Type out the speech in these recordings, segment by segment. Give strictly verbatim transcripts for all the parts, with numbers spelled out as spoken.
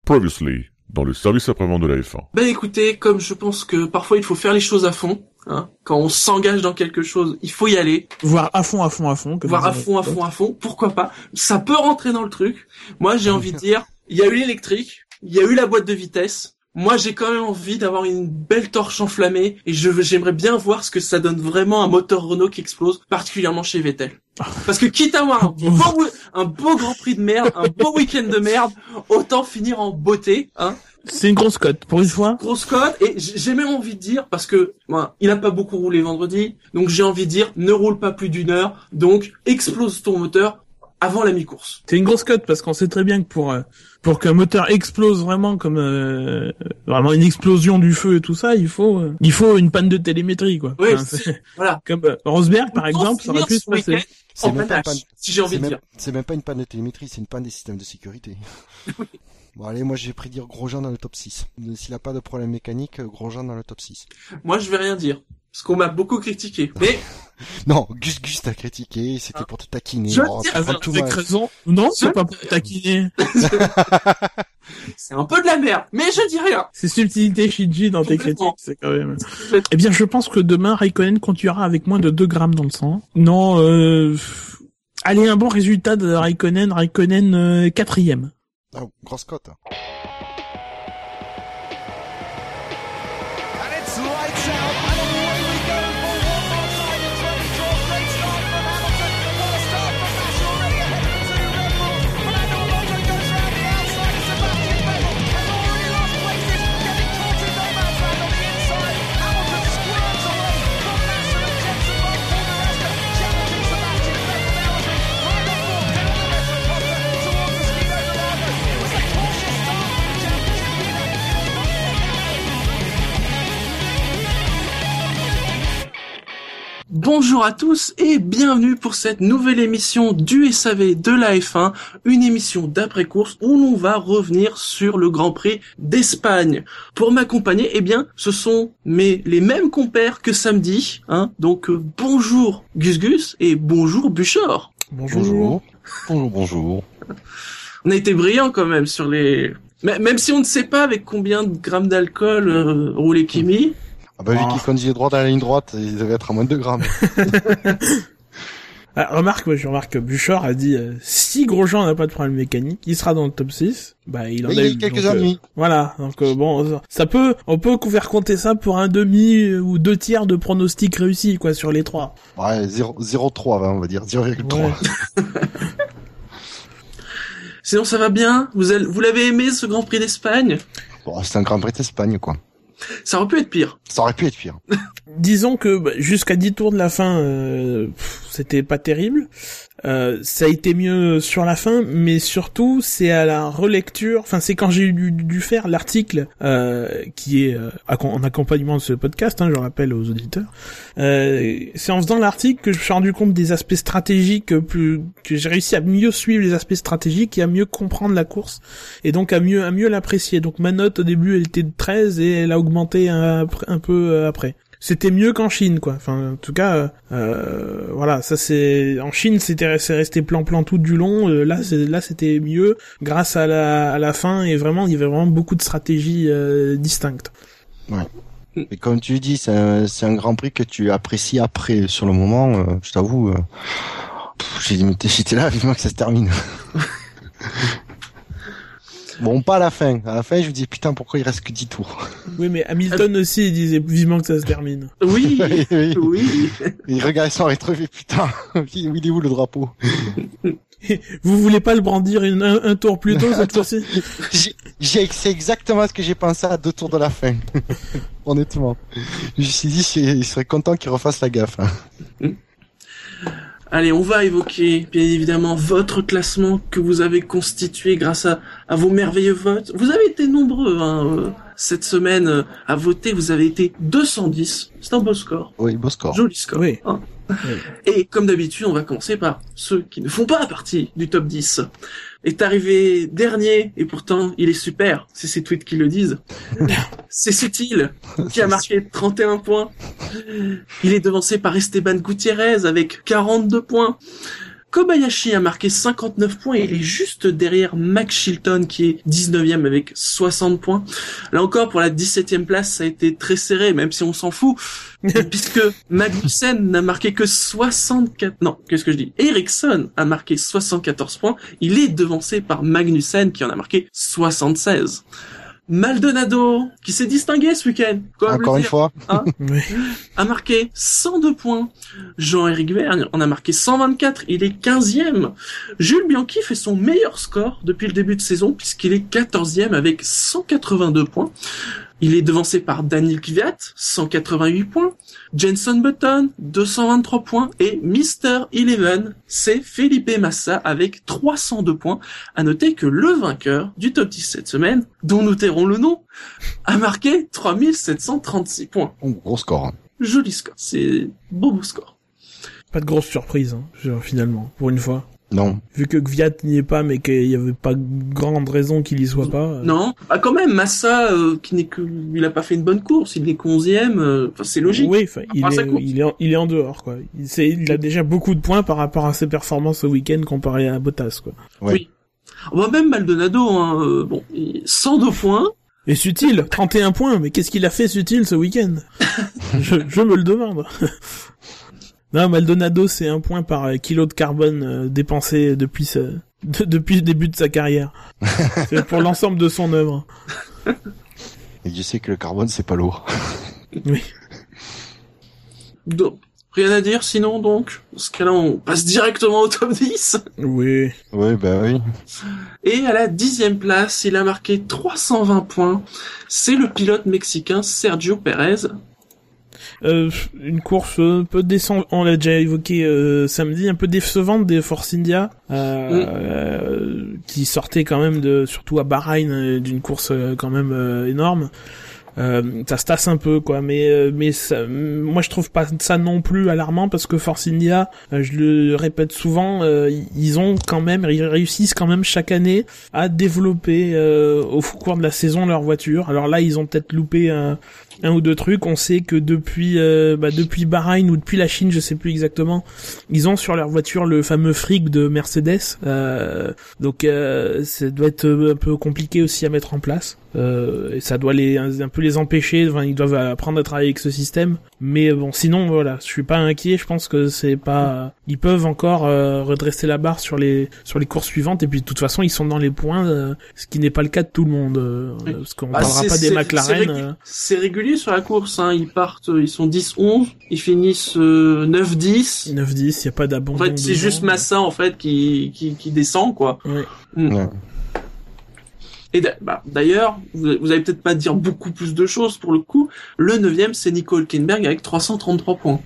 Previously, dans le service après-vente de la F un. Ben écoutez, comme je pense que parfois il faut faire les choses à fond, hein, quand on s'engage dans quelque chose, il faut y aller. Voir à fond, à fond, à fond. Voir à fond, à fond, à fond, pourquoi pas. Ça peut rentrer dans le truc. Moi j'ai envie de dire, il y a eu l'électrique, il y a eu la boîte de vitesse. Moi, j'ai quand même envie d'avoir une belle torche enflammée et je j'aimerais bien voir ce que ça donne vraiment un moteur Renault qui explose, particulièrement chez Vettel. Parce que quitte à avoir un beau, un beau Grand Prix de merde, un beau week-end de merde, autant finir en beauté, hein. C'est une grosse cote, pour une fois. Grosse cote, et j'ai même envie de dire, parce que, voilà, il a pas beaucoup roulé vendredi, donc j'ai envie de dire, ne roule pas plus d'une heure, donc explose ton moteur avant la mi-course. C'est une grosse cote parce qu'on sait très bien que pour euh, pour qu'un moteur explose vraiment comme euh, vraiment une explosion du feu et tout ça, il faut euh, il faut une panne de télémétrie quoi. Oui, enfin, c'est, voilà. Comme euh, Rosberg par exemple, ça aurait pu se passer. C'est même, pas panne, si j'ai envie de même, dire. C'est même pas une panne de télémétrie, c'est une panne des systèmes de sécurité. Oui. Bon allez, moi j'ai prédire Grosjean dans le top six. S'il a pas de problème mécanique, Grosjean dans le top six. Moi je vais rien dire. Parce qu'on m'a beaucoup critiqué. Mais non, Gus Gus t'a critiqué, c'était ah. pour te taquiner. Je oh, avec tout raison. Non, c'est pas pour te taquiner. C'est un peu de la merde, mais je dis rien. C'est subtilité Shinji dans tes critiques, c'est quand même. Eh bien, je pense que demain Raikkonen continuera avec moins de deux grammes dans le sang. Non, euh... allez, un bon résultat de Raikkonen, Raikkonen euh, quatrième. Ah, grosse cote. Bonjour à tous et bienvenue pour cette nouvelle émission du S A V de la F un, une émission d'après-course où l'on va revenir sur le Grand Prix d'Espagne. Pour m'accompagner, eh bien, ce sont mes les mêmes compères que samedi, hein. Donc euh, bonjour Gus Gus et bonjour Buchor. Bonjour. Bonjour. Bonjour, bonjour. On a été brillants quand même sur les... Même si on ne sait pas avec combien de grammes d'alcool euh, roulait Kimi. Ah bah, vu qu'il conduisait droit dans la ligne droite, il devait être à moins de deux grammes. Ah, remarque, moi, je remarque que Buchor a dit, euh, si Grosjean n'a pas de problème mécanique, il sera dans le top six. Bah, il en Mais a il y eu a quelques donc, ennuis. Euh, voilà. Donc, euh, bon, ça peut, on peut faire compter ça pour un demi ou deux tiers de pronostic réussi, quoi, sur les trois. Ouais, zéro virgule trois, on va dire, zéro virgule trois. Ouais. Sinon, ça va bien? Vous, avez, vous l'avez aimé, ce Grand Prix d'Espagne? Bon, c'est un Grand Prix d'Espagne, quoi. Ça aurait pu être pire. Ça aurait pu être pire. Disons que bah, jusqu'à dix tours de la fin, euh, pff, c'était pas terrible. Euh, ça a été mieux sur la fin, mais surtout c'est à la relecture. Enfin, c'est quand j'ai dû, dû faire l'article euh, qui est euh, en accompagnement de ce podcast. Hein, je rappelle aux auditeurs. Euh, c'est en faisant l'article que je me suis rendu compte des aspects stratégiques, plus que j'ai réussi à mieux suivre les aspects stratégiques et à mieux comprendre la course et donc à mieux à mieux l'apprécier. Donc ma note au début elle était de treize et elle a augmenté un, un peu après. C'était mieux qu'en Chine, quoi. Enfin, en tout cas, euh, voilà, ça c'est en Chine, c'était c'est resté plan-plan tout du long. Euh, là, c'est là, c'était mieux grâce à la à la fin et vraiment, il y avait vraiment beaucoup de stratégies euh, distinctes. Ouais. Et comme tu dis, c'est un, c'est un Grand Prix que tu apprécies après. Sur le moment, euh, je t'avoue, euh, pff, j'ai dit, j'étais là, vivement que ça se termine. Bon, pas à la fin. À la fin, je me dis, putain, pourquoi il reste que dix tours? Oui, mais Hamilton aussi, il disait vivement que ça se termine. Oui, oui, oui. oui. Il regardait son rétro, putain, il est où le drapeau? Vous voulez pas le brandir une, un, un tour plus tôt, cette fois-ci? j'ai, j'ai, c'est exactement ce que j'ai pensé à deux tours de la fin. Honnêtement. Je me suis dit, il serait content qu'il refasse la gaffe. Hein. Allez, on va évoquer, bien évidemment, votre classement que vous avez constitué grâce à, à vos merveilleux votes. Vous avez été nombreux, hein, euh, cette semaine, euh, à voter. Vous avez été deux cent dix. C'est un beau score. Oui, beau score. Joli score. Oui. Hein. Oui. Et comme d'habitude, on va commencer par ceux qui ne font pas partie du top dix. Est arrivé dernier, et pourtant, il est super. C'est ses tweets qui le disent. C'est Sutil, qui a marqué trente et un points. Il est devancé par Esteban Gutiérrez avec quarante-deux points. Kobayashi a marqué cinquante-neuf points et il est juste derrière Max Chilton qui est dix-neuvième avec soixante points. Là encore, pour la dix-septième place, ça a été très serré, même si on s'en fout, puisque Magnussen n'a marqué que soixante-quatre... Non, qu'est-ce que je dis ? Ericsson a marqué soixante-quatorze points. Il est devancé par Magnussen qui en a marqué soixante-seize. Maldonado, qui s'est distingué ce week-end. Encore une fois. Hein, Oui. a marqué cent deux points. Jean-Éric Vergne en a marqué cent vingt-quatre. Il est quinzième. Jules Bianchi fait son meilleur score depuis le début de saison puisqu'il est quatorzième avec cent quatre-vingt-deux points. Il est devancé par Daniil Kvyat, cent quatre-vingt-huit points. Jenson Button, deux cent vingt-trois points. Et mister Eleven, c'est Felipe Massa avec trois cent deux points. À noter que le vainqueur du top dix cette semaine, dont nous tairons le nom, a marqué trois mille sept cent trente-six points. Oh, gros score. Joli score. C'est beau beau score. Pas de grosse surprise, hein, genre, finalement, pour une fois. Non. Vu que Kvyat n'y est pas, mais qu'il y avait pas grande raison qu'il y soit pas. Euh... Non, bah quand même, Massa, euh, qui n'est que, il a pas fait une bonne course, il est qu'onzième, euh, enfin c'est logique. Oui, enfin, il, Après est, il est, en, il est en dehors, quoi. Il, c'est, il a déjà beaucoup de points par rapport à ses performances au week-end comparé à Bottas, quoi. Ouais. Oui. Bah même Maldonado, hein, euh, bon, il- cent deux points. Et Sutil, trente et un points, mais qu'est-ce qu'il a fait Sutil ce week-end? je, je me le demande. Non, Maldonado, c'est un point par euh, kilo de carbone euh, dépensé depuis ce, de- depuis le début de sa carrière. C'est pour l'ensemble de son œuvre. Et je sais que le carbone, c'est pas lourd. Oui. Donc, rien à dire sinon donc. Dans ce cas-là, on passe directement au top dix. Oui. Oui, bah oui. Et à la dixième place, il a marqué trois cent vingt points. C'est le pilote mexicain Sergio Pérez. Euh, une course un peu décevante, on l'a déjà évoqué euh, samedi, un peu décevante des Force India, euh, Mm. euh, qui sortait quand même de, surtout à Bahreïn, euh, d'une course euh, quand même euh, énorme. Euh, ça se tasse un peu, quoi, mais euh, mais ça, moi je trouve pas ça non plus alarmant parce que Force India, euh, je le répète souvent, euh, ils ont quand même, ils réussissent quand même chaque année à développer euh, au cours de la saison leur voiture. Alors là, ils ont peut-être loupé un, un ou deux trucs. On sait que depuis euh, bah, depuis Bahreïn ou depuis la Chine, je sais plus exactement, ils ont sur leur voiture le fameux fric de Mercedes. Euh, donc euh, ça doit être un peu compliqué aussi à mettre en place. Euh, et ça doit les un peu les empêcher, enfin, ils doivent apprendre à travailler avec ce système, mais bon, sinon voilà, je suis pas inquiet, je pense que c'est pas, ils peuvent encore euh, redresser la barre sur les sur les courses suivantes, et puis de toute façon ils sont dans les points, euh, ce qui n'est pas le cas de tout le monde, euh, Oui. parce qu'on Bah, parlera c'est- pas des c'est- McLaren. C'est, régu- euh, c'est régulier sur la course, hein. Ils partent, euh, ils sont dix onze, ils finissent euh, neuf dix. neuf dix, y a pas En d'abandon. fait, c'est dedans. juste Massa en fait qui qui, qui descend quoi. Ouais. Mm. Ouais. Et d'a- bah, d'ailleurs, vous, vous allez peut-être pas dire beaucoup plus de choses pour le coup. Le neuvième, c'est Nico Hülkenberg avec trois cent trente-trois points.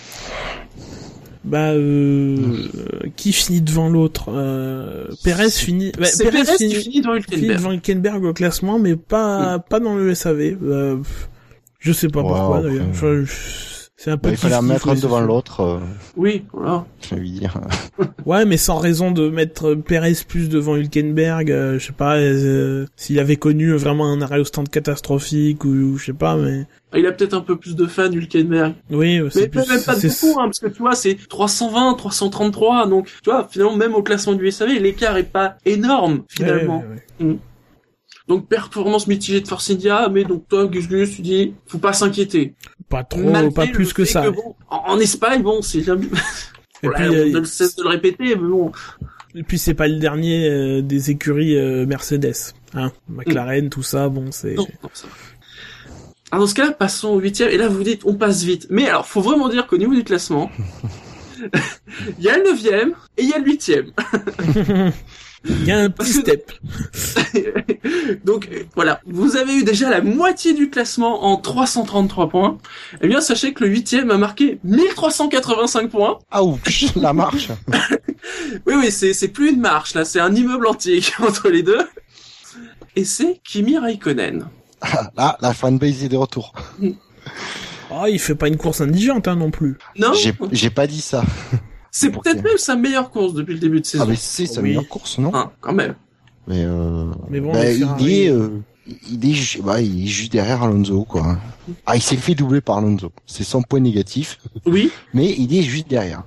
Bah, euh, euh, qui finit devant l'autre euh, Perez finit. Bah, c'est Perez Perez finit, qui finit devant finit Hülkenberg. devant Hülkenberg au classement, mais pas pas dans le S A V. Euh, pff, je sais pas Ouais, pourquoi après, d'ailleurs. Enfin, je- c'est un peu. Bah, il fallait en kiff-kiff, mettre un mais devant c'est- l'autre, euh, Oui, voilà. je vais dire. Ouais, mais sans raison de mettre Perez plus devant Hülkenberg. Euh, je sais pas euh, s'il avait connu vraiment un arrêt au stand catastrophique ou, ou je sais pas, mais Il a peut-être un peu plus de fans Hülkenberg. oui, Mais c'est plus. même pas de c'est- beaucoup, hein, parce que tu vois, c'est trois cent vingt, trois cent trente-trois, donc tu vois, finalement, même au classement du S A V, l'écart est pas énorme, finalement. Ouais, ouais, ouais. Donc, performance mitigée de Force India, mais donc toi, Gus Gus, tu dis, faut pas s'inquiéter. Pas trop, Malgré pas le plus que fait ça. bon, en, en Espagne, bon, c'est jamais... Et Voilà, puis, on euh, ne cesse de le répéter, mais bon... Et puis c'est pas le dernier euh, des écuries euh, Mercedes, hein, McLaren, tout ça, bon c'est. Non, non, ça va. Alors dans ce cas-là, passons au huitième, et là vous dites, on passe vite. Mais alors, faut vraiment dire qu'au niveau du classement, il y a le neuvième, et il y a le huitième. Il y a un petit step. Donc euh, voilà, vous avez eu déjà la moitié du classement en trois cent trente-trois points. Eh bien, sachez que le huitième a marqué mille trois cent quatre-vingt-cinq points. Ouch, la marche. Oui, oui, c'est c'est plus une marche, là, c'est un immeuble entier qui est entre les deux. Et c'est Kimi Raikkonen. Là, la fanbase est de retour. Oh, il fait pas une course indigente, hein, non plus. Non, J'ai, j'ai pas dit ça. c'est peut-être même sa meilleure course depuis le début de saison. Ah, mais c'est sa Oui. meilleure course, non? Hein, quand même. Mais, euh, Mais bon, bah, le il Ferrari- est, euh, il est, ju- bah, il est juste derrière Alonso, quoi. Ah, il s'est fait doubler par Alonso. C'est son point négatif. Oui, Mais il est juste derrière.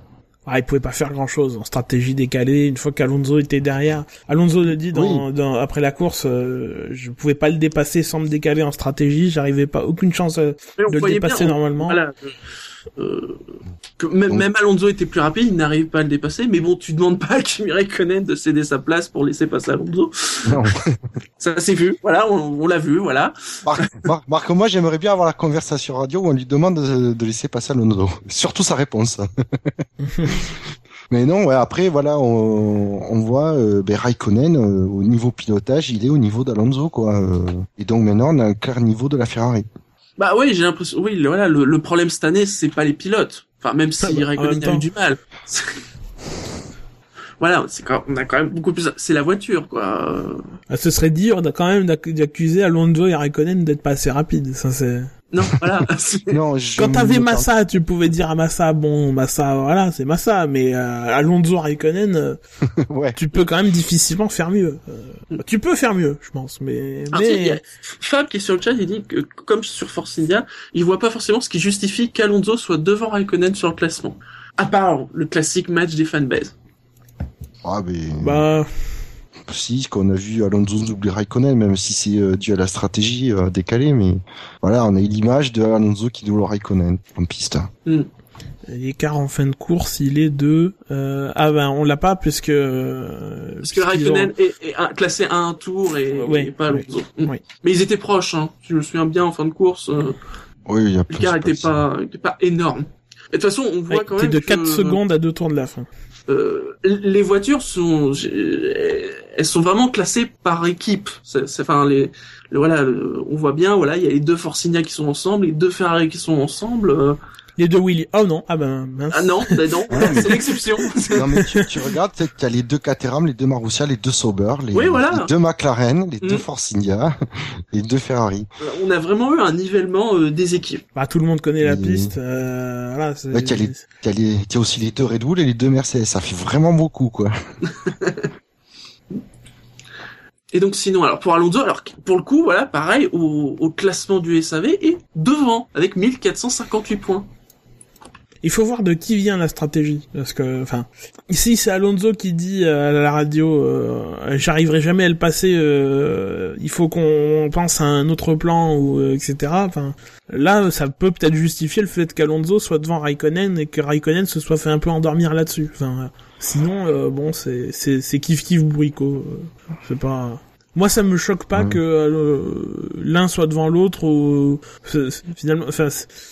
Ah, il pouvait pas faire grand chose en stratégie décalée. Une fois qu'Alonso était derrière, Alonso le dit dans, oui. dans après la course, euh, je pouvais pas le dépasser sans me décaler en stratégie. J'arrivais pas, aucune chance euh, de le dépasser bien, normalement. Voilà. Euh, que même, même Alonso était plus rapide, il n'arrive pas à le dépasser. Mais bon, tu demandes pas à Kimi Räikkönen de céder sa place pour laisser passer Alonso. Non. Ça s'est vu, voilà, on, on l'a vu, voilà. Marc, Marc, Marc, moi j'aimerais bien avoir la conversation radio où on lui demande de, de laisser passer Alonso. Surtout sa réponse. Mais non, ouais, après voilà, on, on voit euh, ben, Räikkönen euh, au niveau pilotage, il est au niveau d'Alonso quoi. Euh, et donc maintenant on a un clair niveau de la Ferrari. Bah oui, j'ai l'impression. Oui, le, voilà, le, le problème cette année, c'est pas les pilotes. Enfin, même si ah, Räikkönen a eu du mal. Voilà, c'est quand, on a quand même beaucoup plus. C'est la voiture, quoi. Ah, ce serait dire, on a quand même d'accuser Alonso et Räikkönen d'être pas assez rapides. Ça c'est. Non, voilà. non, quand t'avais Massa, tu pouvais dire à Massa, bon, Massa, voilà, c'est Massa, mais euh, Alonso, Räikkönen, euh, ouais. tu peux quand même difficilement faire mieux. Euh, tu peux faire mieux, je pense, mais. Alors, mais... Si, il y a Fab qui est sur le chat, il dit que comme sur Force India, il voit pas forcément ce qui justifie qu'Alonso soit devant Räikkönen sur le classement. À part le classique match des fanbases. Ah mais. Bah. Si, qu'on a vu Alonso doubler Räikkönen, même si c'est euh, dû à la stratégie euh, décalée, mais voilà, on a eu l'image de Alonso qui double Räikkönen en piste. Mm. L'écart en fin de course, il est de euh, ah ben on l'a pas puisque euh, parce que Räikkönen ont... est, est un, classé à un tour et, ouais, et pas Alonso. Oui, mm. oui. Mais ils étaient proches, hein. Je me souviens bien en fin de course. Euh, oui, il y a l'écart était pas, était pas énorme. Et de toute façon, on voit ouais, quand même de que... quatre secondes à deux tours de la fin. Euh, les voitures sont, elles sont vraiment classées par équipe. C'est, c'est enfin les, le, voilà, le, on voit bien, voilà, il y a les deux Force India qui sont ensemble, les deux Ferrari qui sont ensemble. Euh... Les deux Willy. Oh non, ah ben mince. Ah non, ben non, c'est l'exception. Non mais tu, tu regardes, tu as les deux Caterham, les deux Marussia, les deux Sauber, les, oui, voilà. les deux McLaren, les mmh. deux Force India, les deux Ferrari. On a vraiment eu un nivellement euh, des équipes. Bah tout le monde connaît la et... piste. Euh, voilà. C'est... Ouais, tu as les, tu as les, tu as aussi les deux Red Bull et les deux Mercedes. Ça fait vraiment beaucoup quoi. Et donc sinon, alors pour Alonso, alors pour le coup, voilà, pareil, au, au classement du S A V est devant avec mille quatre cent cinquante-huit points. Il faut voir de qui vient la stratégie, parce que, enfin, ici c'est Alonso qui dit à la radio, euh, j'arriverai jamais à le passer, euh, il faut qu'on pense à un autre plan ou euh, et cetera. Enfin, là, ça peut peut-être justifier le fait qu'Alonso soit devant Räikkönen et que Räikkönen se soit fait un peu endormir là-dessus. Enfin, sinon, euh, bon, c'est c'est c'est kiff kiff bourricot. Euh, c'est pas. Moi, ça me choque pas mmh. que euh, l'un soit devant l'autre ou euh, finalement, enfin.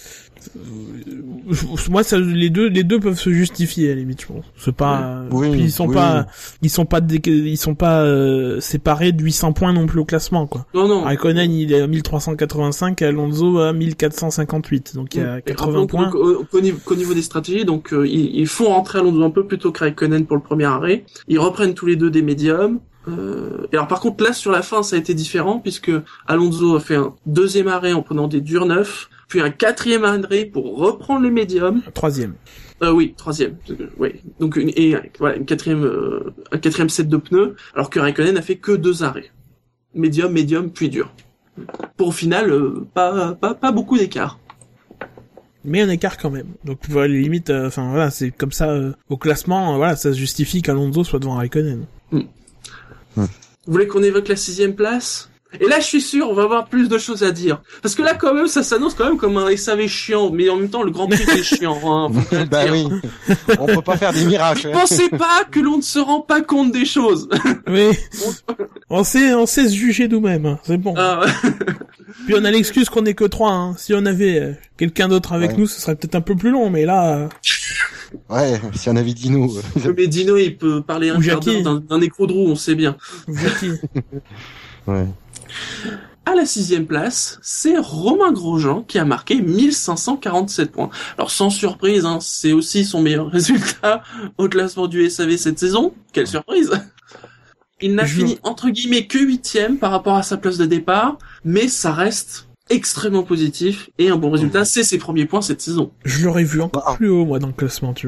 Moi, ça, les deux, les deux peuvent se justifier à la limite, je pense. C'est pas, oui, puis ils sont oui. pas, ils sont pas, dé... ils sont pas euh, séparés de huit cents points non plus au classement, quoi. Non, non. Räikkönen, il est à mille trois cent quatre-vingt-cinq et Alonso à mille quatre cent cinquante-huit, donc il y a quatre-vingts donc, points. Donc, au, au, niveau, au niveau des stratégies, donc euh, ils, ils font rentrer Alonso un peu plus tôt que Räikkönen pour le premier arrêt. Ils reprennent tous les deux des médiums. Euh, et alors par contre là sur la fin ça a été différent puisque Alonso a fait un deuxième arrêt en prenant des durs neufs, puis un quatrième arrêt pour reprendre les médiums. Troisième. Euh, oui, troisième. Oui. Donc une, et voilà une quatrième euh, un quatrième set de pneus, alors que Räikkönen a fait que deux arrêts. Médium, médium, puis dur. Pour au final euh, pas pas pas beaucoup d'écart. Mais un écart quand même. Donc voilà, les limites, enfin euh, voilà, c'est comme ça euh, au classement, euh, voilà, ça justifie qu'Alonso soit devant Räikkönen. Mm. Vous voulez qu'on évoque la sixième place ? Et là, je suis sûr, on va avoir plus de choses à dire. Parce que là, quand même, ça s'annonce quand même comme un S A V chiant. Mais en même temps, le Grand Prix, c'est chiant. Hein, bah oui. On peut pas faire des miracles. Pensez pas que l'on ne se rend pas compte des choses. Oui. on sait, on sait se juger nous-mêmes. Hein. C'est bon. Ah, ouais. Puis on a l'excuse qu'on est que trois. Hein. Si on avait euh, quelqu'un d'autre avec ouais. nous, ce serait peut-être un peu plus long. Mais là... Euh... Ouais, si on avait Dino. Mais Dino, il peut parler un quart d'heure d'un, d'un écrou de roue, on sait bien. Jackie. Ouais. À la sixième place, c'est Romain Grosjean qui a marqué mille cinq cent quarante-sept points. Alors sans surprise, hein, c'est aussi son meilleur résultat au classement du S A V cette saison. Quelle surprise! Il n'a Je... fini entre guillemets que huitième par rapport à sa place de départ, mais ça reste extrêmement positif et un bon résultat. C'est ses premiers points cette saison. Je l'aurais vu encore plus haut moi dans le classement, tu vois.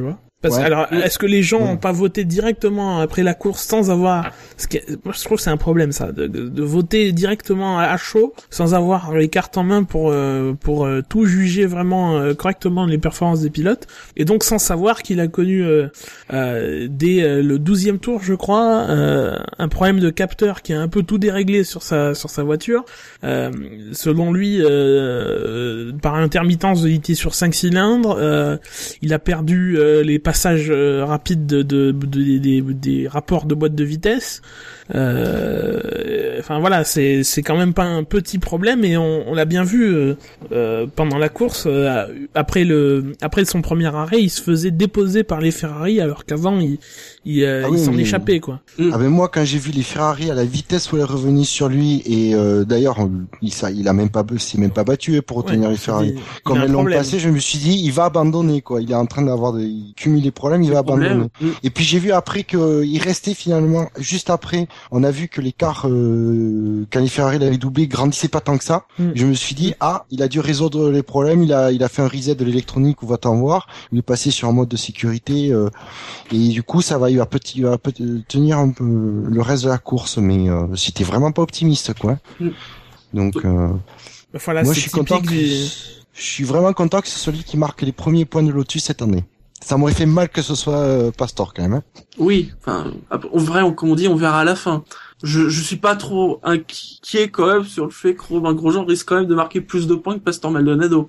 Parce Ouais. que, alors, est-ce que les gens Ouais. ont pas voté directement après la course sans avoir, ce qui est- moi je trouve que c'est un problème ça, de, de, de voter directement à chaud sans avoir les cartes en main pour euh, pour euh, tout juger vraiment euh, correctement les performances des pilotes, et donc sans savoir qu'il a connu euh, euh, dès euh, le douzième tour, je crois, euh, un problème de capteur qui a un peu tout déréglé sur sa sur sa voiture. Euh, selon lui, euh, par intermittence de liquide sur cinq cylindres, euh, il a perdu euh, les passages euh, rapides de, de, de- de- des, des rapports de boîte de vitesse. Euh, enfin voilà, c'est c'est quand même pas un petit problème, et on, on l'a bien vu euh, euh, pendant la course. Euh, après le après son premier arrêt, il se faisait déposer par les Ferrari, alors qu'avant il il, euh, Ah il oui, s'en mais- échappait quoi. Ah ben moi, quand j'ai vu les Ferrari à la vitesse où elle est revenue sur lui, et euh, d'ailleurs, il, ça, il a même pas, s'est même pas battu pour retenir Ouais, les Ferrari. il- il Comme a un elles l'ont problème. passé, je me suis dit, il va abandonner, quoi. Il est en train d'avoir des, il cumule les problèmes, il va Problème. abandonner. Mm. Et puis j'ai vu après que il restait finalement, juste après, on a vu que l'écart, euh, quand les Ferrari l'avaient doublé, grandissait pas tant que ça. Mm. Je me suis dit, ah, il a dû résoudre les problèmes, il a, il a fait un reset de l'électronique, on va t'en voir. Il est passé sur un mode de sécurité, euh, et du coup, ça va, il va peut il va peut tenir un peu le reste de la course, mais euh, c'était vraiment pas optimiste, quoi. Mm. Donc, euh, Voilà, moi, c'est je suis content. typique Que, du- je suis vraiment content que c'est celui qui marque les premiers points de Lotus cette année. Ça m'aurait fait mal que ce soit euh, Pastor quand même. Hein. Oui, enfin, en vrai, on, comme on dit, on verra à la fin. Je, je suis pas trop inquiet quand même sur le fait que Romain Grosjean risque quand même de marquer plus de points que Pastor Maldonado.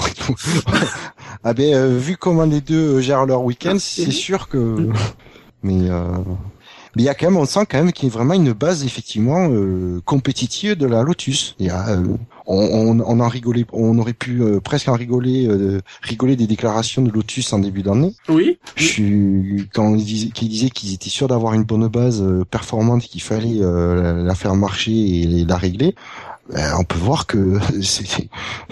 ah ben, euh, vu comment les deux euh, gèrent leur week-end, Ah, c'est c'est sûr que. Mais euh... mais il y a quand même, on sent quand même qu'il y a vraiment une base effectivement euh, compétitive de la Lotus. Il y a, euh, on, on, on en rigolait, on aurait pu euh, presque en rigoler, euh, rigoler des déclarations de Lotus en début d'année. Oui. Je suis quand ils disaient qu'ils disaient qu'ils étaient sûrs d'avoir une bonne base euh, performante, qu'il fallait euh, la, la faire marcher et la régler. Ben, on peut voir que c'est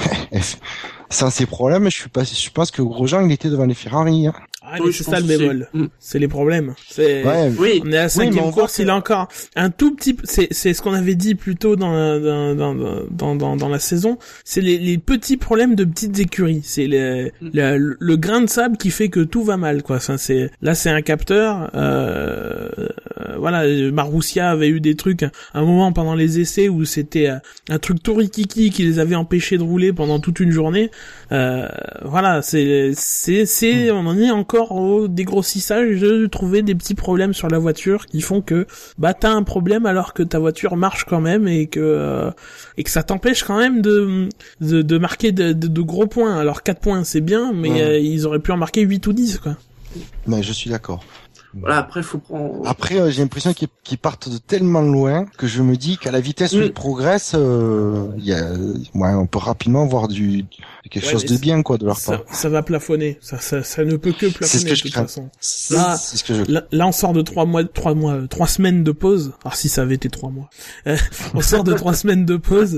sans ces problèmes, je suis pas, je pense que Grosjean il était devant les Ferrari. Hein. Ah, Oui, mais je c'est pense ça le aussi. bémol. Mm. C'est les problèmes. C'est Ouais, Oui. on est à la mais cinquième on voit course, que- il a encore un tout petit, c'est, c'est ce qu'on avait dit plus tôt dans la, dans, dans, dans, dans, dans la saison. C'est les, les petits problèmes de petites écuries. C'est le, le, le grain de sable qui fait que tout va mal, quoi. Ça, c'est, là, c'est un capteur, euh, euh, voilà, Marussia avait eu des trucs, un moment pendant les essais où c'était euh, un truc tout rikiki qui les avait empêchés de rouler pendant toute une journée. Euh, voilà, c'est, c'est, c'est, on en est encore au dégrossissage de trouver des petits problèmes sur la voiture qui font que, bah, t'as un problème alors que ta voiture marche quand même et que, euh, et que ça t'empêche quand même de, de, de marquer de, de, de gros points. Alors quatre points, c'est bien, mais Ouais. euh, ils auraient pu en marquer huit ou dix, quoi. Mais je suis d'accord. Voilà, après, faut prendre... Après, euh, j'ai l'impression qu'ils qu'ils partent de tellement loin que je me dis qu'à la vitesse où Mm. ils progressent, euh, il y a, ouais, on peut rapidement voir du quelque Ouais, chose mais de c'est- bien, quoi, de leur Ça, part. ça va plafonner. Ça, ça, ça ne peut que C'est ce plafonner que de je toute crains. façon. C'est Là- c'est ce que je. Là, là, on sort de trois mois, trois mois, euh, trois semaines de pause. Alors si ça avait été trois mois, Euh, on sort de trois semaines de pause.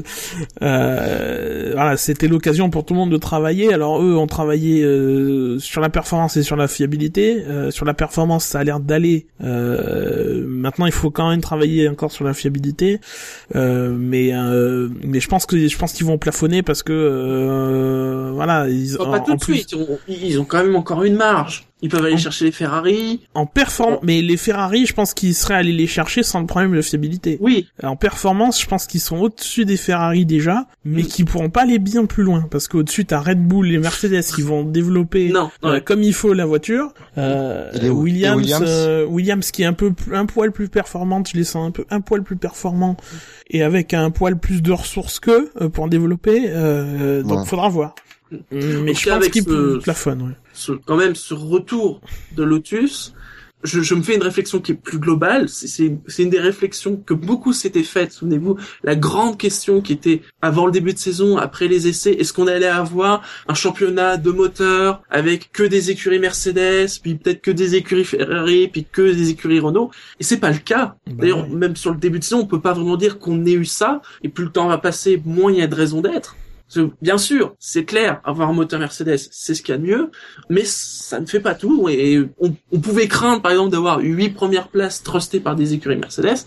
Euh, voilà, c'était l'occasion pour tout le monde de travailler. Alors eux ont travaillé euh, sur la performance et sur la fiabilité. Euh, sur la performance, ça a l'air d'aller. Euh, maintenant, il faut quand même travailler encore sur la fiabilité. Euh, mais euh, mais je pense que je pense qu'ils vont plafonner parce que euh, voilà, ils, Pas, en, pas tout en de plus, suite. On- Ils ont quand même encore une marge. Ils peuvent aller En- chercher les Ferrari. en performance, mais les Ferrari, je pense qu'ils seraient allés les chercher sans le problème de fiabilité. Oui. En performance, je pense qu'ils sont au-dessus des Ferrari déjà, mais Mm. qu'ils pourront pas aller bien plus loin, parce qu'au-dessus t'as Red Bull et Mercedes qui vont développer Non. euh, ouais. comme il faut la voiture. Euh, Et les- Williams, et Williams euh, Williams qui est un peu plus- un poil plus performante, je les sens un peu un poil plus performant et avec un poil plus de ressources qu'eux euh, pour développer. Euh, donc Ouais. faudra voir. Mais tout je cas, pense avec qu'ils ce- plafonnent. Ouais. ce, quand même ce retour de Lotus, je, je me fais une réflexion qui est plus globale. C'est, c'est, c'est une des réflexions que beaucoup s'étaient faites. Souvenez-vous, la grande question qui était avant le début de saison, après les essais, est-ce qu'on allait avoir un championnat de moteurs avec que des écuries Mercedes, puis peut-être que des écuries Ferrari, puis que des écuries Renault? Et c'est pas le cas. Bah D'ailleurs, ouais. même sur le début de saison, on peut pas vraiment dire qu'on ait eu ça. Et plus le temps va passer, moins il y a de raison d'être. Parce que, bien sûr, c'est clair, avoir un moteur Mercedes, c'est ce qu'il y a de mieux, mais ça ne fait pas tout. Et on, on pouvait craindre, par exemple, d'avoir huit premières places trustées par des écuries Mercedes.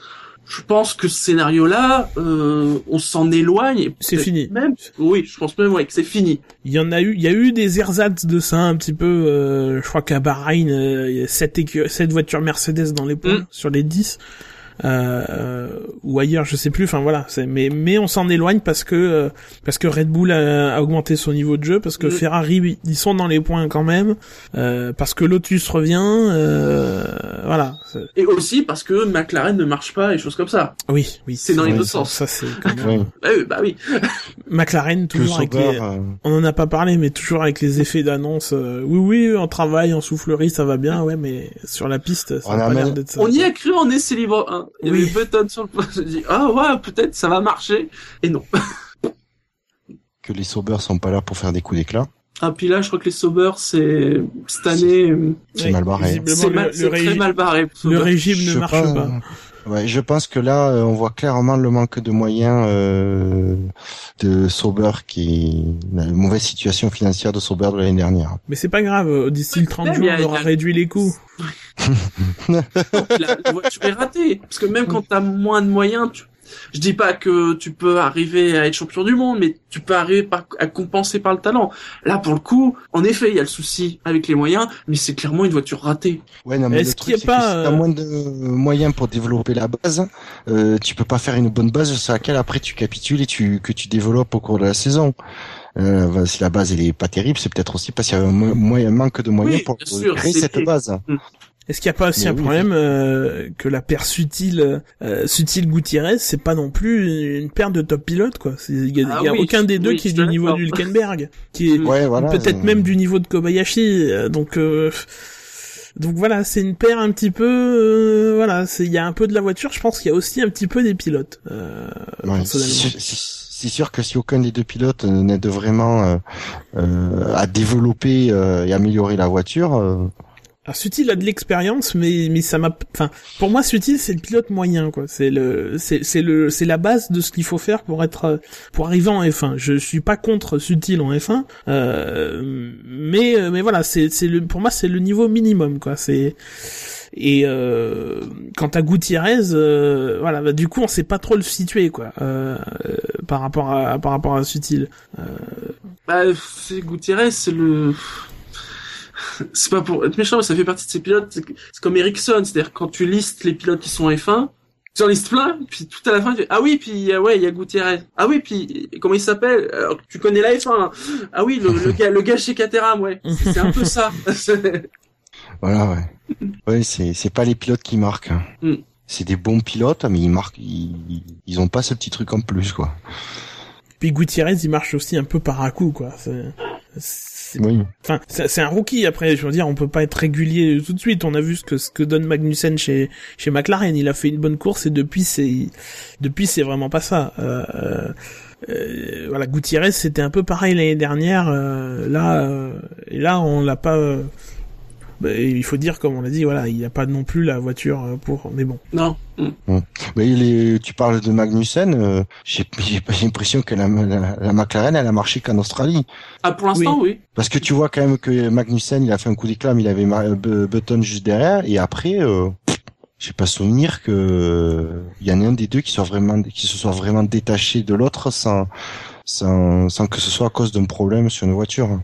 je pense que ce scénario-là, euh, on s'en éloigne. Et c'est fini. Même, oui, je pense même ouais, que c'est fini. Il y en a eu, il y a eu des ersatz de ça un petit peu. Euh, je crois qu'à Bahreïn, euh, il y a sept, écu- sept voitures Mercedes dans les points mm. sur les dix. Euh, ou ailleurs, je sais plus. Enfin voilà. C'est, mais mais on s'en éloigne parce que euh, parce que Red Bull a, a augmenté son niveau de jeu, parce que mmh. Ferrari ils sont dans les points quand même, euh, parce que Lotus revient. Euh, voilà. C'est... Et aussi parce que McLaren ne marche pas et choses comme ça. Oui, oui. C'est dans les oui, deux ça, sens. Ça c'est. Quand même... oui. Bah oui, bah oui. McLaren toujours avec Sauber, les... euh... On en a pas parlé, mais toujours avec les effets d'annonce. Euh, oui, oui, en travail, en soufflerie, ça va bien. Ouais, mais sur la piste, ça on n'a pas même... l'air d'être ça. On y a cru en essai libre un. Il y oui. avait Button sur le poste. Je dis, ah ouais, peut-être ça va marcher. Et non. Que les Sauber sont pas là pour faire des coups d'éclat. Ah, puis là, je crois que les Sauber, c'est, cette année, c'est ouais, mal barré. c'est, mal, le, c'est le très régime, mal barré. le régime je ne marche pense, pas. Ouais, je pense que là, on voit clairement le manque de moyens euh, de Sauber, qui est une mauvaise situation financière de Sauber de l'année dernière. Mais c'est pas grave, d'ici le trente jours, on aura réduit les coûts. la, la voiture est ratée. Parce que même quand t'as moins de moyens, tu... je dis pas que tu peux arriver à être champion du monde, mais tu peux arriver par... à compenser par le talent. Là, pour le coup, en effet, il y a le souci avec les moyens, mais c'est clairement une voiture ratée. Ouais, non, mais Est-ce le qu'il y a truc, pas, c'est que si t'as euh... moins de moyens pour développer la base, euh, tu peux pas faire une bonne base sur laquelle après tu capitules et tu que tu développes au cours de la saison. Euh, si la base elle est pas terrible, c'est peut-être aussi parce qu'il y a un, mo- un manque de moyens oui, pour sûr, créer c'est... cette base. Mmh. Est-ce qu'il n'y a pas aussi mais un oui, problème euh, que la paire Sutil, euh, Sutil Gutiérrez, c'est pas non plus une paire de top pilotes, quoi. Il y a, ah y a oui, aucun des deux oui, qui est du niveau du Hülkenberg, qui est ouais, voilà, peut-être euh... même du niveau de Kobayashi. Donc euh, donc voilà, c'est une paire un petit peu, euh, voilà, c'est il y a un peu de la voiture. Je pense qu'il y a aussi un petit peu des pilotes. Euh, ouais, c'est, c'est, c'est sûr que si aucun des deux pilotes n'aide vraiment euh, euh, à développer euh, et améliorer la voiture. Euh... Alors Sutil a de l'expérience, mais mais ça m'a, enfin pour moi Sutil c'est le pilote moyen, quoi. C'est le c'est c'est le c'est la base de ce qu'il faut faire pour être pour arriver en F un. Je suis pas contre Sutil en F un, euh, mais mais voilà, c'est c'est le pour moi c'est le niveau minimum, quoi. C'est et euh, quant à Gutiérrez, euh, voilà, bah, du coup on sait pas trop le situer, quoi, euh, euh, par rapport à par rapport à Sutil. Euh... Bah c'est Gutiérrez, c'est le c'est pas pour être méchant, mais ça fait partie de ces pilotes. C'est, c'est comme Ericsson, c'est-à-dire quand tu listes les pilotes qui sont F un, tu en listes plein, puis tout à la fin, tu fais, ah oui, puis ouais, il y a Gutiérrez. Ah oui, puis comment il s'appelle? Alors, tu connais la F un. Hein. Ah oui, le, le gars, le gars chez Caterham, ouais. C'est, c'est un peu ça. Voilà, ouais. Ouais, c'est c'est pas les pilotes qui marquent. Hein. Mm. C'est des bons pilotes, mais ils marquent, ils, ils ont pas ce petit truc en plus, quoi. Puis Gutiérrez, il marche aussi un peu par à coup, quoi. C'est, c'est... Oui. Enfin, c'est, c'est un rookie. Après, je veux dire, on peut pas être régulier tout de suite. On a vu ce que ce que donne Magnussen chez chez McLaren. Il a fait une bonne course et depuis c'est depuis c'est vraiment pas ça. Euh, euh, voilà, Gutiérrez, c'était un peu pareil l'année dernière. Euh, là, euh, et là, on l'a pas. Euh, bah, il faut dire, comme on l'a dit, voilà, il a pas non plus la voiture pour. Mais bon. Non. Mmh. Mais il est, tu parles de Magnussen, euh, j'ai, j'ai pas l'impression que la, la, la McLaren elle a marché qu'en Australie. Ah pour l'instant oui. oui. Parce que tu vois quand même que Magnussen il a fait un coup d'éclat, mais il avait Mar- B- Button juste derrière et après, euh, j'ai pas souvenir que il y en ait un des deux qui soit vraiment, qui se soit vraiment détaché de l'autre sans, sans, sans que ce soit à cause d'un problème sur une voiture.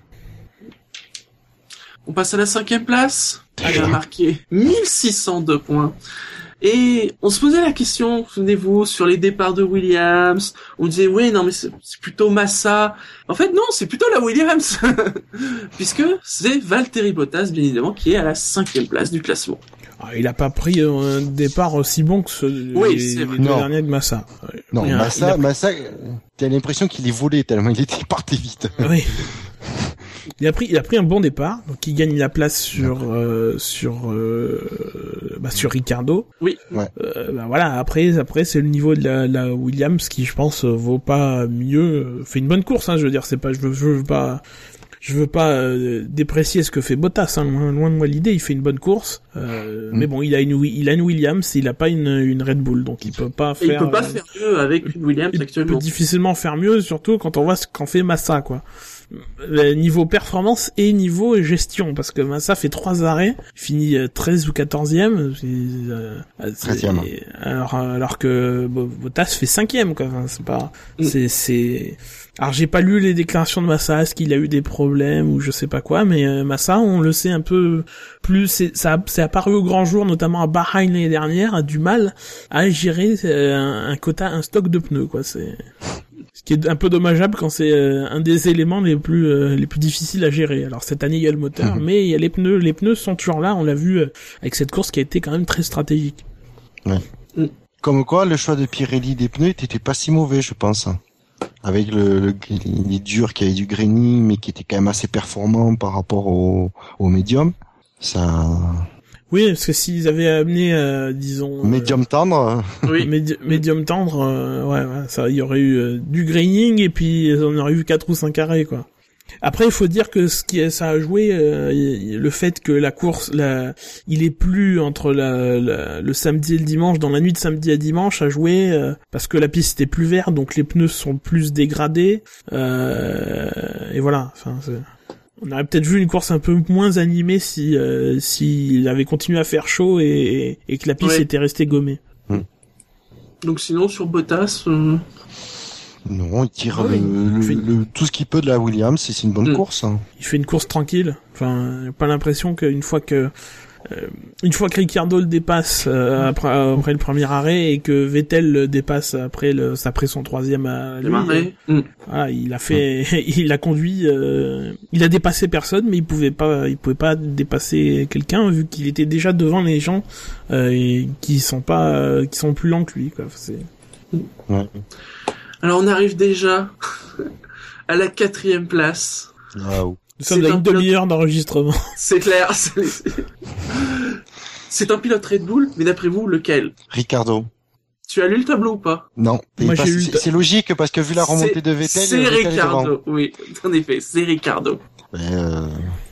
On passe à la cinquième place. Elle a marqué mille six cent deux points. Et on se posait la question, souvenez-vous, sur les départs de Williams. On disait, oui, non, mais c'est, c'est plutôt Massa. En fait, non, c'est plutôt la Williams. Puisque c'est Valtteri Bottas, bien évidemment, qui est à la cinquième place du classement. Ah, il a pas pris un départ aussi bon que ce, oui, les, c'est les vrai. deux Non. derniers de Massa. Non, Rien, Massa, a... Massa, t'as l'impression qu'il est volé tellement il était parti vite. Oui. Il a pris, il a pris un bon départ, donc il gagne la place sur euh, sur euh, bah, sur Ricardo. Oui. Ouais. Euh, bah voilà. Après, après c'est le niveau de la, la Williams qui, je pense, vaut pas mieux. Fait une bonne course, hein. Je veux dire, c'est pas, je veux, je veux pas, je veux pas euh, déprécier ce que fait Bottas. Hein, loin, loin de moi l'idée. Il fait une bonne course, euh, mm. mais bon, il a une, il a une Williams, il a pas une une Red Bull, donc il peut pas faire. Et il peut pas euh, faire mieux avec une Williams il actuellement. Il peut difficilement faire mieux, surtout quand on voit ce qu'en fait Massa, quoi. euh, niveau performance et niveau gestion, parce que Massa fait trois arrêts, finit treize ou quatorzième, c'est, euh, c'est, alors alors que Bottas fait cinquième, quoi. Enfin, c'est pas, mm. c'est c'est. Alors j'ai pas lu les déclarations de Massa, est-ce qu'il a eu des problèmes ou je sais pas quoi, mais euh, Massa, on le sait un peu plus, c'est, ça c'est apparu au grand jour, notamment à Bahreïn l'année dernière, a du mal à gérer euh, un, un quota, un stock de pneus, quoi. C'est ce qui est un peu dommageable quand c'est euh, un des éléments les plus euh, les plus difficiles à gérer. Alors cette année il y a le moteur, mmh. mais il y a les pneus, les pneus sont toujours là, on l'a vu euh, avec cette course qui a été quand même très stratégique. Ouais. Mmh. Comme quoi le choix de Pirelli des pneus était pas si mauvais, je pense. Avec le, le les durs qui avaient du graining mais qui étaient quand même assez performants par rapport au au médium, ça. Oui, parce que s'ils avaient amené, euh, disons... Médium euh, tendre. Oui. Médi- médium tendre, euh, ouais, ouais, ça, il y aurait eu euh, du graining et puis on aurait eu quatre ou cinq arrêts, quoi. Après, il faut dire que ce qui ça a joué, euh, le fait que la course, la, il est plus entre la, la, le samedi et le dimanche, dans la nuit de samedi à dimanche, a joué euh, parce que la piste était plus verte, donc les pneus sont plus dégradés, euh, et voilà. Enfin, c'est... On aurait peut-être vu une course un peu moins animée si euh, s'il avait continué à faire chaud et, et que la piste ouais. était restée gommée. Mmh. Donc sinon sur Bottas. Euh... Non, il tire oh, le, il le, une... le, tout ce qu'il peut de la Williams et c'est une bonne mmh. course. Hein. Il fait une course tranquille. Enfin, j'ai pas l'impression qu'une fois que euh, une fois que Ricciardo le dépasse euh, après, après le premier arrêt et que Vettel le dépasse après le après son troisième à lui, euh, mmh. voilà, il a fait, mmh. il a conduit, euh, il a dépassé personne, mais il pouvait pas, il pouvait pas dépasser quelqu'un vu qu'il était déjà devant les gens euh, et qui sont pas, euh, qui sont plus lents que lui, quoi. C'est... Ouais. Alors on arrive déjà à la quatrième place. Wow. Nous sommes à une demi-heure d'enregistrement. C'est clair. C'est... c'est un pilote Red Bull, mais d'après vous, lequel ? Ricciardo. Tu as lu le tableau ou pas ? Non. Moi, pas, j'ai c'est, c'est logique parce que vu la remontée c'est, de Vettel, c'est Vettel Ricciardo. Oui, en effet, c'est Ricciardo. Euh...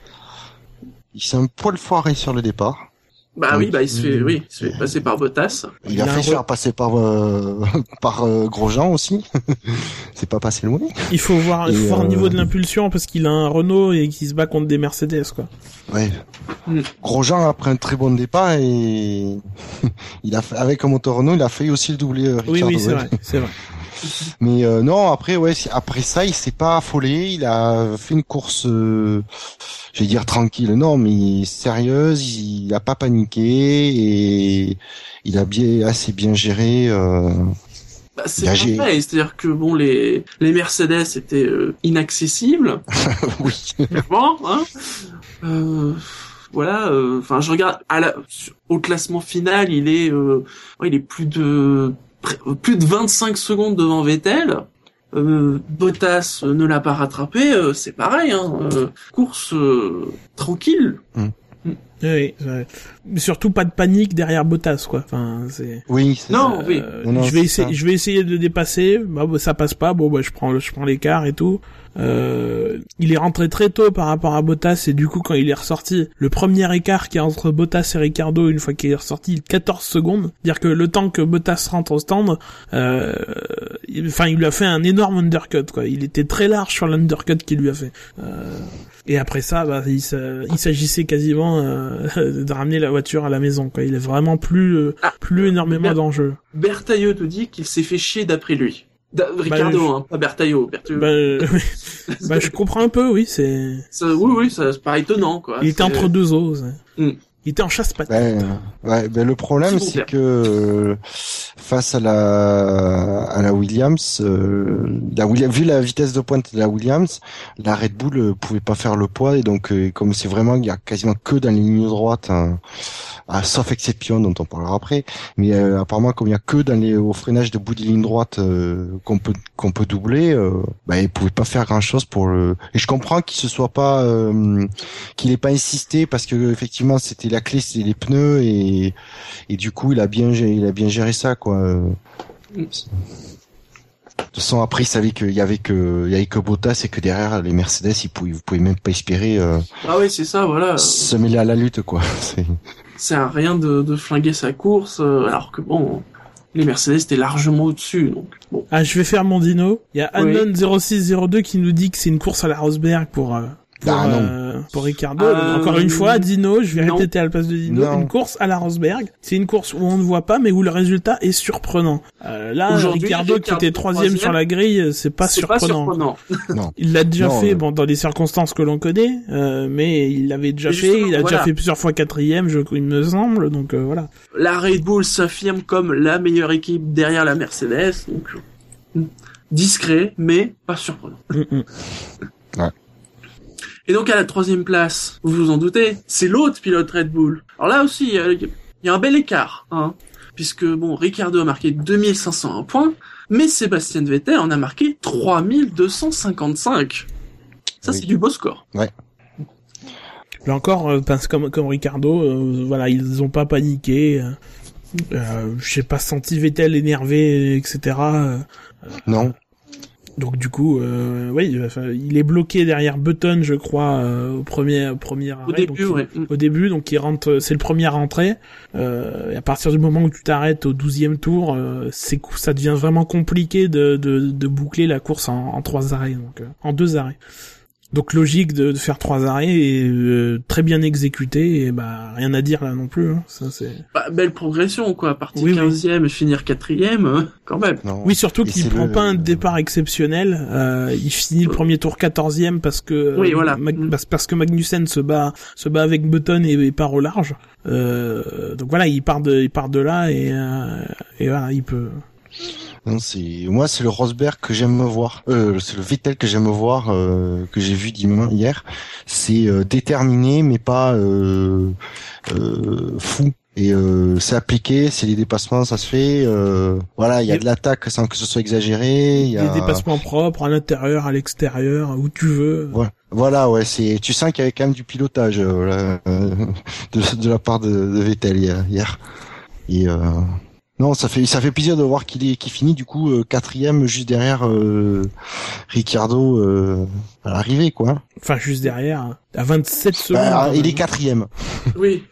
Il s'est un poil foiré sur le départ. Bah oui, bah il se fait, oui, il se fait passer par Bottas. Il, il a, a fait se re... faire passer par euh, par euh, Grosjean aussi. C'est pas passé loin. Il faut voir, il faut euh... voir le niveau de l'impulsion parce qu'il a un Renault et qu'il se bat contre des Mercedes, quoi. Ouais. Mm. Grosjean a pris un très bon départ et il a fait, avec un moteur Renault, il a fait aussi le doublé. Euh, oui, oui, c'est ouais. vrai, c'est vrai. Mais euh, non, après ouais, après ça, il s'est pas affolé. Il a fait une course, euh, je vais dire tranquille, non, mais sérieuse. Il a pas paniqué et il a bien assez bien géré. Euh, bah, c'est pareil, c'est-à-dire que bon, les les Mercedes étaient euh, inaccessibles. Oui. Clairement, hein. Euh... Voilà, enfin, euh, je regarde à la, au classement final, il est, euh, ouais, il est plus de plus de vingt-cinq secondes devant Vettel. Euh, Bottas ne l'a pas rattrapé, euh, c'est pareil, hein. Euh, course euh, tranquille. Mm. Mm. Oui, ouais. Mais surtout pas de panique derrière Bottas, quoi. Enfin, c'est. Oui. C'est non, euh, oui. Non, non, je vais essayer, ça. je vais essayer de le dépasser. Bah, bah, ça passe pas. Bon, bah, je prends, je prends l'écart et tout. Euh, il est rentré très tôt par rapport à Bottas et du coup quand il est ressorti, le premier écart qui est entre Bottas et Ricciardo une fois qu'il est ressorti, quatorze secondes, dire que le temps que Bottas rentre au stand, euh, il, enfin il lui a fait un énorme undercut, quoi. Il était très large sur l'undercut qu'il lui a fait. Euh, et après ça, bah, il, il s'agissait quasiment euh, de ramener la voiture à la maison, quoi. Il est vraiment plus, euh, ah, plus énormément Ber- d'enjeux. Bertailleux te dit qu'il s'est fait chier d'après lui. Da- Ricciardo, bah, je... hein, pas Bertaillot. Bertaillot. Bah, euh, bah, je comprends un peu, oui, c'est... Ça, oui, oui, ça, c'est pas étonnant, quoi. Il était c'est... entre deux os. Mm. Il était en chasse-patate. Ben, ouais, ben le problème, c'est, c'est que euh, face à la à la Williams, euh, la Williams, vu la vitesse de pointe de la Williams, la Red Bull euh, pouvait pas faire le poids et donc euh, comme c'est vraiment il y a quasiment que dans les lignes droites, hein, ah, sauf exception dont on parlera après, mais euh, apparemment comme il y a que dans les au freinage de bout des lignes droites euh, qu'on peut qu'on peut doubler, euh, ben il pouvait pas faire grand chose pour le. Et je comprends qu'il se soit pas euh, qu'il ait pas insisté parce que effectivement c'était la clé, c'est les pneus et et du coup il a bien il a bien géré ça, quoi. De toute façon après il savait qu'il y avait que il y avait que Bottas et que derrière les Mercedes ils pouvaient vous pouvez même pas espérer euh, ah oui c'est ça voilà se mêler à la lutte, quoi. C'est c'est un rien de, de flinguer sa course euh, alors que bon les Mercedes étaient largement au-dessus, donc bon. Ah, je vais faire mon dino. Il y a Oui. Anon zéro six zéro deux qui nous dit que c'est une course à la Rosberg pour euh, pour, Ah, non. euh, pour Ricardo. Euh, Encore une fois, Dino, je vais non. répéter à la place de Dino, Non. une course à la Rosberg. C'est une course où on ne voit pas, mais où le résultat est surprenant. Euh, là, Aujourd'hui, Ricardo, qui Ricardo était troisième sur la grille, c'est pas c'est surprenant. pas surprenant. Non. Il l'a déjà Non, fait, euh, bon, dans les circonstances que l'on connaît, euh, mais il l'avait déjà Mais fait, justement, il a voilà. déjà fait plusieurs fois quatrième, je, il me semble, donc euh, voilà. La Red Bull s'affirme comme la meilleure équipe derrière la Mercedes, donc euh, discret, mais pas surprenant. Mm, mm. Et donc à la troisième place, vous vous en doutez, c'est l'autre pilote Red Bull. Alors là aussi, il y a, il y a un bel écart, hein, puisque bon, Ricardo a marqué deux mille cinq cent un points, mais Sébastien Vettel en a marqué trois mille deux cent cinquante-cinq. Ça, Oui. c'est du beau score. Là encore, euh, parce que comme, comme Ricardo, euh, voilà, ils ont pas paniqué. Euh, euh, j'ai pas senti Vettel énervé, et cetera. Euh, Non. donc du coup, euh, oui, enfin, il est bloqué derrière Button, je crois, euh, au premier, au premier arrêt. Au début, donc, ouais. il- Au début, donc il rentre, c'est le premier à rentrer. Euh, et à partir du moment où tu t'arrêtes au douzième tour, euh, c'est ça devient vraiment compliqué de, de, de boucler la course en, en trois arrêts, donc euh, en deux arrêts. Donc logique de, de faire trois arrêts et euh, très bien exécuté et bah rien à dire là non plus. Hein. Ça c'est. Bah, belle progression, quoi. Partir Oui, oui. quinzième et finir quatrième, euh, quand même. Non. Oui, surtout Et qu'il c'est prend le- pas un départ exceptionnel. Euh, il finit le premier tour quatorzième parce que Oui, voilà. Mag- Mm. parce, parce que Magnussen se bat se bat avec Button et, et part au large. Euh, donc voilà, il part de il part de là et euh, et voilà, il peut. Non, c'est moi, c'est le Rosberg que j'aime voir. Euh, c'est le Vettel que j'aime voir, euh, que j'ai vu dimanche hier. C'est euh, déterminé, mais pas euh, euh, fou. Et euh, c'est appliqué, c'est les dépassements, ça se fait. Euh, voilà, il y a Et- de l'attaque sans que ce soit exagéré. Il y a Des dépassements propres à l'intérieur, à l'extérieur, où tu veux. Voilà, voilà, ouais, c'est. Tu sens qu'il y avait quand même du pilotage euh, là, euh, de, de la part de, de Vettel hier. hier. Et euh, non, ça fait ça fait plaisir de voir qu'il est qu'il finit du coup euh, quatrième juste derrière euh, Ricardo euh, à l'arrivée quoi. Enfin, juste derrière, à vingt-sept secondes. Bah, quand il même. est quatrième. Oui.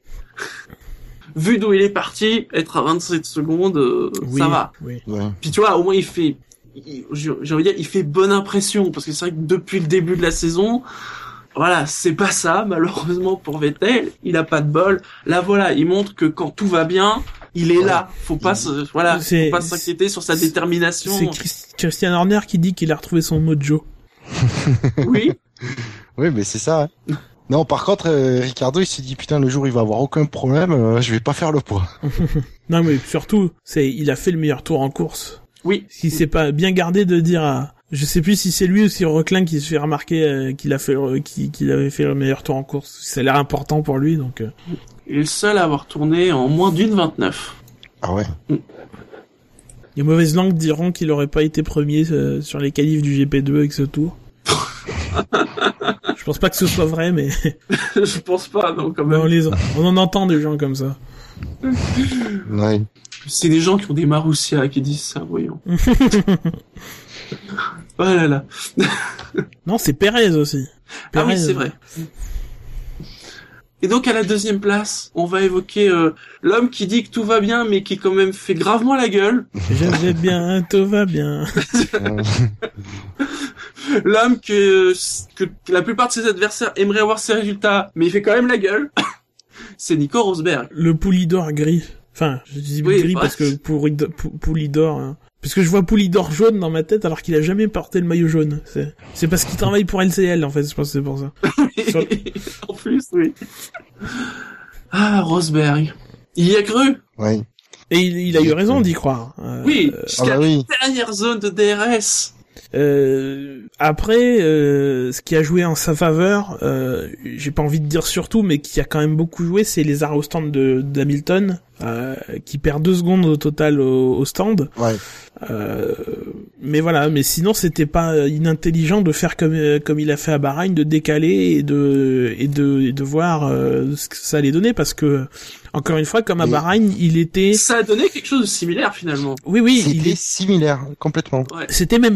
Vu d'où il est parti, être à vingt-sept secondes, euh, Oui, ça va. Oui. Ouais. Puis tu vois, au moins il fait, il- j'ai j'ai envie de dire, il fait bonne impression, parce que c'est vrai que depuis le début de la saison, voilà, c'est pas ça, malheureusement pour Vettel, il a pas de bol. Là voilà, il montre que quand tout va bien, il est Ouais. là. Faut pas se, voilà, C'est- faut pas s'inquiéter sur sa c'est- détermination. C'est Chris- Christian Horner qui dit qu'il a retrouvé son mojo. Oui, Oui, mais c'est ça. Hein. Non, par contre, euh, Ricardo, il s'est dit putain, le jour où il va avoir aucun problème, euh, je vais pas faire le poids. Non mais surtout, c'est il a fait le meilleur tour en course. oui. Si c'est pas bien gardé de dire à, je sais plus si c'est lui ou si Roquelin qui se fait remarquer euh, qu'il a fait le- qu'il qu'il avait fait le meilleur tour en course. Ça a l'air important pour lui donc. euh. Il est le seul à avoir tourné en moins d'une vingt-neuf. Ah ouais. Les mauvaises langues diront qu'il aurait pas été premier euh, sur les qualifs du G P deux avec ce tour. Je pense pas que ce soit vrai, mais, Je pense pas, non, quand mais on même. les on en entend des gens comme ça. Ouais. C'est des gens qui ont des maroussias qui disent ça, voyons. Oh là là. Non, c'est Pérez aussi. Ah oui, Pérez, c'est vrai. Et donc à la deuxième place, on va évoquer euh, l'homme qui dit que tout va bien, mais qui quand même fait gravement la gueule. Je vais bien, tout va bien. Euh, L'homme que, que la plupart de ses adversaires aimeraient avoir ses résultats, mais il fait quand même la gueule. C'est Nico Rosberg. Le Poulidor gris. Enfin, je dis Oui, gris ouais. parce que Poulidor, Poulidor hein. Parce que je vois Poulidor jaune dans ma tête alors qu'il a jamais porté le maillot jaune. C'est, c'est parce qu'il travaille pour L C L en fait, je pense que c'est pour ça. Sur- En plus, oui. Ah, Rosberg. Il y a cru. ouais. Et il, il a eu raison d'y croire. Euh, Oui, Ah jusqu'à bah oui. la dernière zone de D R S. Euh, après, euh, ce qui a joué en sa faveur, euh, j'ai pas envie de dire surtout, mais qui a quand même beaucoup joué, c'est les arrêts au stand de d'Hamilton, euh, qui perd deux secondes au total au, au stand. Ouais. Euh, mais voilà, mais sinon c'était pas inintelligent de faire comme euh, comme il a fait à Bahreïn, de décaler et de et de et de voir euh, ce que ça allait donner, parce que encore une fois, comme à Et- Bahreïn, il était, Ça a donné quelque chose de similaire finalement. oui oui, il C'était est... similaire, complètement. Ouais. c'était même mieux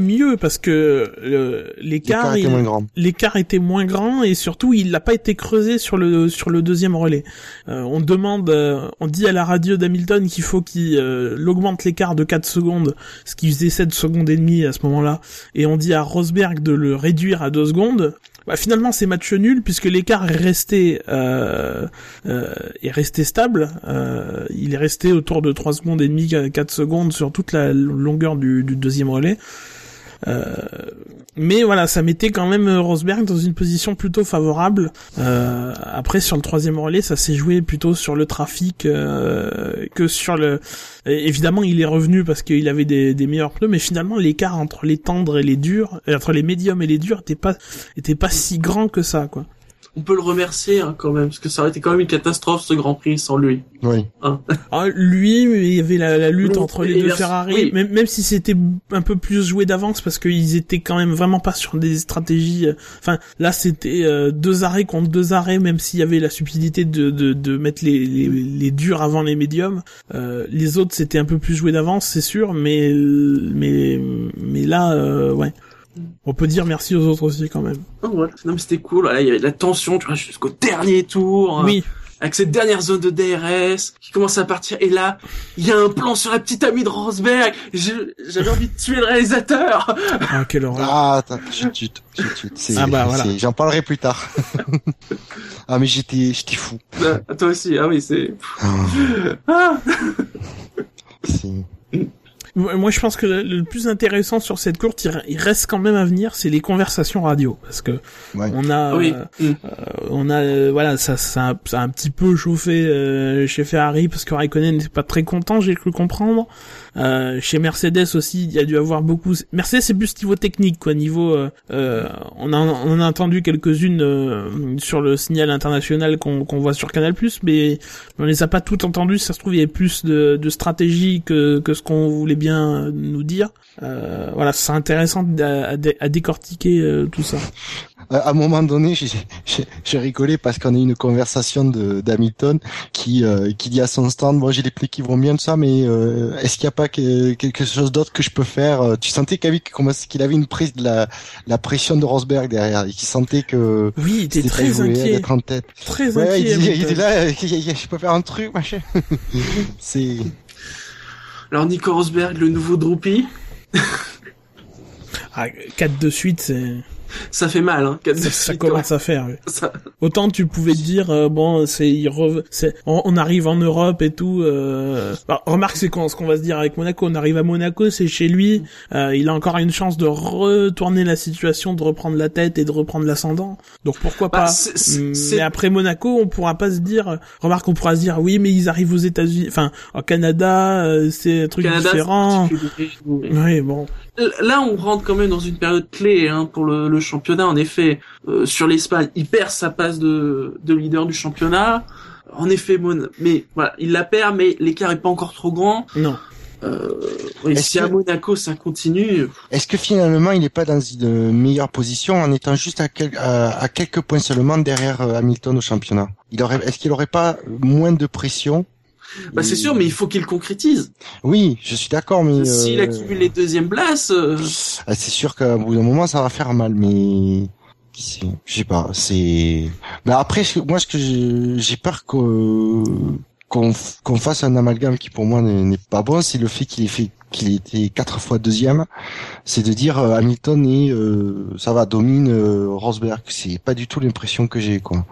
parce que euh, l'écart, l'écart était il, moins grand. l'écart était moins grand et surtout il n'a pas été creusé sur le sur le deuxième relais. Euh, on demande, euh, on dit à la radio d'Hamilton qu'il faut qu'il euh, augmente l'écart de quatre secondes, ce qui faisait sept secondes et demie à ce moment-là, et on dit à Rosberg de le réduire à deux secondes. Bah, finalement c'est match nul puisque l'écart est resté euh, euh, est resté stable. Euh, il est resté autour de trois secondes et demie, quatre secondes sur toute la longueur du, du deuxième relais. Euh, mais voilà, ça mettait quand même Rosberg dans une position plutôt favorable. Euh, après sur le troisième relais, ça s'est joué plutôt sur le trafic euh, que sur le. Et évidemment, il est revenu parce qu'il avait des, des meilleurs pneus, mais finalement l'écart entre les tendres et les durs, entre les médiums et les durs, était pas était pas si grand que ça, quoi. On peut le remercier hein, quand même, parce que ça aurait été quand même une catastrophe ce Grand Prix sans lui. Oui. Hein. Ah, lui, il y avait la, la lutte oui, entre les deux vers... Ferrari, oui. même, même si c'était un peu plus joué d'avance, parce qu'ils étaient quand même vraiment pas sur des stratégies. Enfin, là, c'était euh, deux arrêts contre deux arrêts, même s'il y avait la subtilité de, de, de mettre les, les, les durs avant les médiums. Euh, les autres, c'était un peu plus joué d'avance, c'est sûr, mais mais mais là, euh, ouais. On peut dire merci aux autres aussi quand même. Oh, voilà. Non mais c'était cool, voilà, il y avait de la tension, tu vois, jusqu'au dernier tour. Oui. Hein, avec cette dernière zone de D R S qui commence à partir, et là, il y a un plan sur la petite amie de Rosberg. Je, j'avais envie de tuer le réalisateur. Ah, quelle horreur. Ah, attends, chut, chut, chut, chut. C'est, ah bah voilà. c'est, j'en parlerai plus tard. Ah mais j'étais, j'étais fou. Ah, toi aussi, ah oui, c'est... Oh. Ah. C'est... Moi, je pense que le plus intéressant sur cette course, il reste quand même à venir, c'est les conversations radio, parce que ouais. on a, oui. euh, euh, on a, euh, voilà, ça, ça, a, ça a un petit peu chauffé euh, chez Ferrari parce que Raikkonen n'était pas très content, j'ai cru comprendre. Euh, chez Mercedes aussi, il y a dû avoir beaucoup. Mercedes, c'est plus niveau technique, quoi. Niveau, euh, euh, on a, on en a entendu quelques-unes euh, sur le signal international qu'on, qu'on voit sur Canal+, mais on les a pas toutes entendues. Ça se trouve, il y avait plus de, de stratégie que, que ce qu'on voulait bien nous dire. Euh, voilà, c'est intéressant à, à, à décortiquer euh, tout ça. À un moment donné, j'ai, j'ai, j'ai rigolé parce qu'on a eu une conversation de d'Hamilton qui euh, qui dit à son stand, moi j'ai les pneus qui vont bien tout ça, mais euh, est-ce qu'il n'y a pas que, quelque chose d'autre que je peux faire? Tu sentais qu'il avait, qu'il avait une prise de la la pression de Rosberg derrière et qu'il sentait que oui, il était très inquiet, d'être en tête. Très ouais, inquiet. Il, dit, il était là, je peux faire un truc, machin. C'est. Alors Nico Rosberg, le nouveau Droopy. Ah, quatre de suite, c'est... Ça fait mal, hein. quatre de ça, suite, ça commence ouais. à faire. Oui. Ça... Autant tu pouvais te dire euh, bon, c'est, il re... c'est on, on arrive en Europe et tout. Euh... Alors, remarque, c'est quand ce qu'on va se dire avec Monaco. On arrive à Monaco, c'est chez lui. Euh, il a encore une chance de retourner la situation, de reprendre la tête et de reprendre l'ascendant. Donc pourquoi bah, pas. c'est, c'est, mais c'est... après Monaco, on pourra pas se dire. Remarque, on pourra se dire oui, mais ils arrivent aux États-Unis. Enfin, au Canada, euh, c'est un truc Canada, différent. C'est oui, bon. Là, on rentre quand même dans une période clé hein, pour le, le championnat. En effet, euh, sur l'Espagne, il perd sa place de, de leader du championnat. En effet, Mon... mais voilà, il la perd, mais l'écart est pas encore trop grand. Non. Euh, oui, si que... à Monaco ça continue. Est-ce que finalement il n'est pas dans une meilleure position en étant juste à, quel... à, à quelques points seulement derrière Hamilton au championnat? Il aurait, est-ce qu'il aurait pas moins de pression? Bah et... c'est sûr, mais il faut qu'il concrétise. Oui, je suis d'accord, mais s'il euh... accumule les deuxièmes places, euh... c'est sûr qu'à bout d'un moment ça va faire mal, mais je sais pas. C'est. Mais après, moi, ce que j'ai, j'ai peur que qu'on qu'on fasse un amalgame qui pour moi n'est, n'est pas bon, c'est le fait qu'il ait fait qu'il était quatre fois deuxième. C'est de dire euh, Hamilton et euh, ça va domine euh, Rosberg. C'est pas du tout l'impression que j'ai, quoi.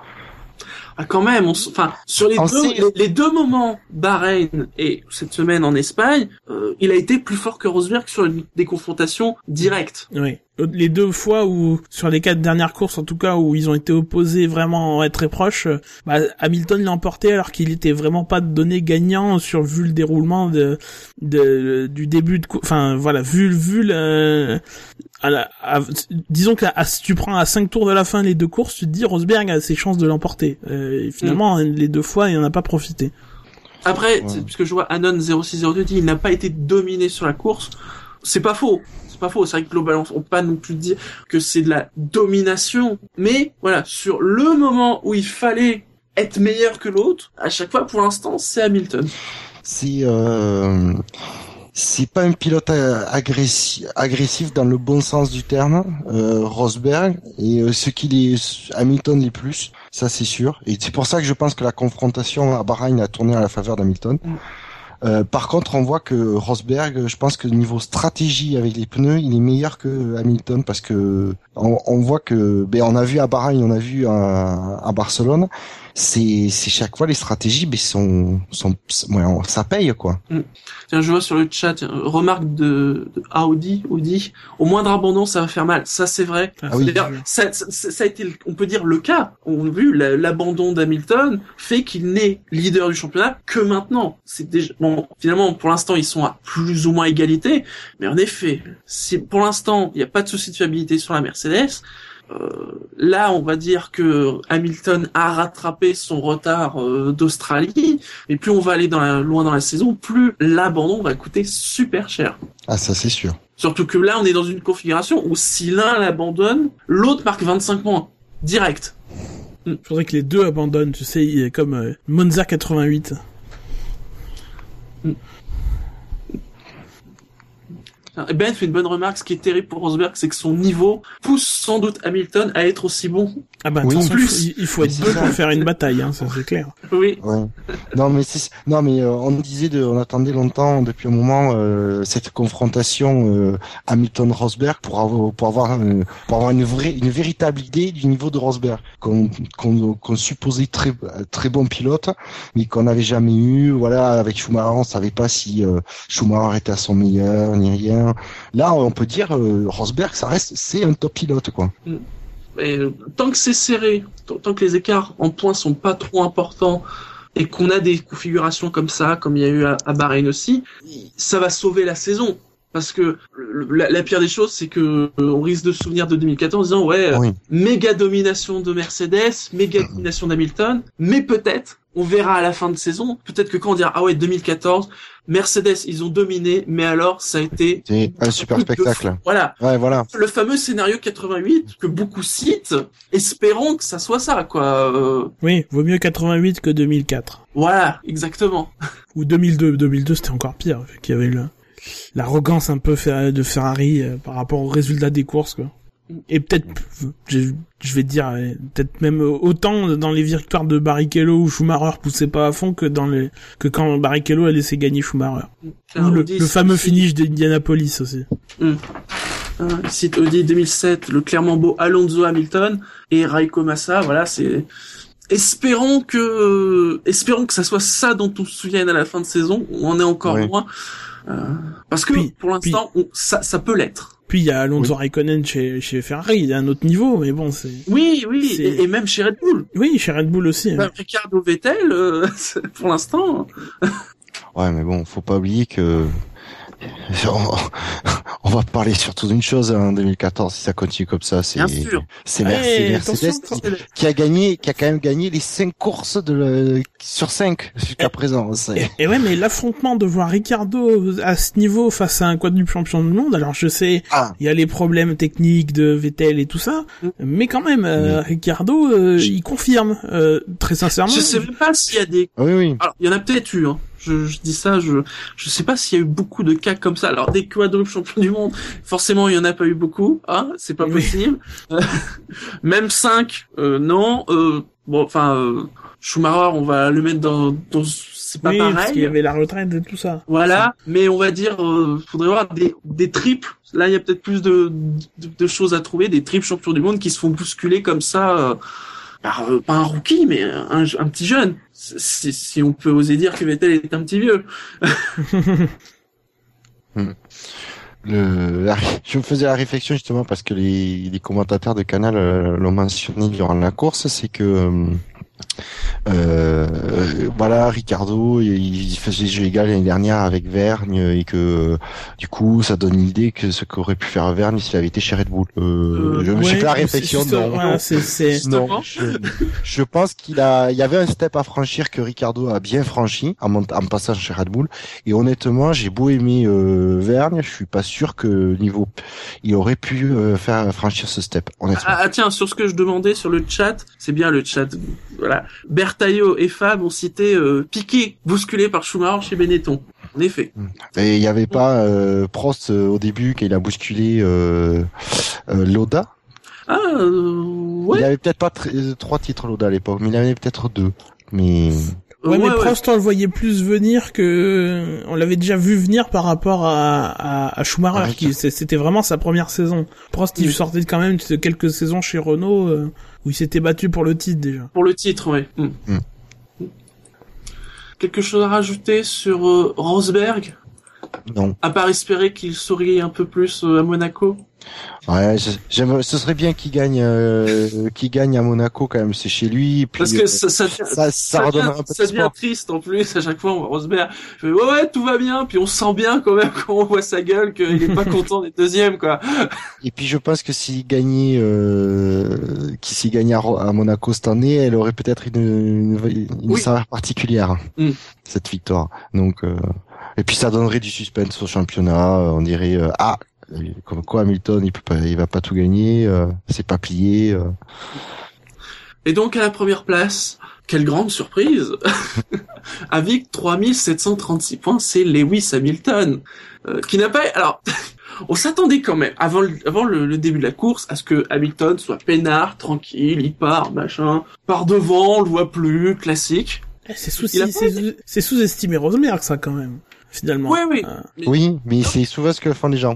Ah quand même, on s... enfin sur les on deux sait... les, les deux moments Bahreïn et cette semaine en Espagne, euh, il a été plus fort que Rosberg sur une, des confrontations directes. Oui. Les deux fois où, sur les quatre dernières courses en tout cas, où ils ont été opposés vraiment très proches, bah, Hamilton l'a emporté alors qu'il était vraiment pas donné gagnant sur vu le déroulement de, de du début de, enfin voilà, vu vu le, à la, à, disons que à, si tu prends à cinq tours de la fin les deux courses, tu te dis Rosberg a ses chances de l'emporter. Euh, et finalement, mmh. les deux fois, il en a pas profité. Après, ouais. c'est, puisque je vois Anon zéro six zéro deux dit il n'a pas été dominé sur la course, c'est pas faux. Pas faux, c'est vrai que globalement on peut pas non plus dire que c'est de la domination, mais voilà, sur le moment où il fallait être meilleur que l'autre, à chaque fois pour l'instant c'est Hamilton. C'est euh... c'est pas un pilote agressif, agressif dans le bon sens du terme, euh, Rosberg, et euh, ce qu'il est, Hamilton l'est plus, ça c'est sûr. Et c'est pour ça que je pense que la confrontation à Bahreïn a tourné à la faveur d'Hamilton. Mm. Euh, par contre, on voit que Rosberg, je pense que niveau stratégie avec les pneus, il est meilleur que Hamilton parce que on, on voit que, ben on a vu à Bahreïn, on a vu à, à Barcelone, c'est c'est chaque fois les stratégies, ben sont sont, ouais, ça paye quoi. Mmh. Tiens, je vois sur le chat remarque de, de Audi, Audi, au moindre abandon ça va faire mal, ça c'est vrai. Ah oui, D'ailleurs, ça, ça, ça a été, on peut dire le cas. On a vu la, l'abandon d'Hamilton fait qu'il n'est leader du championnat que maintenant. C'est déjà bon. Finalement, pour l'instant, ils sont à plus ou moins égalité, mais en effet, si pour l'instant il n'y a pas de souci de fiabilité sur la Mercedes. Euh, là, on va dire que Hamilton a rattrapé son retard euh, d'Australie, et plus on va aller dans la, loin dans la saison, plus l'abandon va coûter super cher. Ah, ça c'est sûr. Surtout que là, on est dans une configuration où si l'un l'abandonne, l'autre marque vingt-cinq points direct. Il faudrait que les deux abandonnent, tu sais, comme euh, Monza quatre-vingt-huit. Ben fait une bonne remarque, ce qui est terrible pour Rosberg, c'est que son niveau pousse sans doute Hamilton à être aussi bon. Ah bah, oui, en plus, il faut être deux pour faire une bataille, hein, ça c'est clair. Oui. Ouais. Non mais c'est, non mais euh, on disait, de, on attendait longtemps depuis un moment euh, cette confrontation euh, Hamilton-Rosberg pour avoir, pour avoir, euh, pour avoir une vraie, une véritable idée du niveau de Rosberg qu'on, qu'on, qu'on supposait très, très bon pilote, mais qu'on n'avait jamais eu. Voilà, avec Schumacher, on savait pas si euh, Schumacher était à son meilleur ni rien. Là, on peut dire euh, Rosberg, ça reste, c'est un top pilote, quoi. Mais, euh, tant que c'est serré, tant, tant que les écarts en points sont pas trop importants et qu'on a des configurations comme ça, comme il y a eu à, à Bahreïn aussi, ça va sauver la saison. Parce que le, la, la pire des choses, c'est que euh, on risque de se souvenir de deux mille quatorze en disant ouais, oui. euh, méga domination de Mercedes, méga domination d'Hamilton, mais peut-être, on verra à la fin de saison, peut-être que quand on dira ah ouais deux mille quatorze, Mercedes ils ont dominé, mais alors ça a été c'est un super spectacle. F... Voilà. Ouais, voilà. Le fameux scénario quatre-vingt-huit que beaucoup citent, espérons que ça soit ça quoi. Euh... Oui, vaut mieux quatre-vingt-huit que deux mille quatre. Voilà, exactement. Ou deux mille deux, deux mille deux c'était encore pire, vu qu'il y avait le l'arrogance un peu de Ferrari euh, par rapport aux résultats des courses quoi. Et peut-être je, je vais te dire peut-être même autant dans les victoires de Barrichello où Schumacher poussait pas à fond que dans les que quand Barrichello a laissé gagner Schumacher. Ou le, le fameux finish d'Indianapolis aussi. Hum. Euh, site Audi deux mille sept, le clairement beau Alonso Hamilton et Raikko Massa, voilà, c'est espérons que euh, espérons que ça soit ça dont on se souvienne à la fin de saison, on en est encore oui. loin. Euh, parce que puis, pour l'instant puis, on, ça, ça peut l'être. Puis il y a Alonso oui. Raikkonen chez, chez Ferrari, il a un autre niveau, mais bon c'est. Oui, oui, et, et même chez Red Bull. Oui, chez Red Bull aussi. Bah, hein. Ricardo Vettel, euh, pour l'instant. Ouais, mais bon, faut pas oublier que on va parler surtout d'une chose en hein, deux mille quatorze si ça continue comme ça, c'est c'est Mercedes, Mercedes qui, qui a gagné, qui a quand même gagné les cinq courses de le, sur cinq jusqu'à et, présent. Et, et ouais, mais l'affrontement de voir Ricardo à ce niveau face à un quadruple champion du monde, alors je sais, ah. il y a les problèmes techniques de Vettel et tout ça, mm. mais quand même, euh, mm. Ricardo, euh, il confirme euh, très sincèrement. Je sais même pas s'il y a des. Oui, oui. Alors, il y en a peut-être eu. Hein. Je, je dis ça, je je sais pas s'il y a eu beaucoup de cas comme ça. Alors des quadruples champions du monde, forcément il y en a pas eu beaucoup, hein, c'est pas oui. possible. Euh, même cinq, euh, non. Euh, bon, enfin euh, Schumacher, on va le mettre dans, dans c'est pas oui, pareil. Parce qu'il y avait la retraite et tout ça. Voilà, mais on va dire, euh, faudrait voir des des triples. Là, il y a peut-être plus de, de de choses à trouver, des triples champions du monde qui se font bousculer comme ça. Euh, par, euh, pas un rookie, mais un, un petit jeune. Si, si on peut oser dire que Vettel est un petit vieux. Le, la, je me faisais la réflexion justement parce que les, les commentateurs de Canal euh, l'ont mentionné durant la course, c'est que euh, euh, voilà, Ricardo il, il faisait jeu égal l'année dernière avec Vergne et que du coup ça donne une idée que ce qu'aurait pu faire Vergne s'il avait été chez Red Bull. Euh, euh, je me ouais, suis fait la réflexion. C'est, non, ouais, c'est, c'est... non je, je pense qu'il a, il y avait un step à franchir que Ricardo a bien franchi en, mont- en passant chez Red Bull. Et honnêtement, j'ai beau aimer euh, Vergne, je suis pas sûr que niveau il aurait pu euh, faire franchir ce step. Honnêtement. Ah, ah tiens, sur ce que je demandais sur le chat, c'est bien le chat. Voilà, Bertaillot et Fab ont cité euh, Piquet bousculé par Schumacher chez Benetton. en effet. Et il n'y avait pas euh, Prost euh, au début quand il a bousculé euh, euh, Lauda. Ah, euh, ouais. Il avait peut-être pas tr- trois titres Lauda à l'époque, mais il en avait peut-être deux. Mais Ouais, Euh, mais ouais, Prost, on le voyait plus venir que, on l'avait déjà vu venir par rapport à, à, à Schumacher, Ouais. qui, c'était vraiment sa première saison. Prost, il Oui. sortait quand même de quelques saisons chez Renault, euh, où il s'était battu pour le titre, déjà. Pour le titre, ouais. Mm. Mm. Quelque chose à rajouter sur euh, Rosberg, non. à part espérer qu'il sourit un peu plus euh, à Monaco. Ouais, je- j'aime, ce serait bien qu'il gagne, euh, qu'il gagne à Monaco quand même. C'est chez lui. Puis, Parce que ça, ça, ça, ça, ça devient, redonne un peu ça de devient sport. triste en plus à chaque fois. On voit Rosberg, je fais, ouais ouais tout va bien, puis on sent bien quand même quand on voit sa gueule qu'il est pas content d'être deuxième quoi. Et puis je pense que s'il gagnait, euh, qu'il s'il gagnait à, Ro- à Monaco cette année, elle aurait peut-être une, une, une Oui. saveur particulière, Mm. cette victoire. Donc, euh, et puis ça donnerait du suspense au championnat. euh, On dirait euh, ah, comme quoi Hamilton, il peut pas, il va pas tout gagner, euh, c'est pas plié. euh. Et donc à la première place, quelle grande surprise, avec trois mille sept cent trente-six points, c'est Lewis Hamilton, euh, qui n'a pas... Alors, on s'attendait quand même, avant, le, avant le, le début de la course, à ce que Hamilton soit peinard, tranquille, il part, machin, part devant, on le voit plus, classique. Eh, C'est sous, Il a pas c'est sous- c'est sous-estimé Rosberg, ça, quand même, finalement. Oui, oui. Euh, Mais- Oui, mais c'est souvent ce que font les gens.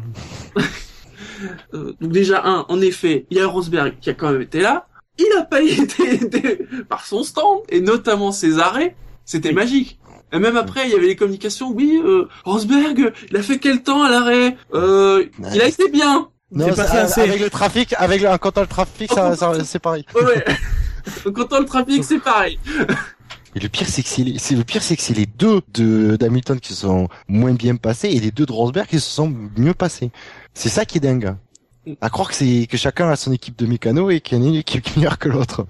Euh, donc déjà, un, en effet, il y a Rosberg qui a quand même été là, il n'a pas été aidé par son stand, et notamment ses arrêts, c'était Oui. magique. Et même après, il y avait les communications, oui, euh, Rosberg, il a fait quel temps à l'arrêt euh, Il a été bien. Non, C'est pas ça- ça, c'est- avec le trafic, avec le, quand on a le trafic, ça, ça- c'est pareil. Ouais, ouais. Donc autant le trafic, c'est pareil. Et le pire, c'est que c'est, les- c'est le pire, c'est que c'est les deux de d'Hamilton qui se sont moins bien passés et les deux de Rosberg qui se sont mieux passés. C'est ça qui est dingue. À croire que c'est que chacun a son équipe de mécano et qu'il y en a une équipe qui est meilleure que l'autre.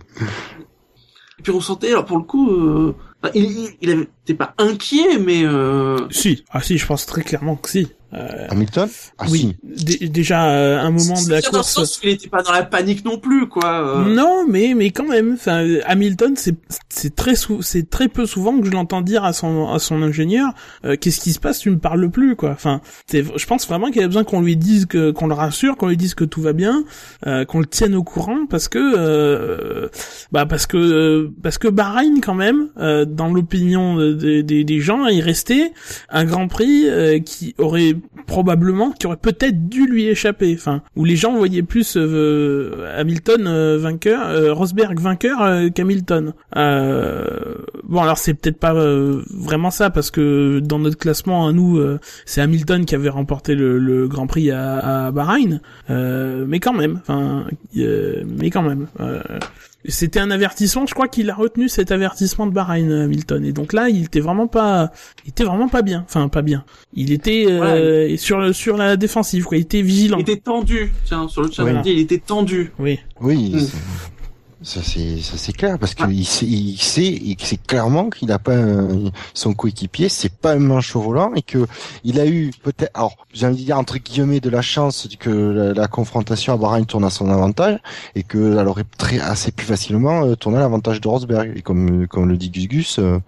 Et puis on sentait, alors pour le coup, euh, il, il, il avait, t'es pas inquiet, mais euh, Si, ah si, je pense très clairement que si. Euh, Hamilton? Ah oui, Dé- déjà euh, un moment de la c'est dans le course. sens qu'il était pas dans la panique non plus, quoi. euh. Non, mais mais quand même. Enfin, Hamilton, c'est c'est très sou- c'est très peu souvent que je l'entends dire à son à son ingénieur, euh, qu'est-ce qui se passe, tu me parles plus, quoi. Enfin, c'est, je pense vraiment qu'il a besoin qu'on lui dise que qu'on le rassure, qu'on lui dise que tout va bien, euh, qu'on le tienne au courant, parce que euh, bah parce que euh, parce que Bahreïn quand même, euh, dans l'opinion des des des gens, il restait un Grand Prix euh, qui aurait probablement, qui aurait peut-être dû lui échapper, enfin, où les gens voyaient plus euh, Hamilton euh, vainqueur, euh, Rosberg vainqueur euh, qu'Hamilton. Euh, bon, alors c'est peut-être pas euh, vraiment ça, parce que dans notre classement à nous, euh, c'est Hamilton qui avait remporté le, le Grand Prix à, à Bahreïn, euh, mais quand même, enfin, euh, mais quand même. Euh, C'était un avertissement, je crois qu'il a retenu cet avertissement de Bahreïn, Hamilton. Et donc là, il était vraiment pas, il était vraiment pas bien. Enfin, pas bien. Il était euh, Ouais. sur le, sur la défensive, quoi. Il était vigilant. Il était tendu. Tiens, sur le chat, Voilà. on dit, il était tendu. Oui. Oui, Mm. c'est- ça c'est ça c'est clair parce qu'il sait, il sait, il sait clairement qu'il a pas un- son coéquipier, c'est pas un manche au volant et que il a eu peut-être, alors j'ai envie de dire entre guillemets de la chance que la, la confrontation à Bahreïn tourne à son avantage et que elle aurait très assez plus facilement euh, tourné à l'avantage de Rosberg. Et comme comme le dit Gus Gus, euh,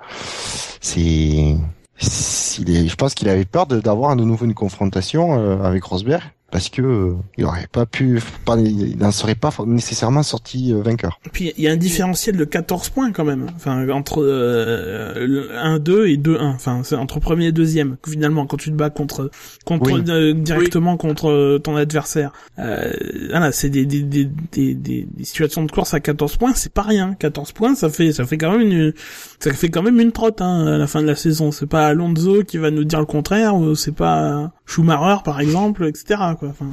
c'est s'il est, je pense qu'il avait peur de- d'avoir de nouveau une confrontation euh, avec Rosberg. Parce que euh, il aurait pas pu, pas, il n'en serait pas nécessairement sorti euh, vainqueur. Et puis il y a un différentiel de quatorze points quand même. Enfin, entre euh, le un deux et deux un. Enfin, c'est entre premier et deuxième. Finalement, quand tu te bats contre contre Oui. euh, directement contre euh, ton adversaire. Euh, voilà, c'est des des, des des des des situations de course à quatorze points, c'est pas rien. quatorze points, ça fait ça fait quand même une ça fait quand même une trotte hein, à la fin de la saison. C'est pas Alonso qui va nous dire le contraire, ou c'est pas Schumacher par exemple, et cetera. Quoi. Enfin,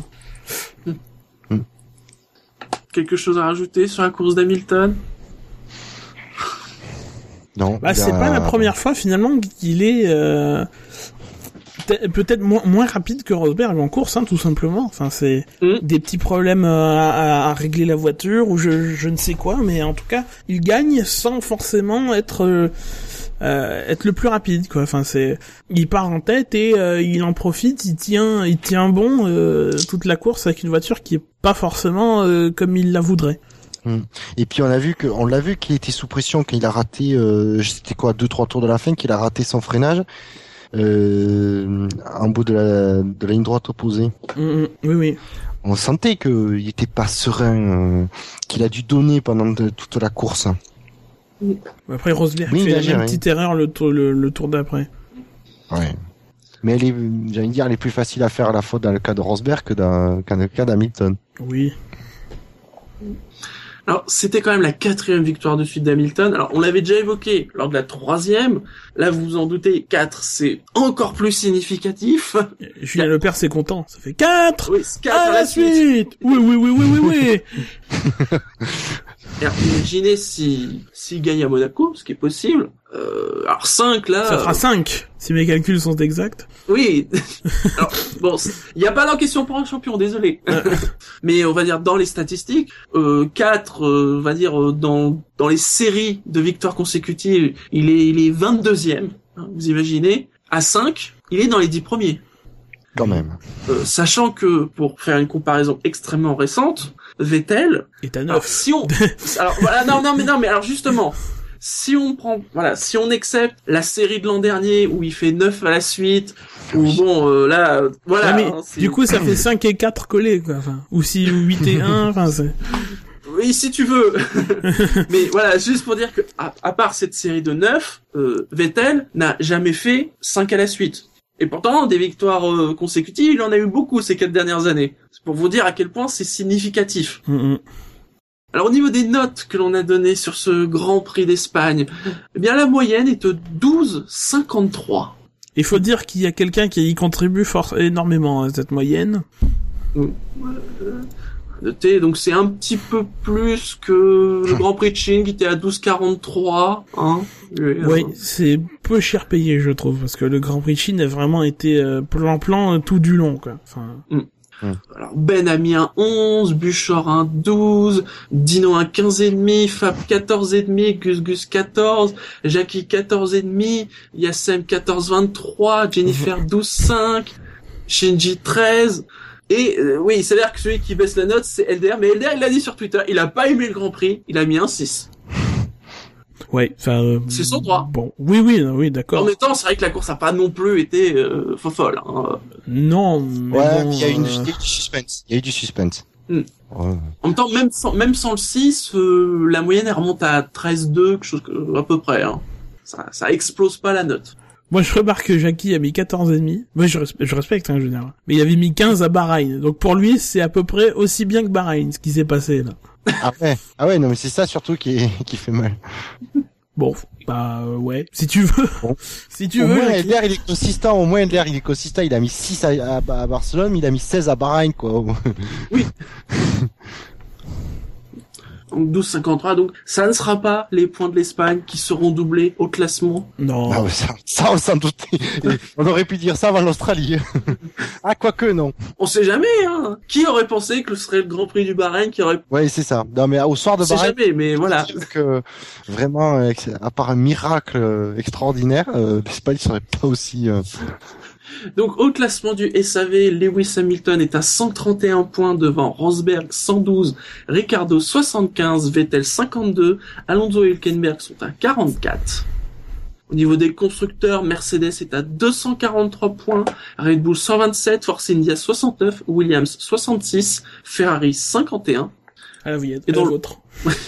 Quelque chose à rajouter sur la course d'Hamilton? Non. bah il c'est a- pas la première fois finalement qu'il est euh, peut- peut-être moins moins rapide que Rosberg en course, hein, tout simplement. Enfin, c'est Mm. des petits problèmes à, à, à régler la voiture ou je je ne sais quoi, mais en tout cas, il gagne sans forcément être euh, euh, être le plus rapide, quoi. Enfin, c'est il part en tête et euh, il en profite, il tient il tient bon euh, toute la course avec une voiture qui est pas forcément euh, comme il la voudrait. Et puis on a vu que, on l'a vu qu'il était sous pression quand il a raté, euh, c'était quoi, deux trois tours de la fin, qu'il a raté son freinage. euh, en bout de la, de la ligne droite opposée. Mmh, oui, oui. On sentait qu'il était pas serein, euh, qu'il a dû donner pendant de, toute la course. Après, Rosberg Mais fait la géré. même petite erreur le tour, le, le tour d'après. Ouais. Mais elle est, j'allais dire, elle est plus facile à faire la faute dans le cas de Rosberg que dans, que dans le cas d'Hamilton. Oui. Alors, c'était quand même la quatrième victoire de suite d'Hamilton. Alors, on l'avait déjà évoqué lors de la troisième. Là, vous vous en doutez, quatre, c'est encore plus significatif. Julien Lepers, c'est content. Ça fait quatre! Oui, c'est quatre à la suite! Oui, oui, oui, oui, oui, oui! Alors, imaginez si, s'il gagne à Monaco, ce qui est possible. Euh, alors, cinq, là. Ça fera cinq, si mes calculs sont exacts. Oui. Alors, bon, il n'y a pas d'enquête pour un champion, désolé. Mais on va dire dans les statistiques, euh, quatre, euh, on va dire euh, dans dans les séries de victoires consécutives, il est il est vingt-deuxième. Hein, vous imaginez, à cinq, il est dans les dix premiers. Quand même. Euh, sachant que pour faire une comparaison extrêmement récente, Vettel est à alors, neuf. si on alors voilà non non mais non mais alors justement si on prend voilà si on accepte la série de l'an dernier où il fait neuf à la suite ou bon euh, là euh, voilà Ah, mais hein, du coup ça fait cinq et quatre collés quoi, enfin ou si ou huit et un, enfin c'est oui si tu veux mais voilà juste pour dire que à, à part cette série de neuf euh, Vettel n'a jamais fait cinq à la suite et pourtant des victoires euh, consécutives il en a eu beaucoup ces quatre dernières années. C'est pour vous dire à quel point c'est significatif. mm-hmm. Alors au niveau des notes que l'on a données sur ce Grand Prix d'Espagne, eh bien la moyenne est de douze virgule cinquante-trois. Il faut dire qu'il y a quelqu'un qui y contribue fort énormément à cette moyenne. Euh, notez, donc c'est un petit peu plus que le Grand Prix de Chine qui était à douze virgule quarante-trois. Hein. Oui, c'est peu cher payé je trouve, parce que le Grand Prix de Chine a vraiment été euh, plan-plan tout du long quoi. Enfin... Mm. Alors Ben a mis un onze, Buchor un douze, Dino un quinze virgule cinq, Fab quatorze virgule cinq, Gus Gus quatorze, Jackie quatorze virgule cinq, Yassem quatorze virgule vingt-trois, Jennifer douze virgule cinq, Shinji treize. Et euh, oui, il s'avère que celui qui baisse la note c'est L D R, mais L D R il l'a dit sur Twitter, il a pas aimé le Grand Prix, il a mis un six. Ouais, enfin. Euh, c'est son droit. Bon, oui, oui, oui, d'accord. En même temps, c'est vrai que la course a pas non plus été euh, folle. Hein. Non, mais ouais, bon, il y a eu euh... du suspense. Il y a eu du suspense. Hmm. Ouais. En même temps, même sans, même sans le six, euh, la moyenne elle remonte à treize virgule deux, quelque chose que, à peu près. Hein. Ça, ça explose pas la note. Moi, je remarque que Jackie a mis quatorze virgule cinq. Moi, je, respe- je respecte, hein, je veux dire. Mais il avait mis quinze à Bahreïn. Donc pour lui, c'est à peu près aussi bien que Bahreïn, ce qui s'est passé là. Ah ouais, ah ouais, non mais c'est ça surtout qui est, qui fait mal. Bon, bah euh, ouais, si tu veux. Bon. Si tu au veux. moins Jackie... L D R il est consistant, au moins L D R il est consistant, il a mis six à, à, à Barcelone, mais il a mis seize à Bahreïn quoi. Oui. Donc douze virgule cinquante-trois, donc ça ne sera pas les points de l'Espagne qui seront doublés au classement. Non. Ah ouais, ça, ça on s'en doutait. On aurait pu dire ça avant l'Australie. Ah quoique non. On sait jamais, hein. Qui aurait pensé que ce serait le Grand Prix du Bahreïn qui aurait... Ouais c'est ça. Non mais au soir de On sait Bahreïn. jamais, mais voilà. Que vraiment, euh, à part un miracle euh, extraordinaire, euh, l'Espagne serait pas aussi. Euh... Donc au classement du S A V, Lewis Hamilton est à cent trente et un points devant Rosberg cent douze, Ricciardo soixante-quinze, Vettel cinquante-deux, Alonso et Hülkenberg sont à quarante-quatre. Au niveau des constructeurs, Mercedes est à deux cent quarante-trois points, Red Bull cent vingt-sept, Force India soixante-neuf, Williams soixante-six, Ferrari cinquante et un. À la vie, Et dans l'autre.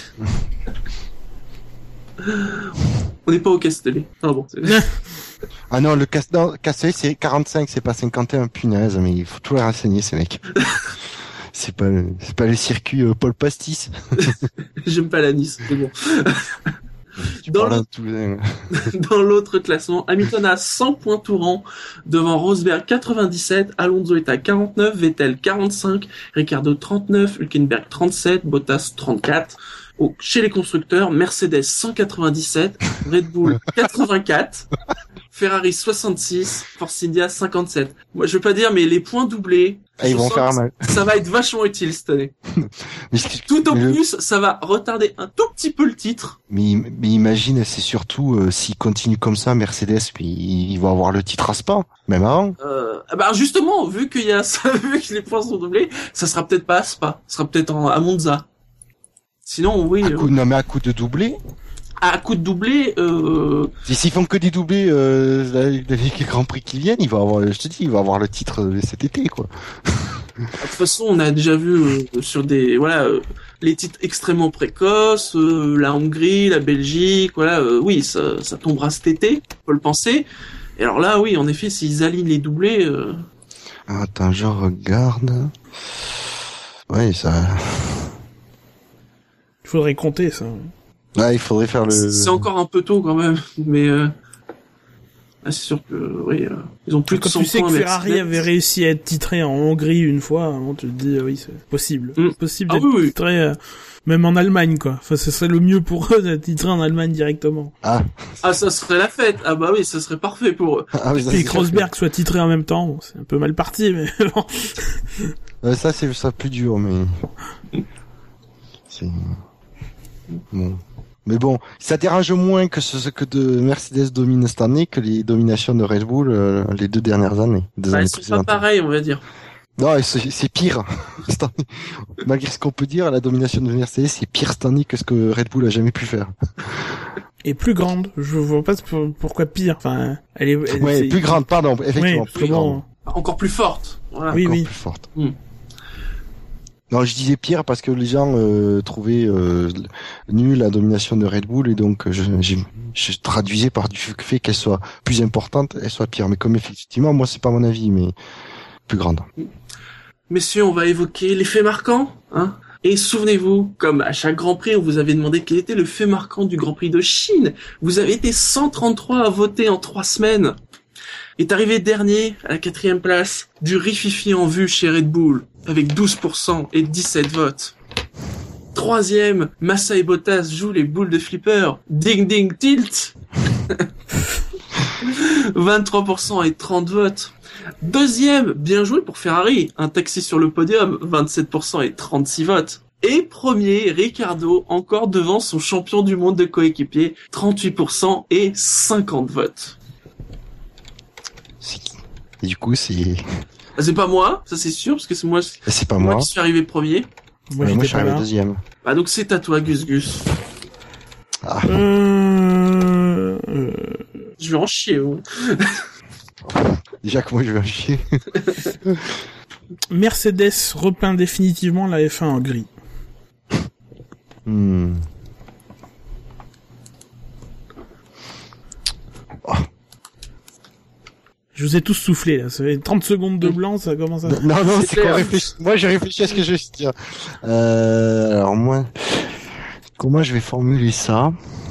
On n'est pas au Castellet. Ah bon. C'est... Ah non, le Castellet c'est quarante-cinq, c'est pas cinquante et un, punaise, mais il faut tout les renseigner ces mecs. c'est pas, c'est pas le circuit euh, Paul Pastis. J'aime pas la Nice, c'est bon. Tu dans, parles le... dans l'autre classement, Hamilton a cent points tout rang, devant Rosberg quatre-vingt-dix-sept, Alonso est à quarante-neuf, Vettel quarante-cinq, Ricciardo trente-neuf, Hülkenberg trente-sept, Bottas trente-quatre. Oh, chez les constructeurs, Mercedes cent quatre-vingt-dix-sept, Red Bull quatre-vingt-quatre, Ferrari soixante-six, Force India cinquante-sept. Moi, je veux pas dire, mais les points doublés, ah, ils vont faire mal. Ça va être vachement utile cette année. mais tout au mais plus, le... ça va retarder un tout petit peu le titre. Mais, mais imagine, c'est surtout euh, s'il continue comme ça, Mercedes, puis ils vont avoir le titre à Spa, même avant. Euh, bah justement, vu qu'il y a ça, vu que les points sont doublés, ça sera peut-être pas à Spa, ça sera peut-être en, à Monza. Sinon, oui. À coup, euh... non, mais à coup de doublé. à coup de doublé, euh... Et s'ils font que des doublés, euh, les Grands Prix qui viennent, il va avoir, je te dis, il va avoir le titre cet été, quoi. De toute façon, on a déjà vu euh, sur des, voilà, euh, les titres extrêmement précoces, euh, la Hongrie, la Belgique, voilà, euh, oui, ça, ça tombera cet été, on peut le penser. Et alors là, oui, en effet, s'ils alignent les doublés, euh... Attends, je regarde. Ouais, ça. Il faudrait compter ça. Ouais, il faudrait faire le. c'est encore un peu tôt quand même, mais euh... ah, c'est sûr que, oui, euh, ils ont plus Quand de cent tu sais points. que Ferrari Mercedes. avait réussi à être titré en Hongrie une fois, on te dit, oui, c'est possible. Mm. C'est possible Ah d'être oui, oui. titré, euh, même en Allemagne, quoi. Enfin, ce serait le mieux pour eux d'être titré en Allemagne directement. Ah. Ah, ça serait la fête. Ah bah oui, ça serait parfait pour eux. Ah oui, ça, Et c'est Rosberg soit titré en même temps, bon, c'est un peu mal parti, mais bon. Euh, ça, c'est ça plus dur, mais. C'est. Bon. Mais bon, ça dérange moins que ce que de Mercedes domine cette année que les dominations de Red Bull euh, les deux dernières années. Des Bah, années ils sont pas précédentes. pareils, on va dire. Non, c'est, c'est pire. Cette année. Malgré ce qu'on peut dire, la domination de Mercedes, c'est pire cette année que ce que Red Bull a jamais pu faire. Et plus grande. Je vois pas pour- pourquoi pire. Enfin, elle est, elle- Ouais, c'est- plus grande, pardon, Oui, effectivement, parce que plus bon, grande. Encore plus forte. Voilà. oui, Encore oui. plus forte. Mm. Non, je disais pire parce que les gens euh, trouvaient euh, nul la domination de Red Bull et donc je, j'ai- je traduisais par du fait qu'elle soit plus importante, elle soit pire. Mais comme effectivement, moi c'est pas mon avis, mais plus grande. Messieurs, on va évoquer les faits marquants, hein. Et souvenez-vous, comme à chaque Grand Prix, on vous avait demandé quel était le fait marquant du Grand Prix de Chine. Vous avez été cent trente-trois à voter en trois semaines. Est arrivé dernier, à la quatrième place, du rififi en vue chez Red Bull, avec douze pour cent et dix-sept votes. Troisième, Massa et Bottas jouent les boules de flipper. Ding ding tilt. vingt-trois pour cent et trente votes. Deuxième, bien joué pour Ferrari, un taxi sur le podium, vingt-sept pour cent et trente-six votes. Et premier, Ricardo, encore devant son champion du monde de coéquipier, trente-huit pour cent et cinquante votes. C'est- Et du coup, c'est Ah, c'est pas moi, ça c'est sûr, parce que c'est moi, c'est pas moi moi. qui suis arrivé premier. Moi, Euh, j'étais moi, je suis pas arrivé là. deuxième. Bah donc c'est à toi, Gus Gus. Ah. Euh... euh, Je vais en chier, oh. Déjà que moi je vais en chier. Mercedes repeint définitivement la F un en gris. Hmm. Je vous ai tous soufflé, là. Ça fait trente secondes de blanc, ça commence à... Non, non, C'est c'est qu'on clair. réfléchit. Moi, j'ai réfléchi à ce que je vais dire. Euh, alors moi, comment je vais formuler ça?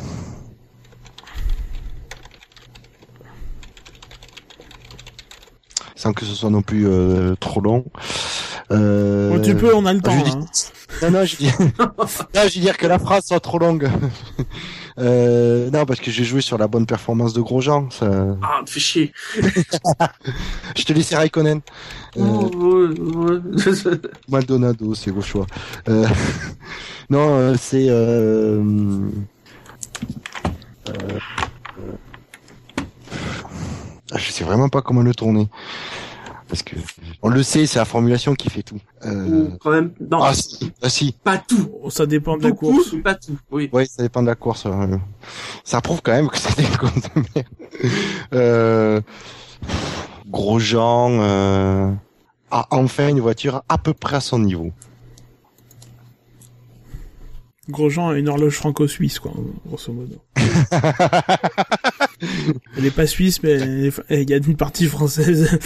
Sans que ce soit non plus euh, trop long. Euh... Bon, tu peux, on a le temps, je dis- hein. Non, non, je dis... non, je veux dire que la phrase soit trop longue. euh... Non, parce que j'ai joué sur la bonne performance de Grosjean. Ça... Ah, te fais chier. Je te laisse Raikkonen. Euh... Oh, ouais, ouais. Maldonado, c'est vos choix. Euh, non, euh, c'est... Euh, euh, ah, je sais vraiment pas comment le tourner. Parce que on le sait, c'est la formulation qui fait tout. Euh, Ou quand même, non, ah, si, ah si, pas tout. Oh, ça dépend de la Beaucoup, course. mais pas tout, oui. oui, ça dépend de la course. euh. Ça prouve quand même que c'était une course de merde. Euh, Grosjean euh, a enfin une voiture à peu près à son niveau. Grosjean a une horloge franco-suisse, quoi, grosso modo. Elle est pas suisse, mais elle est- il y a une partie française.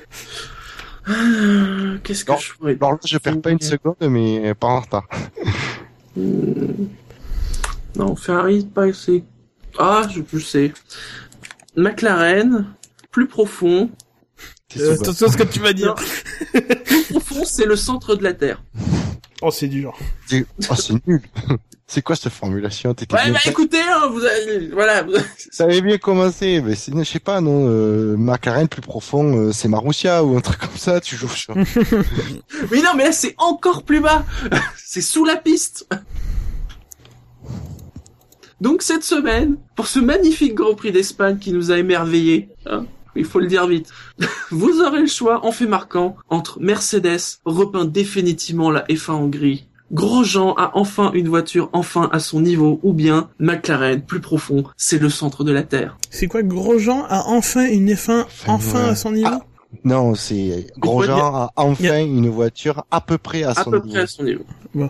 Euh, Qu'est-ce que Non. je pourrais... Alors là, je perds pas une seconde, mais pas en retard. Hmm. Non, Ferrari, pas c'est... Ah, je, je sais. McLaren, plus profond. C'est Euh, sûr. attention à ce que tu vas dire. Plus profond, c'est le centre de la Terre. Oh, c'est dur. C'est- Oh, c'est nul. C'est quoi cette formulation? T'étais Ouais, bien bah prêt. écoutez, hein, vous avez... Voilà. vous- Ça avait bien commencé, mais c'est, je sais pas, non, euh, McLaren plus profond, euh, c'est Marussia ou un truc comme ça, tu joues sur... Mais non, mais là, c'est encore plus bas. C'est sous la piste. Donc, cette semaine, pour ce magnifique Grand Prix d'Espagne qui nous a émerveillés, hein, il faut le dire vite, vous aurez le choix, en fait marquant, entre Mercedes repeint définitivement la F un en gris, Grosjean a enfin une voiture enfin à son niveau, ou bien McLaren, plus profond, c'est le centre de la Terre. C'est quoi, Grosjean a enfin une F un enfin ouais. à son niveau? Ah, non, c'est Grosjean a... a enfin a... une voiture à peu près à, à son peu niveau. Près à son niveau. Bon.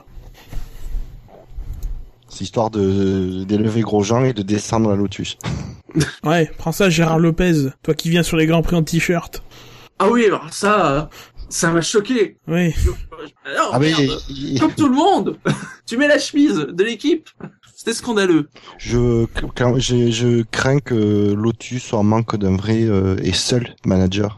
C'est histoire de d'élever Grosjean et de descendre la Lotus. Ouais, prends ça Gérard Lopez, toi qui viens sur les Grands Prix en t-shirt. Ah oui, alors ça, ça m'a choqué. Oui. Alors, ah merde, mais il... comme tout le monde, tu mets la chemise de l'équipe. C'était scandaleux. Je, je, je crains que Lotus soit en manque d'un vrai euh, et seul manager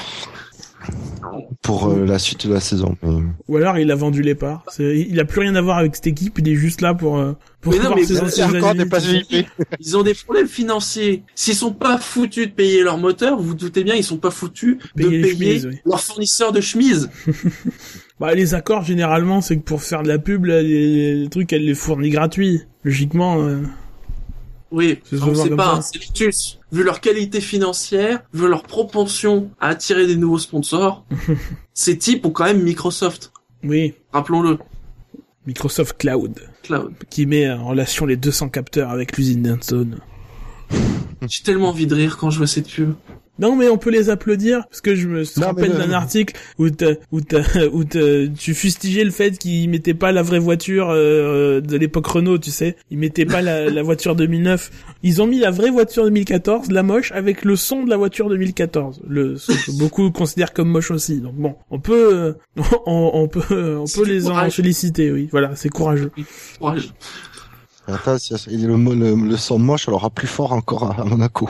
pour euh, la suite de la saison. Mais... Ou alors il a vendu les parts. C'est... Il a plus rien à voir avec cette équipe, il est juste là pour euh, pour mais non, voir mais ses c'est encore des places V I P. Ils ont des problèmes financiers. S'ils sont pas foutus de payer leur moteur, vous vous doutez bien, ils sont pas foutus payer de payer chemises, oui. leurs fournisseurs de chemises. Bah les accords généralement c'est que pour faire de la pub là, les, les trucs elle les fournit gratuits. Logiquement. Euh... Oui, on sait pas, hein, c'est Lotus. Vu leur qualité financière, vu leur propension à attirer des nouveaux sponsors, ces types ont quand même Microsoft. Oui. Rappelons-le. Microsoft Cloud. Cloud. Qui met en relation les deux cents capteurs avec l'usine d'Instone. J'ai tellement envie de rire quand je vois cette pub. Non, mais on peut les applaudir, parce que je me non, rappelle d'un article où t'as, où t'as, où t'as, tu fustigeais le fait qu'ils mettaient pas la vraie voiture euh, de l'époque Renault, tu sais. Ils mettaient pas la, la voiture deux mille neuf. Ils ont mis la vraie voiture deux mille quatorze, la moche, avec le son de la voiture deux mille quatorze. Le, ce que beaucoup considèrent comme moche aussi. Donc bon, on peut, on, on peut, on peut les en féliciter, oui. Voilà, c'est courageux. Courage. Attends, le, le, le son moche, alors plus fort encore à, à Monaco.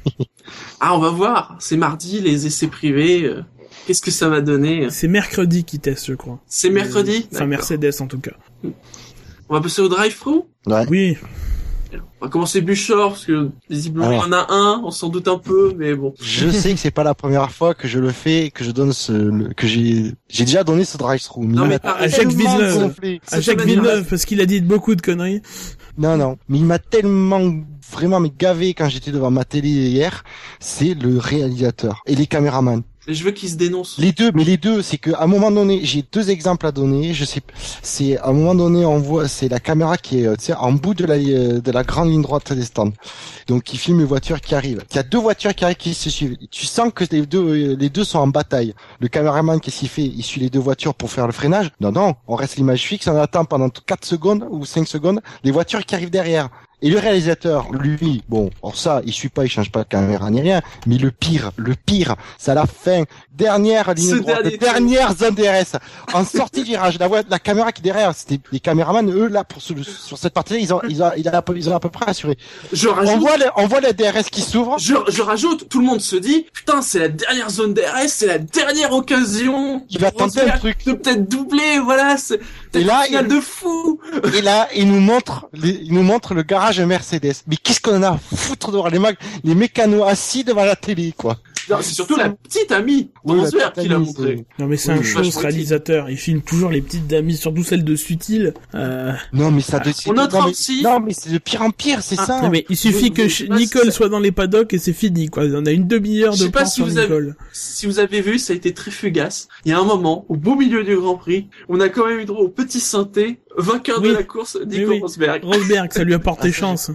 Ah, on va voir. C'est mardi, les essais privés. Qu'est-ce que ça va donner? C'est mercredi qu'ils testent, je crois. C'est mercredi? Enfin, Mercedes, en tout cas. On va passer au drive-thru? Ouais. Oui. On va commencer Buchor, parce que visiblement il y en a un, on s'en doute un peu, mais bon. Je sais que c'est pas la première fois que je le fais, que je donne ce, le, que j'ai, j'ai déjà donné ce drive-thru. Non, mais à Jacques Villeneuve. À Jacques Villeneuve, parce qu'il a dit beaucoup de conneries. Non, non. Mais il m'a tellement, vraiment, mais gavé quand j'étais devant ma télé hier. C'est le réalisateur et les caméramans. Et je veux qu'ils se dénoncent. Les deux, mais les deux, c'est que à un moment donné, j'ai deux exemples à donner. Je sais, c'est à un moment donné, on voit, c'est la caméra qui est, tu sais, en bout de la de la grande ligne droite des stands. Donc, qui filme les voitures qui arrivent. Il y a deux voitures qui arrivent qui se suivent. Tu sens que les deux, les deux sont en bataille. Le caméraman, qu'est-ce qu'il fait? Il suit les deux voitures pour faire le freinage. Non, non, on reste l'image fixe, on attend pendant quatre secondes ou cinq secondes les voitures qui arrivent derrière. Et le réalisateur, lui, bon, alors ça, il suit pas, il change pas de caméra ni rien, mais le pire, le pire, c'est à la fin, dernière ligne droite, dernière zone D R S, en sortie de virage, la, la caméra qui est derrière, c'était les caméramans, eux, là, pour, sur, sur cette partie-là, ils ont, ils ont, ils ont, ils ont à peu près assuré. Je rajoute, on voit, le, on voit la D R S qui s'ouvre. Je, je rajoute, tout le monde se dit, putain, c'est la dernière zone D R S, c'est la dernière occasion. Il va tenter un truc. De peut-être doubler, voilà, c'est, et là, il, de fou. Et là, il nous montre, il nous montre le garage Mercedes. Mais qu'est-ce qu'on en a à foutre de voir les mecs, les mécanos assis devant la télé, quoi. Non, c'est surtout la petite amie, Rosberg, qui l'a montré. Non, mais c'est oui, un show, ce réalisateur. Il filme toujours les petites amies, surtout celles de Sutil. Euh... Non, mais ça, de... On notera non, mais... aussi. Non, mais c'est de pire en pire, c'est ah, ça. Non, mais il suffit que je... Nicole soit dans les paddocks et c'est fini, quoi. On a une demi-heure de plan si sur vous Nicole. Avez... Si vous avez vu, ça a été très fugace. Il y a un moment, au beau milieu du Grand Prix, on a quand même eu droit au petit synthé, vainqueur oui. de la course, Nico oui. Rosberg. Rosberg, ça lui a porté chance.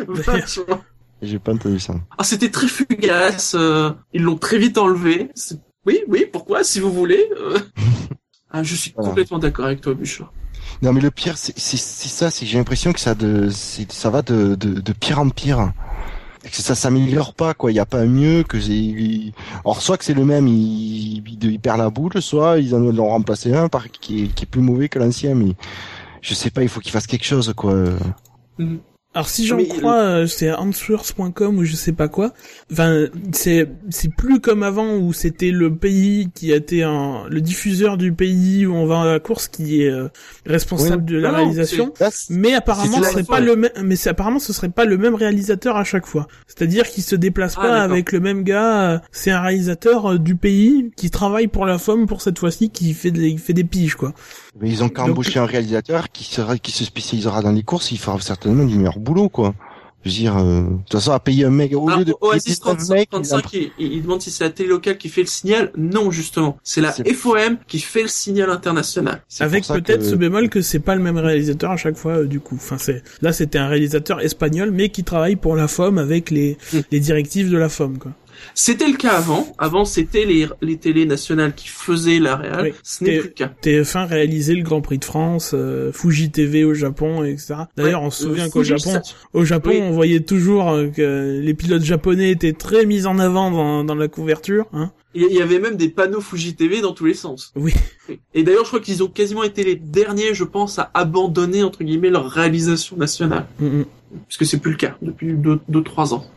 J'ai pas entendu ça. Ah, c'était très fugace. Euh, ils l'ont très vite enlevé. C'est... Oui, oui, pourquoi, si vous voulez. Euh... ah, je suis voilà. complètement d'accord avec toi, Bouchard. Non, mais le pire, c'est, c'est, c'est ça, c'est que j'ai l'impression que ça de, c'est, ça va de, de, de pire en pire. Et que ça s'améliore pas, quoi. Il y a pas mieux que c'est. Il... Alors, soit que c'est le même, il, il, il perd la boule, soit ils en ont remplacé un par qui est, qui est plus mauvais que l'ancien, mais je sais pas, il faut qu'il fasse quelque chose, quoi. Mm. Alors si j'en crois, le... c'est answers point com ou je sais pas quoi. Enfin, c'est c'est plus comme avant où c'était le pays qui a été un le diffuseur du pays où on va à la course qui est euh, responsable oui. de la non, réalisation. Mais apparemment, ce serait pas le même. Mais c'est apparemment ce serait pas le même réalisateur à chaque fois. C'est-à-dire qu'il se déplace ah, pas d'accord. avec le même gars. C'est un réalisateur euh, du pays qui travaille pour la F O M pour cette fois-ci, qui fait des qui fait des piges quoi. Mais ils ont qu'à embaucher un réalisateur qui sera qui se spécialisera dans les courses. Il fera certainement du meilleur boulot, quoi. Je veux dire, euh, de toute façon, à payer un mec au Alors, lieu de payer Oasis trente-cinq, trente-cinq, il, il, il demande si c'est la télé locale qui fait le signal. Non, justement. C'est la C'est- F O M qui fait le signal international. C'est Avec pour ça peut-être que- ce bémol que c'est pas le même réalisateur à chaque fois, euh, du coup. Enfin, c'est, là, c'était un réalisateur espagnol, mais qui travaille pour la F O M avec les, Mm. les directives de la F O M, quoi. C'était le cas avant. Avant, c'était les, les télés nationales qui faisaient la réal. Oui. Ce n'est Et- plus le cas. T F un réalisait le Grand Prix de France, euh, Fuji T V au Japon, et cetera. D'ailleurs, Ouais, on se euh, souvient qu'au Fuji, Japon, ça- au Japon, Oui. on voyait toujours euh, que les pilotes japonais étaient très mis en avant dans, dans la couverture, hein. Il y avait même des panneaux Fuji T V dans tous les sens. Oui. Et d'ailleurs, je crois qu'ils ont quasiment été les derniers, je pense, à abandonner, entre guillemets, leur réalisation nationale. Mm, mm. Puisque c'est plus le cas depuis deux, deux, trois ans.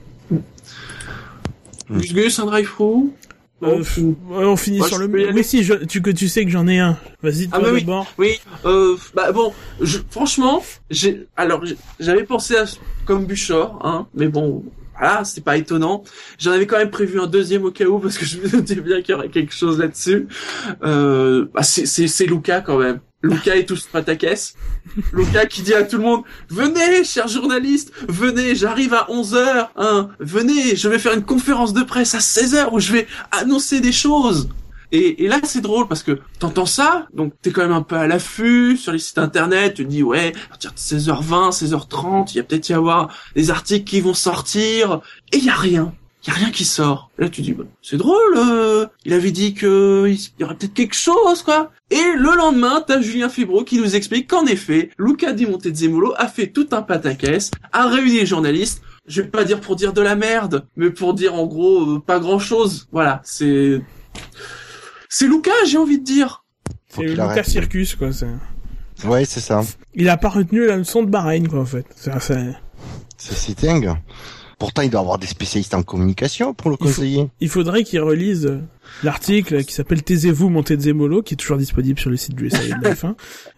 Mm. Gus Gus, un drive-through? Euh, f- ouais, on finit Moi, sur je le. peux y aller. Oui, si, je, tu que tu sais que j'en ai un. Vas-y, toi Ah, bah oui. d'abord. Oui, euh, bah bon, je, franchement, j'ai, alors, j'ai- j'avais pensé à, comme Buchor, hein, mais bon, voilà, c'est pas étonnant. J'en avais quand même prévu un deuxième au cas où, parce que je me doutais bien qu'il y aurait quelque chose là-dessus. Euh, bah, c'est, c'est, c'est Luca quand même. Luca et tous Patakès. Luca qui dit à tout le monde, venez, chers journalistes, venez, j'arrive à onze heures, hein, venez, je vais faire une conférence de presse à seize heures où je vais annoncer des choses. Et, et là, c'est drôle parce que t'entends ça, donc t'es quand même un peu à l'affût sur les sites internet, tu te dis, ouais, à partir de seize heures vingt, seize heures trente, il y a peut-être y avoir des articles qui vont sortir, et il y a rien. Il y a rien qui sort. Et là, tu dis, bah, c'est drôle, euh, il avait dit que il y aurait peut-être quelque chose, quoi. Et le lendemain, t'as Julien Febro qui nous explique qu'en effet, Luca Di Montezemolo a fait tout un pataquès, a réuni les journalistes, je vais pas dire pour dire de la merde, mais pour dire en gros, euh, pas grand-chose. Voilà, c'est... C'est Luca, j'ai envie de dire. Faut C'est qu'il Lucas arrête. Circus, quoi. C'est... Ouais, c'est ça. Il a pas retenu la leçon de Bahreïn, quoi, en fait. C'est, c'est... C'est, c'est dingue. Pourtant, il doit avoir des spécialistes en communication pour le Il faut- conseiller. Il faudrait qu'il relise euh, l'article qui s'appelle Taisez-vous, Montezemolo, qui est toujours disponible sur le site du S A I de la F un,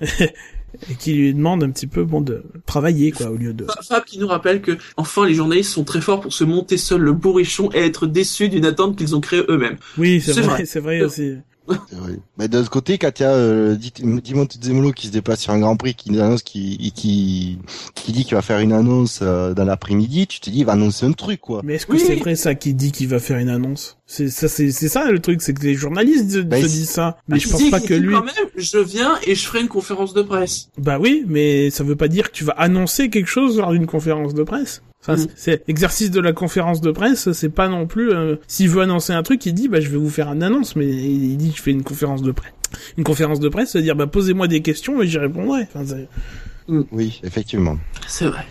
et qui lui demande un petit peu, bon, de travailler, quoi, au lieu de... Fab qui nous rappelle que, enfin, les journalistes sont très forts pour se monter seuls le bourrichon et être déçus d'une attente qu'ils ont créée eux-mêmes. Oui, c'est, C'est vrai, vrai. c'est vrai aussi. C'est vrai. Mais d'un autre côté, quand il y a euh, Di Di Montezemolo qui se déplace sur un Grand Prix, qui nous annonce, qui, qui, qui dit qu'il va faire une annonce euh, dans l'après-midi, tu te dis, il va annoncer un truc, quoi. Mais est-ce que Oui. c'est vrai ça qu'il dit qu'il va faire une annonce? C'est ça, c'est, c'est ça le truc, c'est que les journalistes se, Bah, se il- disent ça. Mais je Il pense dit- pas il que dit lui. quand même, je viens et je ferai une conférence de presse. Bah oui, mais ça veut pas dire que tu vas annoncer quelque chose lors d'une conférence de presse. Enfin, Mm. c'est, c'est exercice de la conférence de presse, c'est pas non plus. Euh, s'il veut annoncer un truc, il dit bah je vais vous faire une annonce, mais il, il dit je fais une conférence de presse. Une conférence de presse, ça veut dire bah posez-moi des questions et j'y répondrai. Enfin, c'est... Oui, effectivement. C'est vrai.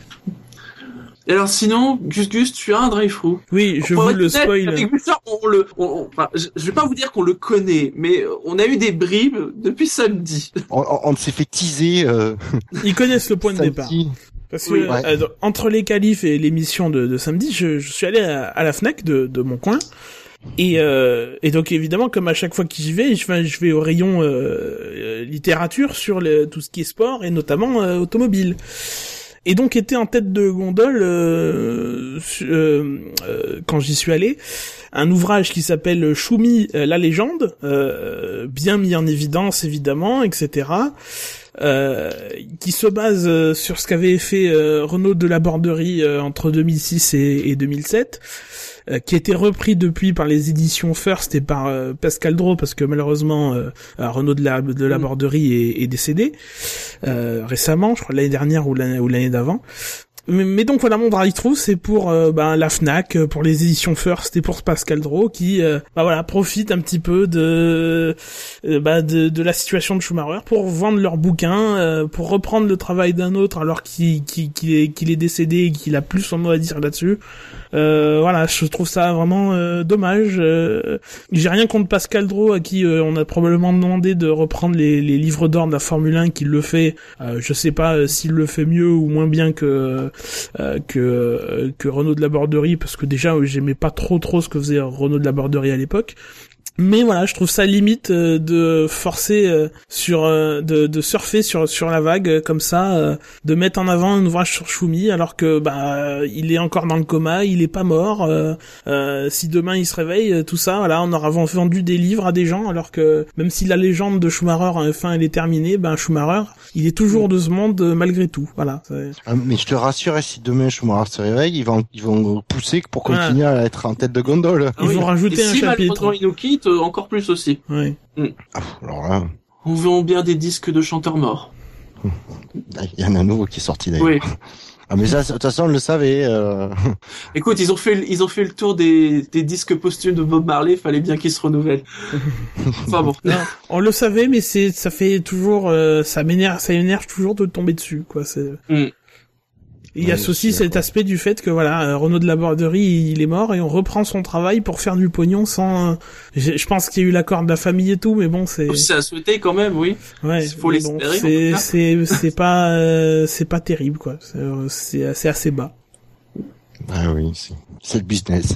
Et alors sinon, Gus Gus, tu as un drive-through. Oui, je Pour vous être le honnête, spoil. Avec Buchor, on le, on, on- enfin, je, je vais pas vous dire qu'on le connaît, mais on a eu des bribes depuis samedi. On, on, on s'est fait teaser. Euh, Ils connaissent le point de départ. samedi. Parce que Oui, ouais. euh, entre les qualifs et l'émission de, de samedi, je, je suis allé à, à la Fnac de, de mon coin. Et, euh, et donc évidemment, comme à chaque fois que j'y vais, je vais, je vais au rayon euh, euh, littérature sur le, tout ce qui est sport et notamment euh, automobile. Et donc était en tête de gondole euh, su- euh, euh, quand j'y suis allé un ouvrage qui s'appelle Choumi, euh, la légende, euh, bien mis en évidence évidemment, et cetera. Euh, qui se base euh, sur ce qu'avait fait euh, Renaud de la Borderie euh, entre deux mille six et, et deux mille sept, euh, qui a été repris depuis par les éditions First et par euh, Pascal Draw, parce que malheureusement euh, Renaud de la, de la Mm. Borderie est, est décédé euh, récemment, je crois l'année dernière ou l'année, ou l'année d'avant. Mais, mais donc voilà, mon drive-through, c'est pour euh, ben, la Fnac, euh, pour les éditions First et pour Pascal Draw qui euh, bah, voilà, profite un petit peu de, euh, bah, de de la situation de Schumacher pour vendre leurs bouquins, euh, pour reprendre le travail d'un autre alors qu'il qu'il qu'il est qu'il est décédé et qu'il a plus son mot à dire là-dessus. Euh, voilà, je trouve ça vraiment euh, dommage. Euh, j'ai rien contre Pascal Draw à qui euh, on a probablement demandé de reprendre les, les livres d'or de la Formule un, qu'il le fait. Euh, je sais pas euh, s'il le fait mieux ou moins bien que euh, que euh, que Renaud de la Borderie, parce que déjà euh, j'aimais pas trop trop ce que faisait Renaud de la Borderie à l'époque. Mais voilà, je trouve ça limite euh, de forcer euh, sur euh, de, de surfer sur sur la vague euh, comme ça, euh, de mettre en avant un ouvrage sur Shumi alors que bah euh, il est encore dans le coma, il est pas mort. Euh, euh, si demain il se réveille, euh, tout ça, voilà, on aura vendu des livres à des gens alors que même si la légende de Schumacher enfin elle est terminée, ben Schumacher il est toujours de ce monde euh, malgré tout. Voilà. Ah, mais je te rassure, si demain Schumacher se réveille, ils vont ils vont pousser pour continuer voilà. à être en tête de gondole. Ils vont rajouter et un si chapitre. Il nous quitte, euh, encore plus aussi. Ouais. Mm. Ah, alors là, on vend bien des disques de chanteurs morts. Il y en a un nouveau qui est sorti d'ailleurs. Oui. Ah mais ça, de toute façon, on le savait. Euh... Écoute, ils ont fait, ils ont fait le tour des, des disques posthumes de Bob Marley. Fallait bien qu'ils se renouvellent. Enfin bon. Non, on le savait, mais c'est, ça fait toujours, euh, ça m'énerve, ça énerve toujours de tomber dessus, quoi. C'est. Mm. Il y a ouais, aussi cet aspect du fait que voilà, Renaud de la Borderie, il est mort et on reprend son travail pour faire du pognon sans. Je, je pense qu'il y a eu l'accord de la famille et tout, mais bon, c'est. C'est à souhaiter quand même, oui. Ouais. Il faut l'espérer. Bon, c'est, c'est, c'est pas, euh, c'est pas terrible, quoi. C'est, c'est, c'est assez bas. Ah oui, c'est, c'est le business.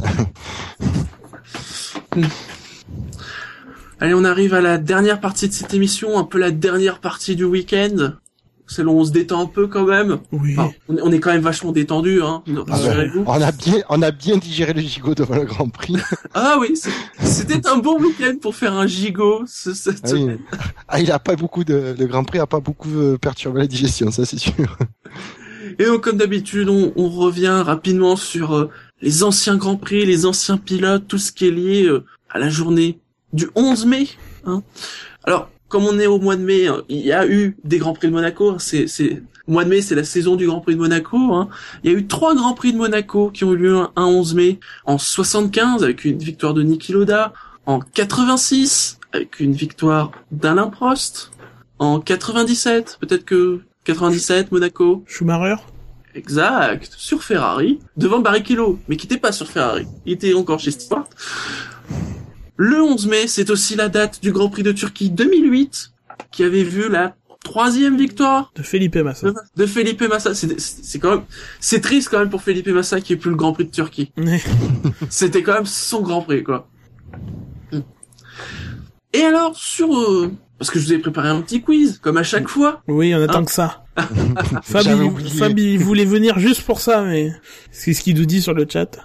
Allez, on arrive à la dernière partie de cette émission, un peu la dernière partie du week-end. C'est là où on se détend un peu quand même. Oui. Enfin, on, est, on est quand même vachement détendu, hein. Rassurez-vous. On a bien, on a bien digéré le gigot devant le Grand Prix. Ah oui, c'est, c'était un bon week-end pour faire un gigot ce, cette ah, semaine. oui. Ah, il a pas beaucoup de, le Grand Prix a pas beaucoup perturbé la digestion, ça c'est sûr. Et donc, comme d'habitude, on, on revient rapidement sur euh, les anciens Grands Prix, les anciens pilotes, tout ce qui est lié euh, à la journée du onze mai. Hein. Alors, comme on est au mois de mai, hein, il y a eu des Grands Prix de Monaco. Hein, c'est, c'est, le mois de mai, c'est la saison du Grand Prix de Monaco. Hein. Il y a eu trois Grands Prix de Monaco qui ont eu lieu un onze mai. En soixante-quinze, avec une victoire de Niki Lauda. En quatre-vingt-six, avec une victoire d'Alain Prost. En quatre-vingt-dix-sept, peut-être que quatre-vingt-dix-sept, Monaco. Schumacher. Exact. Sur Ferrari, devant Barrichello, mais qui n'était pas sur Ferrari. Il était encore chez Stewart. Le onze mai, c'est aussi la date du Grand Prix de Turquie deux mille huit, qui avait vu la troisième victoire de Felipe Massa. De, de Felipe Massa. C'est, c'est quand même, c'est triste quand même pour Felipe Massa qui est plus le Grand Prix de Turquie. C'était quand même son Grand Prix, quoi. Et alors, sur, euh, parce que je vous ai préparé un petit quiz, comme à chaque fois. Oui, on attend hein que ça. Fabi, Fabi voulait venir juste pour ça, mais c'est ce qu'il nous dit sur le chat.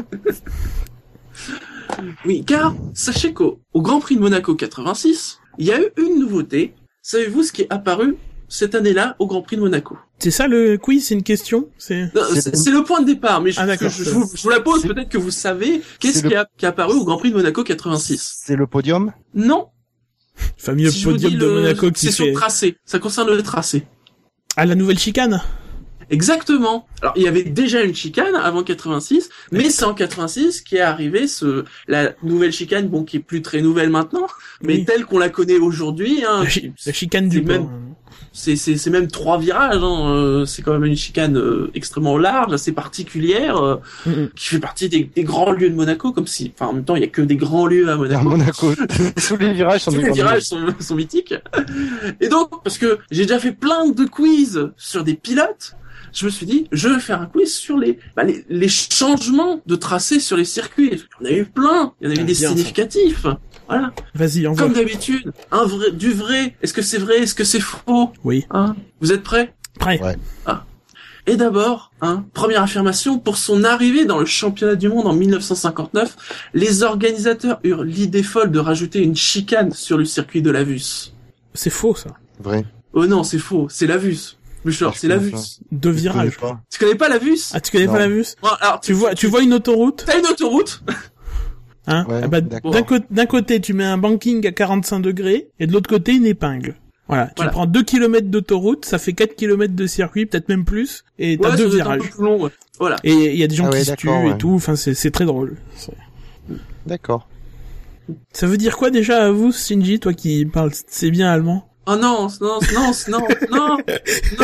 Oui, car sachez qu'au au Grand Prix de Monaco quatre-vingt-six, il y a eu une nouveauté. Savez-vous ce qui est apparu cette année-là au Grand Prix de Monaco? C'est ça le quiz, c'est une question? C'est, non, c'est... c'est le point de départ, mais je, ah, je, je, je, vous, je vous la pose, c'est... peut-être que vous savez qu'est-ce qui, le... a, qui est apparu au Grand Prix de Monaco quatre-vingt-six. C'est le podium? Non. Fameux si podium de le... Monaco qui c'est fait... sur le tracé, ça concerne le tracé. Ah, la nouvelle chicane? Exactement. Alors, il y avait déjà une chicane avant quatre-vingt-six, mais c'est en quatre-vingt-six qu'est arrivé ce, la nouvelle chicane, bon, qui est plus très nouvelle maintenant, mais oui. telle qu'on la connaît aujourd'hui, hein. La, chi- la chicane du même, port. C'est, c'est, c'est même trois virages, hein. Euh, c'est quand même une chicane euh, extrêmement large, assez particulière, euh, mm-hmm. qui fait partie des, des grands lieux de Monaco, comme si, enfin, en même temps, il y a que des grands lieux à Monaco. À Monaco. Tous les virages sont Tous les virages sont, sont mythiques. Et donc, parce que j'ai déjà fait plein de quiz sur des pilotes, je me suis dit, je vais faire un quiz sur les, bah, les, les changements de tracé sur les circuits. Il y en a eu plein. Il y en a eu ah, des significatifs. Ça. Voilà. Vas-y, envoie. Comme d'habitude. Un vrai, du vrai. Est-ce que c'est vrai? Est-ce que c'est faux? Oui. Hein? Vous êtes prêts? Prêts. Ouais. Ah. Et d'abord, hein, première affirmation, pour son arrivée dans le championnat du monde en dix-neuf cent cinquante-neuf, les organisateurs eurent l'idée folle de rajouter une chicane sur le circuit de l'Avus. C'est faux, ça. Vrai. Oh non, c'est faux. C'est l'Avus. Bouchard, c'est l'Avus. Deux virages. Tu connais pas l'Avus? Ah, tu connais non. pas l'Avus? Bon, alors, tu, tu vois, tu vois une autoroute? T'as une autoroute? Hein? Ouais, ah bah, d'un, co- d'un côté, tu mets un banking à quarante-cinq degrés, et de l'autre côté, une épingle. Voilà. Tu voilà. prends deux kilomètres d'autoroute, ça fait quatre kilomètres de circuit, peut-être même plus, et t'as ouais, deux virages. Un peu plus long, ouais. Voilà. Et il y a des gens ah qui ouais, se tuent ouais. et tout, enfin, c'est, c'est très drôle. C'est... D'accord. Ça veut dire quoi déjà à vous, Shinji, toi qui parles, c'est bien allemand? Oh non, non, non, non, non, non.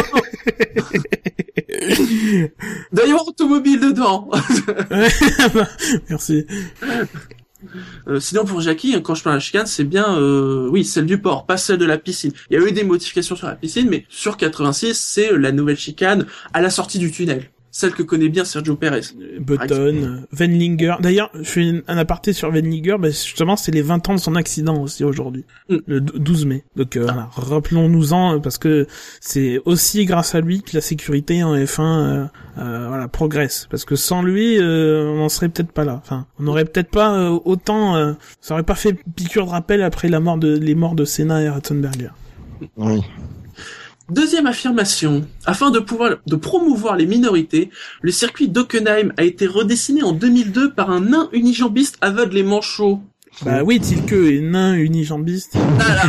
D'ailleurs, automobile dedans. Merci. Euh, sinon pour Jackie, quand je parle de la chicane, c'est bien, euh, oui, celle du port, pas celle de la piscine. Il y a eu des modifications sur la piscine, mais sur quatre-vingt-six, c'est la nouvelle chicane à la sortie du tunnel. celle que connaît bien Sergio Pérez. Button, Wendlinger. D'ailleurs, je fais un aparté sur Wendlinger, bah, justement, c'est les vingt ans de son accident aussi aujourd'hui, mm. le douze mai. Donc euh, voilà, rappelons-nous-en, parce que c'est aussi grâce à lui que la sécurité en F un euh, euh, voilà, progresse. Parce que sans lui, euh, on n'en serait peut-être pas là. Enfin, on n'aurait peut-être pas euh, autant... Euh, ça aurait pas fait piqûre de rappel après la mort de, les morts de Senna et Ratzenberger. Oui. Deuxième affirmation. Afin de pouvoir de promouvoir les minorités, le circuit d'Hockenheim a été redessiné en deux mille deux par un nain unijambiste aveugle et manchot. Bah oui, Tilke est nain unijambiste.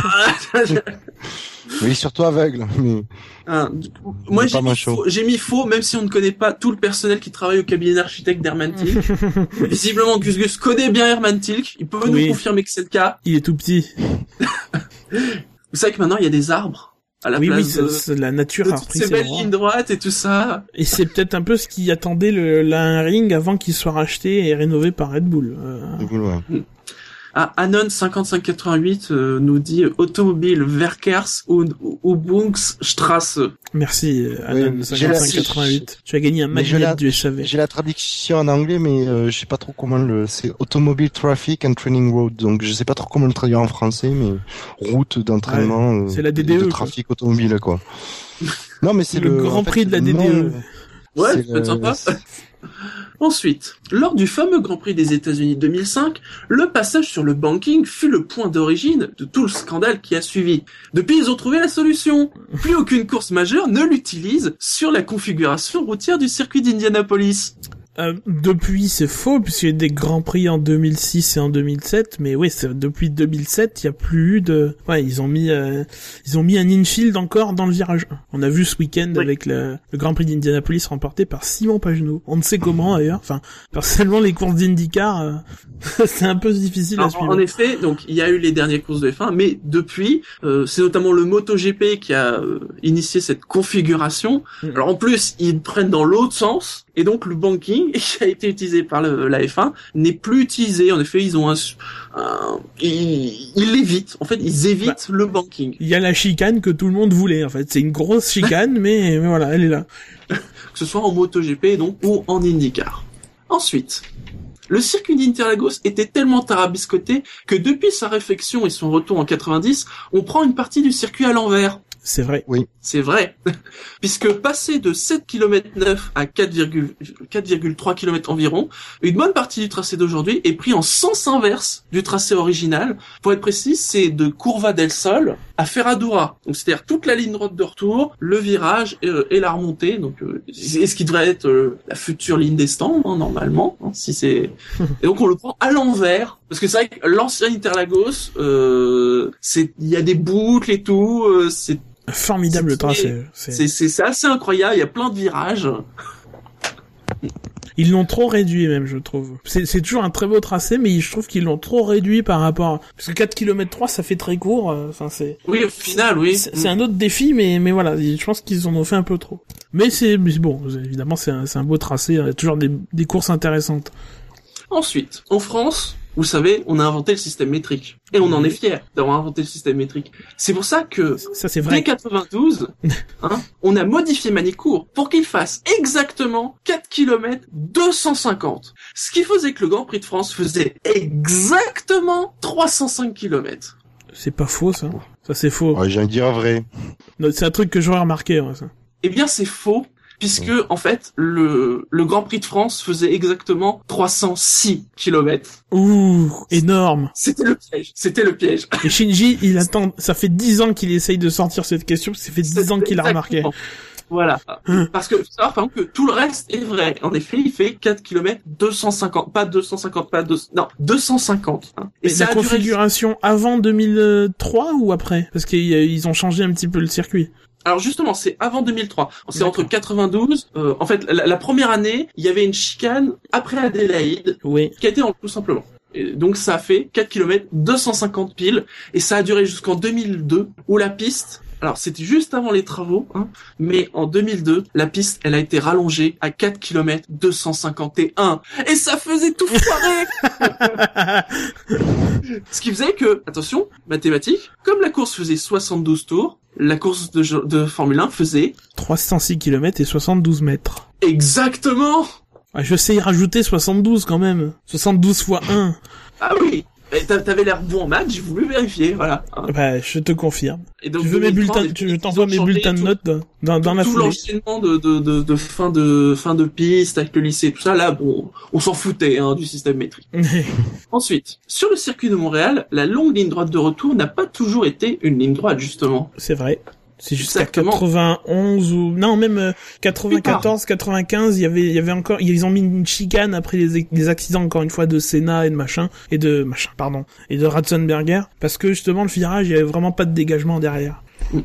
Oui, surtout aveugle. Mais... Ah, moi j'ai mis, faux, j'ai mis faux, même si on ne connaît pas tout le personnel qui travaille au cabinet d'architecte d'Hermann Tilke. Visiblement, Gus Gus connaît bien Hermann Tilke. Il peut oui. nous confirmer que c'est le cas. Il est tout petit. Vous savez que maintenant il y a des arbres à la oui, place oui, c'est, de, c'est la nature de a toutes repris ces belles lignes droites et tout ça. Et c'est peut-être un peu ce qui attendait le, la ring avant qu'il soit racheté et rénové par Red Bull. Euh... Red Bull, ouais. Ah, Anon cinquante-cinq quatre-vingt-huit euh, nous dit euh, Automobile Werkers und Übungsstrasse. Merci Anon oui, cinquante-cinq quatre-vingt-huit. Tu as gagné un magnet la... du S A V. J'ai la traduction en anglais, mais euh, je sais pas trop comment le. C'est Automobile Traffic and Training Road, donc je sais pas trop comment le traduire en français, mais route d'entraînement. Ouais, c'est la D D E. De trafic quoi. Automobile quoi. Non mais c'est le, le Grand en Prix fait, de la D D E. Non, ouais, c'est peut-être sympa. Ensuite, lors du fameux Grand Prix des États-Unis deux mille cinq, le passage sur le banking fut le point d'origine de tout le scandale qui a suivi. Depuis, ils ont trouvé la solution. Plus aucune course majeure ne l'utilise sur la configuration routière du circuit d'Indianapolis. Euh, depuis, c'est faux, puisqu'il y a eu des grands prix en deux mille six et en deux mille sept, mais oui, c'est, depuis deux mille sept, il y a plus eu de, ouais, ils ont mis, euh, ils ont mis un infield encore dans le virage un. On a vu ce week-end oui. avec le, le Grand Prix d'Indianapolis remporté par Simon Pagenaud. On ne sait comment, d'ailleurs. Enfin, personnellement, les courses d'IndyCar, euh, c'est un peu difficile Alors, à suivre. En effet, donc, il y a eu les dernières courses de F un, mais depuis, euh, c'est notamment le MotoGP qui a euh, initié cette configuration. Mmh. Alors, en plus, ils prennent dans l'autre sens. Et donc le banking qui a été utilisé par le, la F un n'est plus utilisé. En effet, ils ont un, un ils, ils l'évitent. En fait, ils évitent bah, le banking. Il y a la chicane que tout le monde voulait. En fait, c'est une grosse chicane, mais, mais voilà, elle est là. Que ce soit en MotoGP donc ou en IndyCar. Ensuite, le circuit d'Interlagos était tellement tarabiscoté que depuis sa réfection et son retour en quatre-vingt-dix, on prend une partie du circuit à l'envers. C'est vrai. Oui. C'est vrai. Puisque passer de sept virgule neuf kilomètres à quatre virgule trois kilomètres environ, une bonne partie du tracé d'aujourd'hui est pris en sens inverse du tracé original. Pour être précis, c'est de Curva del Sol à Ferradura. Donc, c'est-à-dire toute la ligne droite de retour, le virage et, euh, et la remontée. Donc, euh, c'est ce qui devrait être euh, la future ligne des stands, hein, normalement. Hein, si c'est... Et donc, on le prend à l'envers. Parce que c'est vrai que l'ancien Interlagos, euh, c'est, il y a des boucles et tout, euh, c'est formidable c'est, tracé. C'est... C'est, c'est, c'est assez incroyable, il y a plein de virages. Ils l'ont trop réduit même, je trouve. C'est, c'est toujours un très beau tracé, mais je trouve qu'ils l'ont trop réduit par rapport... Parce que quatre kilomètres trois, ça fait très court. Enfin, euh, c'est... Oui, au final, oui. C'est, c'est un autre défi, mais, mais voilà, je pense qu'ils en ont fait un peu trop. Mais c'est, mais bon, évidemment, c'est un, c'est un beau tracé, il y a toujours des, des courses intéressantes. Ensuite, en France... Vous savez, on a inventé le système métrique. Et on en est fiers d'avoir inventé le système métrique. C'est pour ça que, ça, c'est vrai. dès quatre-vingt-douze, hein, on a modifié Manicourt pour qu'il fasse exactement quatre kilomètres deux cent cinquante. Ce qui faisait que le Grand Prix de France faisait exactement trois cent cinq kilomètres. C'est pas faux, ça. Ça, c'est faux. Ouais, j'ai envie de dire vrai. Non, c'est un truc que j'aurais remarqué, ouais, ça. Eh bien, c'est faux. Puisque, en fait, le, le Grand Prix de France faisait exactement trois cent six kilomètres. Ouh, énorme. C'était le piège. C'était le piège. Et Shinji, il attend, ça fait dix ans qu'il essaye de sortir cette question, parce que ça fait dix ans qu'il l'a remarqué. Voilà. Hum. Parce que, faut savoir, par exemple, que tout le reste est vrai. En effet, il fait quatre kilomètres deux cent cinquante, pas deux cent cinquante, pas deux, non, deux cent cinquante. Hein. Et, Et la configuration duré... avant deux mille trois ou après? Parce qu'ils ont changé un petit peu le circuit. Alors justement, c'est avant deux mille trois. C'est D'accord. entre quatre-vingt-douze. Euh, en fait, la, la première année, il y avait une chicane après Adélaïde, oui. qui a été en tout simplement. Et donc ça a fait quatre kilomètres deux cent cinquante piles, et ça a duré jusqu'en deux mille deux, où la piste... Alors, c'était juste avant les travaux, hein, mais en deux mille deux, la piste, elle a été rallongée à quatre kilomètres deux cent cinquante et un. Et ça faisait tout foirer. Ce qui faisait que, attention, mathématiques, comme la course faisait soixante-douze tours, la course de, de Formule un faisait trois cent six kilomètres et soixante-douze mètres. Exactement. Ah, je sais y rajouter soixante-douze quand même. soixante-douze fois un. Ah oui. Et t'avais l'air bon en maths, j'ai voulu vérifier, voilà. Bah, je te confirme. Et donc, tu veux mes bulletins, tu, je t'envoie mes bulletins de notes dans, dans, dans la foulée. Tout l'enchaînement de, de, de, de fin de, fin de piste avec le lycée, tout ça, là, bon, on s'en foutait, hein, du système métrique. Ensuite, sur le circuit de Montréal, la longue ligne droite de retour n'a pas toujours été une ligne droite, justement. C'est vrai. C'est jusqu'à quatre-vingt-onze ou non même euh, quatre-vingt-quatorze, quatre-vingt-quinze, il y avait il y avait encore ils ont mis une chicane après les les accidents encore une fois de Senna et de machin et de machin pardon et de Ratzenberger parce que justement le virage il y avait vraiment pas de dégagement derrière.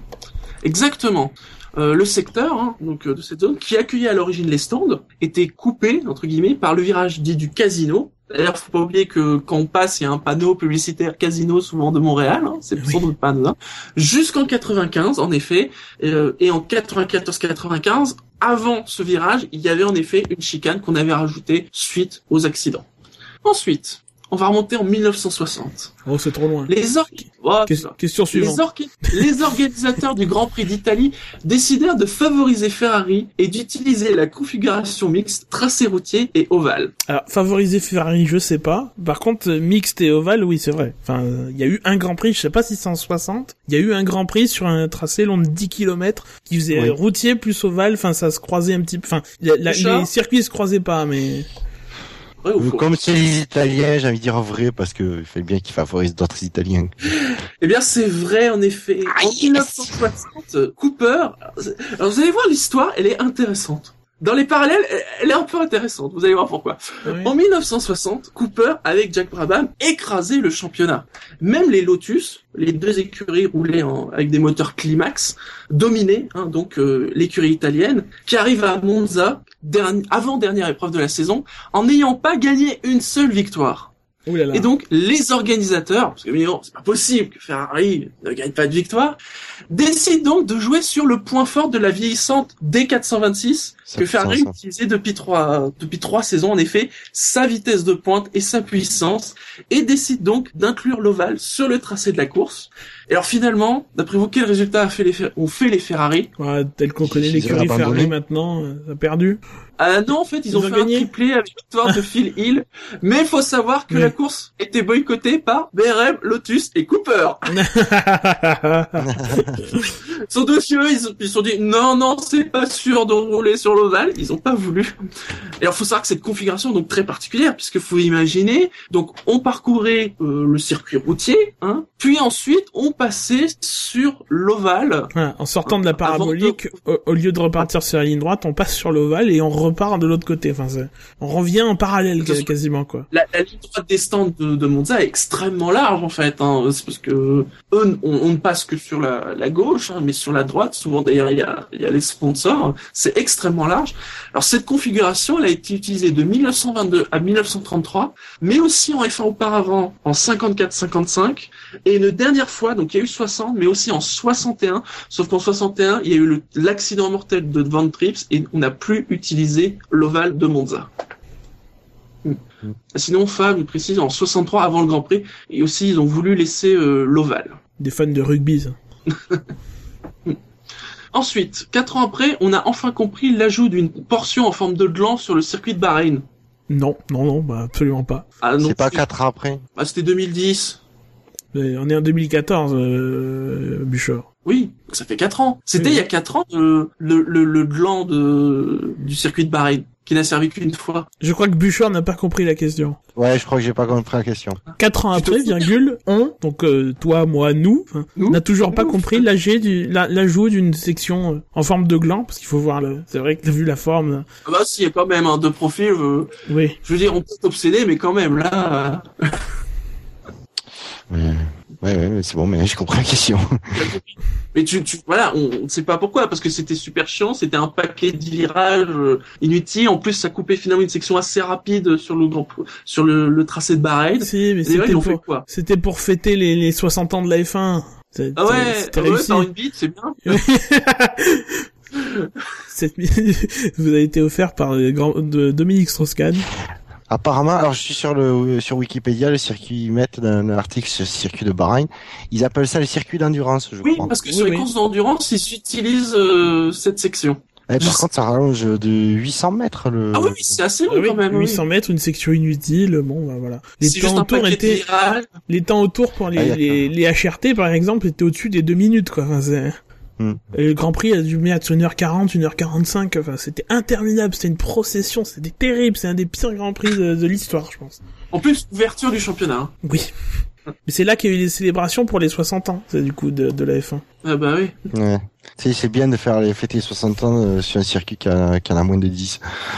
Exactement. Euh, le secteur hein, donc euh, de cette zone qui accueillait à l'origine les stands était coupé entre guillemets par le virage dit du casino. D'ailleurs, faut pas oublier que quand on passe, il y a un panneau publicitaire casino souvent de Montréal, hein, c'est oui. sans doute pas anodin. Jusqu'en quatre-vingt-quinze, en effet, euh, et en quatre-vingt-quatorze quatre-vingt-quinze, avant ce virage, il y avait en effet une chicane qu'on avait rajoutée suite aux accidents. Ensuite, on va remonter en mille neuf cent soixante. Oh, c'est trop loin. Les or... oh, Qu'est- question suivante. Les, orga... les organisateurs du Grand Prix d'Italie décidèrent de favoriser Ferrari et d'utiliser la configuration mixte tracé routier et ovale. Alors, favoriser Ferrari, je sais pas. Par contre, mixte et ovale, oui, c'est vrai. Enfin, il y a eu un Grand Prix, je sais pas si c'est en soixante, il y a eu un Grand Prix sur un tracé long de dix kilomètres qui faisait oui. routier plus ovale, enfin, ça se croisait un petit peu, enfin, la, la, les circuits se croisaient pas, mais... Ouais, Euh, Comme c'est les Italiens, j'ai envie de dire vrai, parce que il fallait bien qu'ils favorisent d'autres Italiens. Eh bien, c'est vrai, en effet. Ah, En yes. mille neuf cent soixante, Cooper... Alors, vous allez voir, l'histoire, elle est intéressante. Dans les parallèles, elle est un peu intéressante. Vous allez voir pourquoi. Oui. En mille neuf cent soixante, Cooper, avec Jack Brabham, écrasait le championnat. Même les Lotus, les deux écuries roulaient en, avec des moteurs Climax, dominaient hein, donc euh, l'écurie italienne, qui arrive à Monza, dernier, avant-dernière épreuve de la saison, en n'ayant pas gagné une seule victoire. Ouh là là. Et donc, les organisateurs, parce que évidemment, c'est pas possible que Ferrari ne gagne pas de victoire, décident donc de jouer sur le point fort de la vieillissante D quatre cent vingt-six Ça que fait Ferrari sens, hein. utilisait depuis trois, depuis trois saisons, en effet, sa vitesse de pointe et sa puissance, et décide donc d'inclure l'ovale sur le tracé de la course. Et alors finalement, d'après vous, quel résultat a fait les Fer- ont fait les Ferrari? Ouais, tel qu'on connaît Ils l'écurie ont abandonné. Ferrari maintenant, euh, ça a perdu. Ah non, en fait, ils, Ils ont, ont fait gagné un triplé avec victoire de Phil Hill, mais il faut savoir que Oui. la course était boycottée par B R M, Lotus et Cooper. Ils sont dessus, ils se sont dit non, non, c'est pas sûr de rouler sur l'ovale. Ils ont pas voulu. Et alors, faut savoir que cette configuration est donc très particulière, puisque faut imaginer, donc on parcourait euh, le circuit routier, hein, puis ensuite on passait sur l'ovale. Voilà, en sortant de la Avant parabolique, de- au, au lieu de repartir sur la ligne droite, on passe sur l'ovale et on repart de l'autre côté. Enfin, c'est- on revient en parallèle Que ce- quasiment quoi. La, la ligne droite des stands de, de Monza est extrêmement large en fait. Hein. C'est parce que eux, on, on ne passe que sur la, la gauche, hein, mais sur la droite, souvent d'ailleurs il y a, il y a les sponsors. C'est extrêmement large. Alors cette configuration, elle a été utilisée de mille neuf cent vingt-deux à mille neuf cent trente-trois, mais aussi en F un auparavant, en cinquante-quatre cinquante-cinq, et une dernière fois, donc il y a eu soixante, mais aussi en soixante et un. Sauf qu'en soixante et un, il y a eu le- l'accident mortel de Van Trips et on n'a plus utilisé l'ovale de Monza. Hmm. Sinon, Fab, il précise, en soixante-trois, avant le Grand Prix, et aussi, ils ont voulu laisser euh, l'ovale. Des fans de rugby. Ça. Ensuite, quatre ans après, on a enfin compris l'ajout d'une portion en forme de gland sur le circuit de Bahreïn. Non, non, non, bah absolument pas. Ah non, C'est pas quatre ans après. bah, c'était deux mille dix. Mais on est en deux mille quatorze, euh, Buchor. Oui, ça fait quatre ans. C'était Oui. il y a quatre ans euh, le, le, le gland de, du circuit de Bahreïn, qui n'a servi qu'une fois. Je crois que Buchor n'a pas compris la question. Ouais, je crois que j'ai pas compris la question. Quatre ans Tu te après, fous virgule, on, donc euh, toi, moi, nous, hein, Nous n'a toujours pas Nous. compris l'âge du, la- l'ajout d'une section euh, en forme de gland, parce qu'il faut voir le. C'est vrai que t'as vu la forme. Là. Ah bah si, il y a quand même un de profil. Euh, Oui. je veux dire, on peut s'obséder, mais quand même là. Euh, Ouais, ouais, ouais, mais c'est bon, mais j'ai compris la question. Mais tu, tu, voilà, on ne sait pas pourquoi, parce que c'était super chiant, c'était un paquet de virages euh, inutiles. En plus, ça coupait finalement une section assez rapide sur le grand, sur le, le tracé de Bahreïn. Si, mais Et les c'était mecs, ils ont fait pour, quoi? c'était pour fêter les, les soixante ans de la F un. C'était, Ah ouais, c'était ah ouais, réussi. par une bite, c'est bien. Cette minute vous a été offert par le grand, de Dominique Strauss-Kahn. Apparemment, alors je suis sur le sur Wikipédia, le circuit, ils mettent un article sur le circuit de Bahreïn. Ils appellent ça le circuit d'endurance, je Oui, crois. parce que Oui, sur les oui. courses d'endurance, ils utilisent euh, cette section. Eh, par je- contre, ça rallonge de huit cents mètres le. Ah oui, oui, c'est assez long Ah oui, quand même. huit cents mètres, une section inutile, bon bah voilà. Les C'est juste temps un autour paquet de étaient, virages. les temps autour pour les, Ah, d'accord. les, les H R T par exemple étaient au-dessus des deux minutes quoi. Enfin, c'est... Hmm. Et le Grand Prix a dû mettre une heure quarante, une heure quarante-cinq, enfin c'était interminable, c'était une procession, c'était terrible, c'est un des pires Grands Prix de, de l'histoire je pense. En plus, ouverture du championnat. hein. Oui. Mais c'est là qu'il y a eu les célébrations pour les soixante ans, c'est du coup de, de la F un. Ah bah oui. Ouais. C'est, c'est bien de faire les fêter les soixante ans euh, sur un circuit qui a, qui en a moins de dix.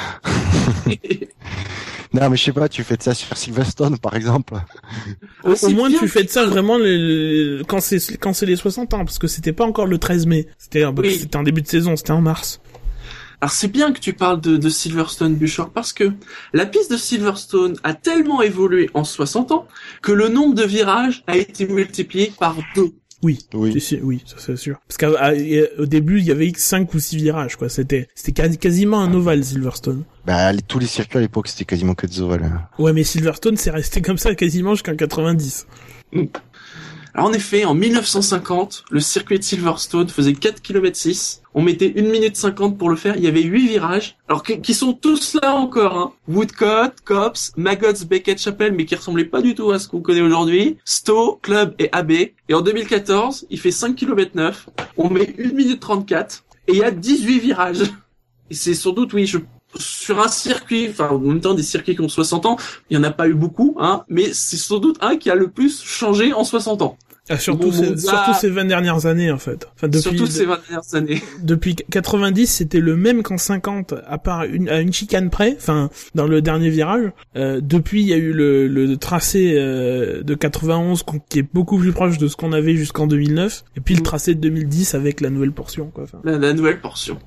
Non, mais je sais pas, tu fais de ça sur Silverstone, par exemple. Au, Ah, au c'est moins bien. tu fais de ça vraiment le, le- quand c'est quand c'est les soixante ans, parce que c'était pas encore le treize mai, c'était Oui. c'était en début de saison, c'était en mars. Alors c'est bien que tu parles de, de Silverstone, Bouchard, parce que la piste de Silverstone a tellement évolué en soixante ans que le nombre de virages a été multiplié par deux. Oui, Oui. c'est sûr, oui, ça c'est sûr. Parce qu'au début, il y avait cinq ou six virages, quoi. C'était, c'était quasi- quasiment un ovale, Silverstone. Bah, les- tous les circuits à l'époque, c'était quasiment que des ovales. hein. Ouais, mais Silverstone, c'est resté comme ça quasiment jusqu'en quatre-vingt-dix. Alors en effet, en mille neuf cent cinquante, le circuit de Silverstone faisait quatre kilomètres six. On mettait une minute cinquante pour le faire. Il y avait huit virages. Alors qui, qui sont tous là encore, hein. Woodcote, Copse, Maggots, Beckett, Chapel, mais qui ressemblaient pas du tout à ce qu'on connaît aujourd'hui. Stowe, Club et A B. Et en deux mille quatorze, il fait cinq kilomètres neuf. On met une minute trente-quatre. Et il y a dix-huit virages. Et c'est sans doute, oui, je, sur un circuit, enfin, en même temps, des circuits qui ont soixante ans, il y en a pas eu beaucoup, hein, mais c'est sans doute un qui a le plus changé en soixante ans. Ah, surtout, Bon, ces, bon, surtout bah- ces vingt dernières années, en fait. Enfin, depuis, Surtout ces vingt dernières années. depuis quatre-vingt-dix, c'était le même qu'en cinquante, à part une, à une chicane près, enfin, dans le dernier virage. Euh, depuis, il y a eu le, le tracé euh, de quatre-vingt-onze qu'on- qui est beaucoup plus proche de ce qu'on avait jusqu'en deux mille neuf, et puis le Mm. tracé de deux mille dix avec la nouvelle portion, quoi. Enfin, La, la nouvelle portion.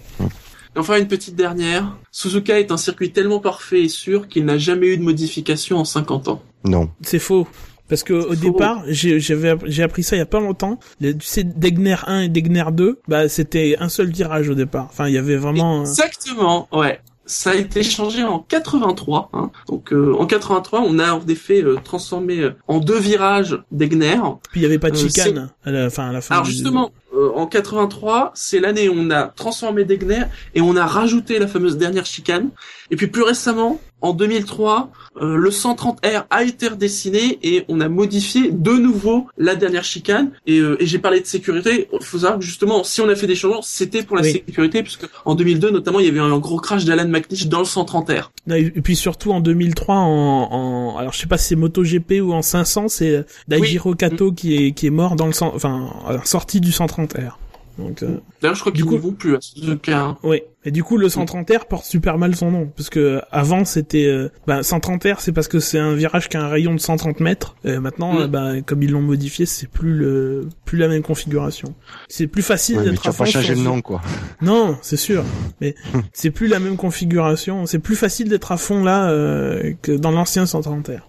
Et enfin, une petite dernière. Suzuka est un circuit tellement parfait et sûr qu'il n'a jamais eu de modification en cinquante ans. Non. c'est faux. Parce que au faux. départ, j'ai j'avais j'ai appris ça il y a pas longtemps. Les, tu sais, Degner un et Degner deux, bah c'était un seul virage au départ. Enfin, il y avait vraiment. euh, Exactement, ouais. Ça a été changé en quatre-vingt-trois. Hein. Donc euh, en quatre-vingt-trois, on a en effet euh, transformé euh, en deux virages Degner. Puis il y avait pas de Euh, chicane à la fin. À la fin Alors du- justement, euh, en quatre-vingt-trois, c'est l'année où on a transformé Degner et on a rajouté la fameuse dernière chicane. Et puis plus récemment, en deux mille trois, euh, le cent trente R a été redessiné et on a modifié de nouveau la dernière chicane. Et, euh, et j'ai parlé de sécurité. Il faut savoir que justement, si on a fait des changements, c'était pour la Oui. sécurité, puisque en deux mille deux notamment, il y avait un gros crash d'Alan McNish dans le cent trente R. Non, Et puis surtout en deux mille trois, en, en alors je sais pas si c'est MotoGP ou en cinq cents, c'est euh, Daijiro Kato qui est qui est mort dans le cent, enfin à la sortie du cent trente R. Donc euh, D'ailleurs, je crois Du qu'ils coup- ne vont plus à ce cas. oui. Et du coup le cent trente R porte super mal son nom parce que avant c'était euh, bah, cent trente R c'est parce que c'est un virage qui a un rayon de cent trente mètres. Et maintenant Mm. euh, bah comme ils l'ont modifié, c'est plus le plus la même configuration. C'est plus facile Ouais, mais d'être tu à vas pas fond changer sur- le nom, quoi. Non, c'est sûr. Mais c'est plus la même configuration. C'est plus facile d'être à fond là euh, que dans l'ancien cent trente R.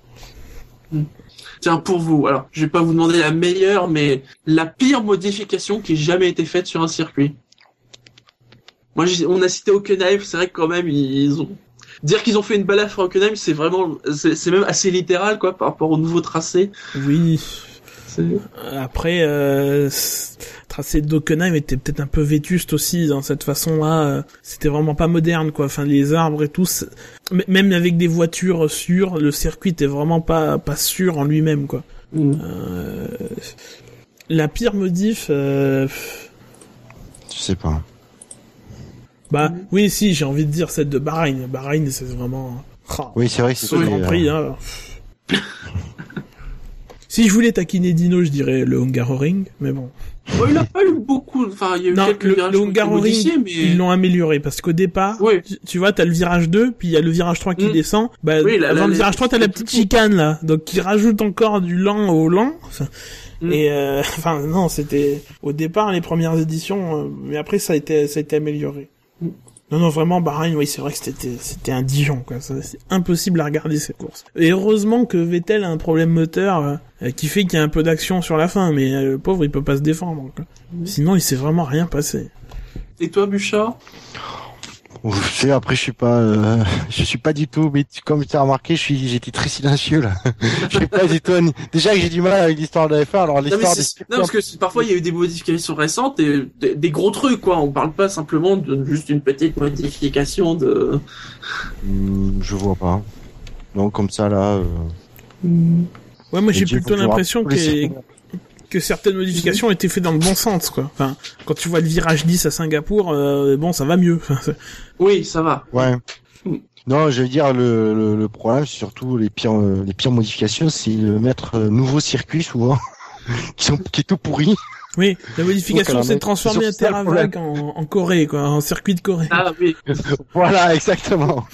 Tiens, pour vous, alors, je vais pas vous demander la meilleure, mais la pire modification qui ait jamais été faite sur un circuit. Moi, j'ai- on a cité Hockenheim, c'est vrai que quand même, ils ont... Dire qu'ils ont fait une balafre à Hockenheim, c'est vraiment... C'est c'est même assez littéral, quoi, par rapport au nouveau tracé. Oui. C'est... Après, euh, c- tracé d'Hockenheim était peut-être un peu vétuste aussi dans cette façon-là. euh, C'était vraiment pas moderne, quoi. Enfin, les arbres et tout. c'est- m- Même avec des voitures sûres, le circuit était vraiment pas pas sûr en lui-même, quoi. Mm. Euh, La pire modif, euh, Je sais pas. bah oui, si, j'ai envie de dire celle de Bahreïn. Bahreïn, c'est vraiment. Oh, Oui, c'est vrai que ce c'était... Grand euh, Prix, hein. Si je voulais taquiner Dino, je dirais le Hungaroring, mais bon. Bon, il a pas eu beaucoup... Enfin, il y a eu Non, quelques le, virages le qui ont été modifiés, Hungaroring, mais... ils l'ont amélioré, parce qu'au départ, Oui. tu, tu vois, t'as le virage deux, puis il y a le virage trois qui Mm. descend. Bah, Oui, la- avant la- le la- virage trois, t'as la petite chicane, là. Donc, qui rajoute encore du lent au lent. Enfin, Mm. Et, euh, enfin, non, c'était, au départ, les premières éditions, euh, mais après, ça a été, ça a été amélioré. Mm. Non, non, vraiment, Bahreïn, oui, c'est vrai que c'était, c'était un Dijon, quoi. Ça, c'est impossible à regarder ces courses. Et heureusement que Vettel a un problème moteur euh, qui fait qu'il y a un peu d'action sur la fin, mais euh, le pauvre, il peut pas se défendre. Quoi. Mm. Sinon, il s'est vraiment rien passé. Et toi, Bouchard? Ouf, tu sais, après, je suis pas, euh, je suis pas du tout, mais tu- comme tu as remarqué, je suis, j'étais très silencieux, là. Je suis pas du tout, déjà que j'ai du mal avec l'histoire de la F un, alors Non, mais l'histoire c'est- des... non, parce que c'est- parfois il y a eu des modifications récentes et des, des gros trucs, quoi. On parle pas simplement de juste une petite modification de... Hmm, je vois pas. Non, comme ça, là, euh... Ouais, moi j'ai Et Dieu, plutôt faut que je l'impression rappelle que, ces- que certaines modifications étaient faites dans le bon sens, quoi. Enfin, quand tu vois le virage dix à Singapour, euh, bon, ça va mieux. Enfin, c'est- Oui, ça va. Ouais. Hmm. Non, je veux dire, le, le, le problème, c'est surtout les pires, euh, les pires modifications, c'est le mettre euh, nouveau circuit, souvent, qui sont, qui est tout pourri. oui, la modification, Donc, c'est de alors, transformer c'est un surtout ça, le Teravac en, en Corée, quoi, en circuit de Corée. Ah oui. Voilà, exactement.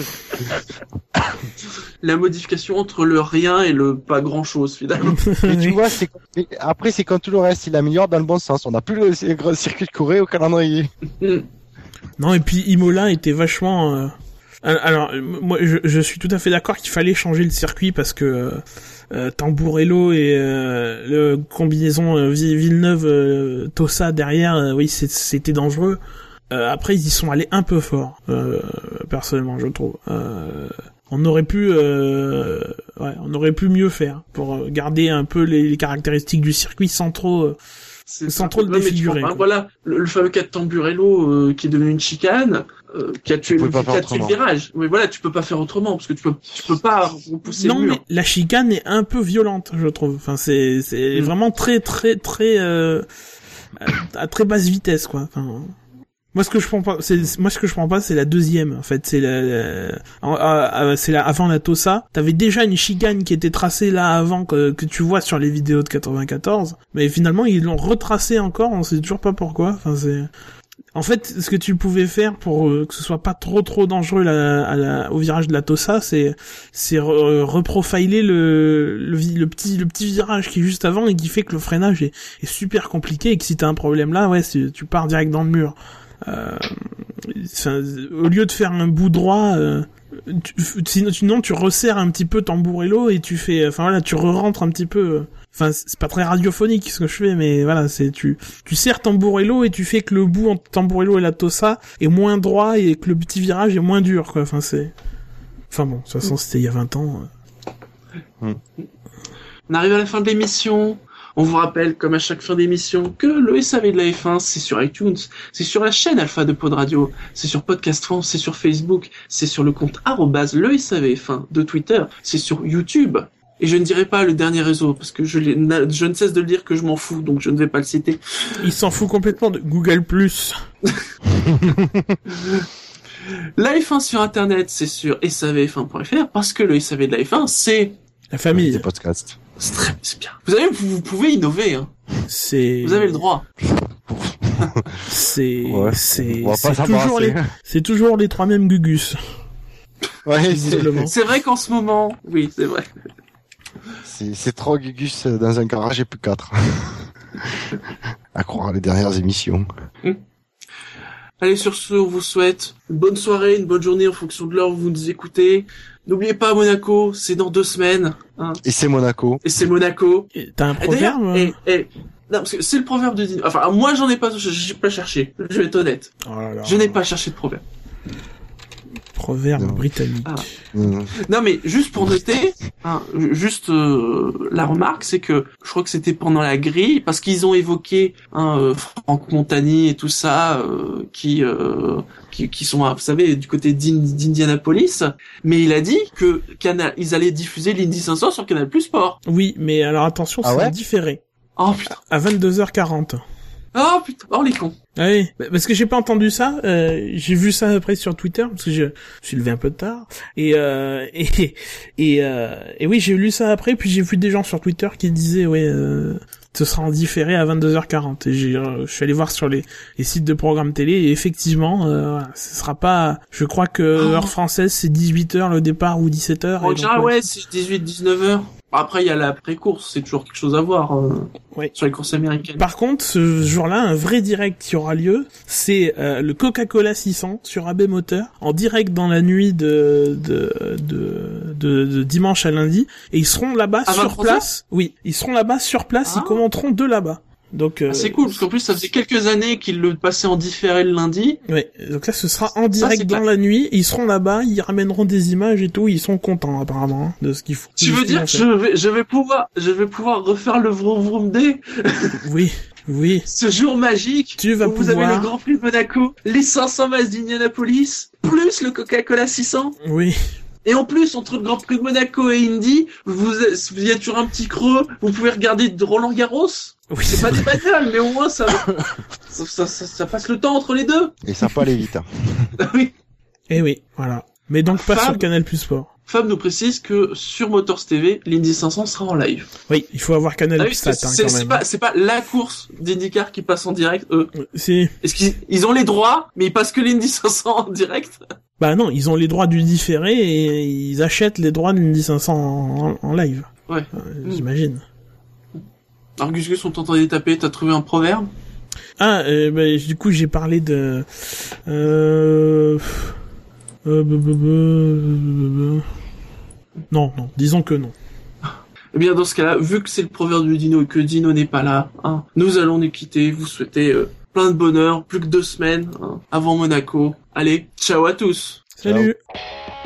La modification entre le rien et le pas grand chose, finalement. Mais tu Oui. vois, c'est, mais après, c'est quand tout le reste, il améliore dans le bon sens. On n'a plus le, le gros circuit de Corée au calendrier. Hmm. Non, et puis Imola était vachement... euh, Alors, euh, moi, je, je suis tout à fait d'accord qu'il fallait changer le circuit parce que euh, euh, Tamburello et euh, le combinaison euh, Vi- Villeneuve euh, Tossa derrière, euh, oui, c'est- c'était dangereux. Euh, après, ils y sont allés un peu fort, euh, personnellement, je trouve. Euh, on aurait pu, euh, ouais, on aurait pu mieux faire pour euh, garder un peu les, les caractéristiques du circuit sans trop. Euh, C'est Sans ça. trop le Ouais, mais tu défigurer, vois, quoi. voilà, le, le fameux cas de Tamburello euh, qui est devenu une chicane, euh, qui a tué, Tu le, peux pas qui a faire tué le autrement. virage. Mais voilà, tu peux pas faire autrement parce que tu peux, tu peux pas repousser non, le mur. mais la chicane est un peu violente, je trouve. Enfin, c'est c'est Mm. vraiment très très très euh, à, à très basse vitesse, quoi. Enfin, moi ce que je prends pas, c'est moi ce que je prends pas, c'est la deuxième. En fait, c'est la, la- en- à- à- c'est la avant la Tossa. T'avais déjà une chicane qui était tracée là avant que que tu vois sur les vidéos de quatre-vingt-quatorze, mais finalement ils l'ont retracée encore. On sait toujours pas pourquoi. Enfin, c'est en fait, ce que tu pouvais faire pour euh, que ce soit pas trop trop dangereux la, à la, au virage de la Tossa, c'est c'est re- reprofiler le, le vi- le petit le petit virage qui est juste avant et qui fait que le freinage est, est super compliqué et que si t'as un problème là, ouais, c'est- tu pars direct dans le mur. Euh, enfin, au lieu de faire un bout droit, euh, tu, sinon, sinon tu resserres un petit peu Tamburello et tu fais, enfin voilà, tu re-rentres un petit peu. Enfin, c'est pas très radiophonique ce que je fais, mais voilà, c'est tu tu serres Tamburello et tu fais que le bout entre Tamburello et la Tossa est moins droit et que le petit virage est moins dur, quoi. Enfin, c'est, enfin bon, de toute façon, c'était il y a vingt ans. On arrive à la fin de l'émission. On vous rappelle, comme à chaque fin d'émission, que le S A V de la F un, c'est sur iTunes, c'est sur la chaîne Alpha de Pod Radio, c'est sur Podcast France, c'est sur Facebook, c'est sur le compte arrobase le S A V F un de Twitter, c'est sur YouTube. Et je ne dirai pas le dernier réseau, parce que je, l'ai- na- je ne cesse de le dire que je m'en fous, donc je ne vais pas le citer. Il s'en fout complètement de Google Plus. La F un sur Internet, c'est sur S A V F un point F R, parce que le S A V de la F un, c'est... La famille, Des podcasts. C'est très c'est bien. Vous savez, vous, vous pouvez innover, hein. c'est. Vous avez le droit. C'est, Ouais, c'est, on va pas c'est s'embarrasser. toujours les, c'est toujours les trois mêmes Gugus. Ouais, c'est, Visiblement. C'est vrai qu'en ce moment, oui, c'est vrai. c'est, c'est trois Gugus dans un garage et plus quatre. À croire les dernières émissions. Allez, sur ce, on vous souhaite une bonne soirée, une bonne journée en fonction de l'heure où vous nous écoutez. N'oubliez pas, Monaco, c'est dans deux semaines, hein. Et c'est Monaco. Et c'est Monaco. Et T'as un Et d'ailleurs, proverbe? et, et, non, parce que c'est le proverbe de Dino. Enfin, moi, j'en ai pas, j'ai pas cherché. Je vais être honnête. Oh là là. Je n'ai pas cherché de proverbe. Proverbe Non. britannique. Ah. Mmh. Non, mais juste pour noter, hein, juste euh, la remarque, c'est que je crois que c'était pendant la grille, parce qu'ils ont évoqué hein, euh, Franck Montagny et tout ça, euh, qui, euh, qui qui sont, vous savez, du côté d'In- d'Indianapolis, mais il a dit que Canal, ils allaient diffuser l'Indy cinq cents sur Canal Plus Sport. Oui, mais alors attention, Ah c'est ouais différé. Oh putain, À vingt-deux heures quarante. oh putain, oh les cons. Ah oui, bah, parce que j'ai pas entendu ça, euh, j'ai vu ça après sur Twitter, parce que je, je me suis levé un peu tard, et euh, et et, euh, et oui, j'ai lu ça après, puis j'ai vu des gens sur Twitter qui disaient, ouais, euh, ce sera en différé à vingt-deux heures quarante, et j'ai, euh, je suis allé voir sur les, les sites de programmes télé, et effectivement, euh, voilà, ce sera pas, je crois que Oh. heure française, c'est dix-huit heures le départ, ou dix-sept heures. En et donc, général, ouais, c'est dix-huit dix-neuf heures. Après, il y a la pré-course, c'est toujours quelque chose à voir euh, Ouais. sur les courses américaines. Par contre, ce jour-là, un vrai direct qui aura lieu, c'est euh, le Coca-Cola six cents sur A B Moteur, en direct dans la nuit de de de, de, de dimanche à lundi, et ils seront là-bas À sur vingt-trois heures place. Oui, ils seront là-bas sur place, Ah. ils commenteront de là-bas. Donc euh, ah, c'est cool parce qu'en plus ça faisait quelques années qu'ils le passaient en différé le lundi. Ouais, donc là ce sera en direct ça, dans la nuit, ils seront là-bas, ils ramèneront des images et tout, ils sont contents apparemment hein, de ce qu'ils font. Tu veux dire je vais je vais pouvoir je vais pouvoir refaire le Vroom Vroom Day. Oui, oui. Ce jour magique tu vas où pouvoir... vous avez le Grand Prix de Monaco, les cinq cents miles d'Indianapolis, plus le Coca-Cola six cents. Oui. Et en plus, entre le Grand Prix de Monaco et Indy, vous, vous y êtes sur un petit creux, vous pouvez regarder Roland Garros. Oui, c'est pas des bagnoles, mais au moins ça, ça, ça, ça, ça passe le temps entre les deux. Et ça peut aller vite. Hein. Oui. Et oui, voilà. Mais donc pas Fab, sur Canal Plus Sport. Fab nous précise que sur Motors T V, l'Indy cinq cents sera en live. Oui, il faut avoir Canal ah Plus oui, Stat, c'est, hein, c'est, quand c'est même. pas, c'est pas la course d'IndyCar qui passe en direct, eux. Si. Est-ce qu'ils ils ont les droits, mais ils passent que l'Indy cinq cents en direct? Bah non, ils ont les droits du différé et ils achètent les droits de l'Indy cinq cents en, en, en live. Ouais. Euh, mmh. J'imagine. Alors Gus Gus, on t'entendait taper, t'as trouvé un proverbe? Ah, euh, bah, du coup j'ai parlé de... Euh... Euh... bah, bah, bah, bah, Non, non, disons que non. Eh bien, dans ce cas-là, vu que c'est le proverbe de Dino et que Dino n'est pas là, hein, nous allons nous quitter, vous souhaiter euh, plein de bonheur, plus que deux semaines hein, avant Monaco. Allez, ciao à tous. Salut. Ciao.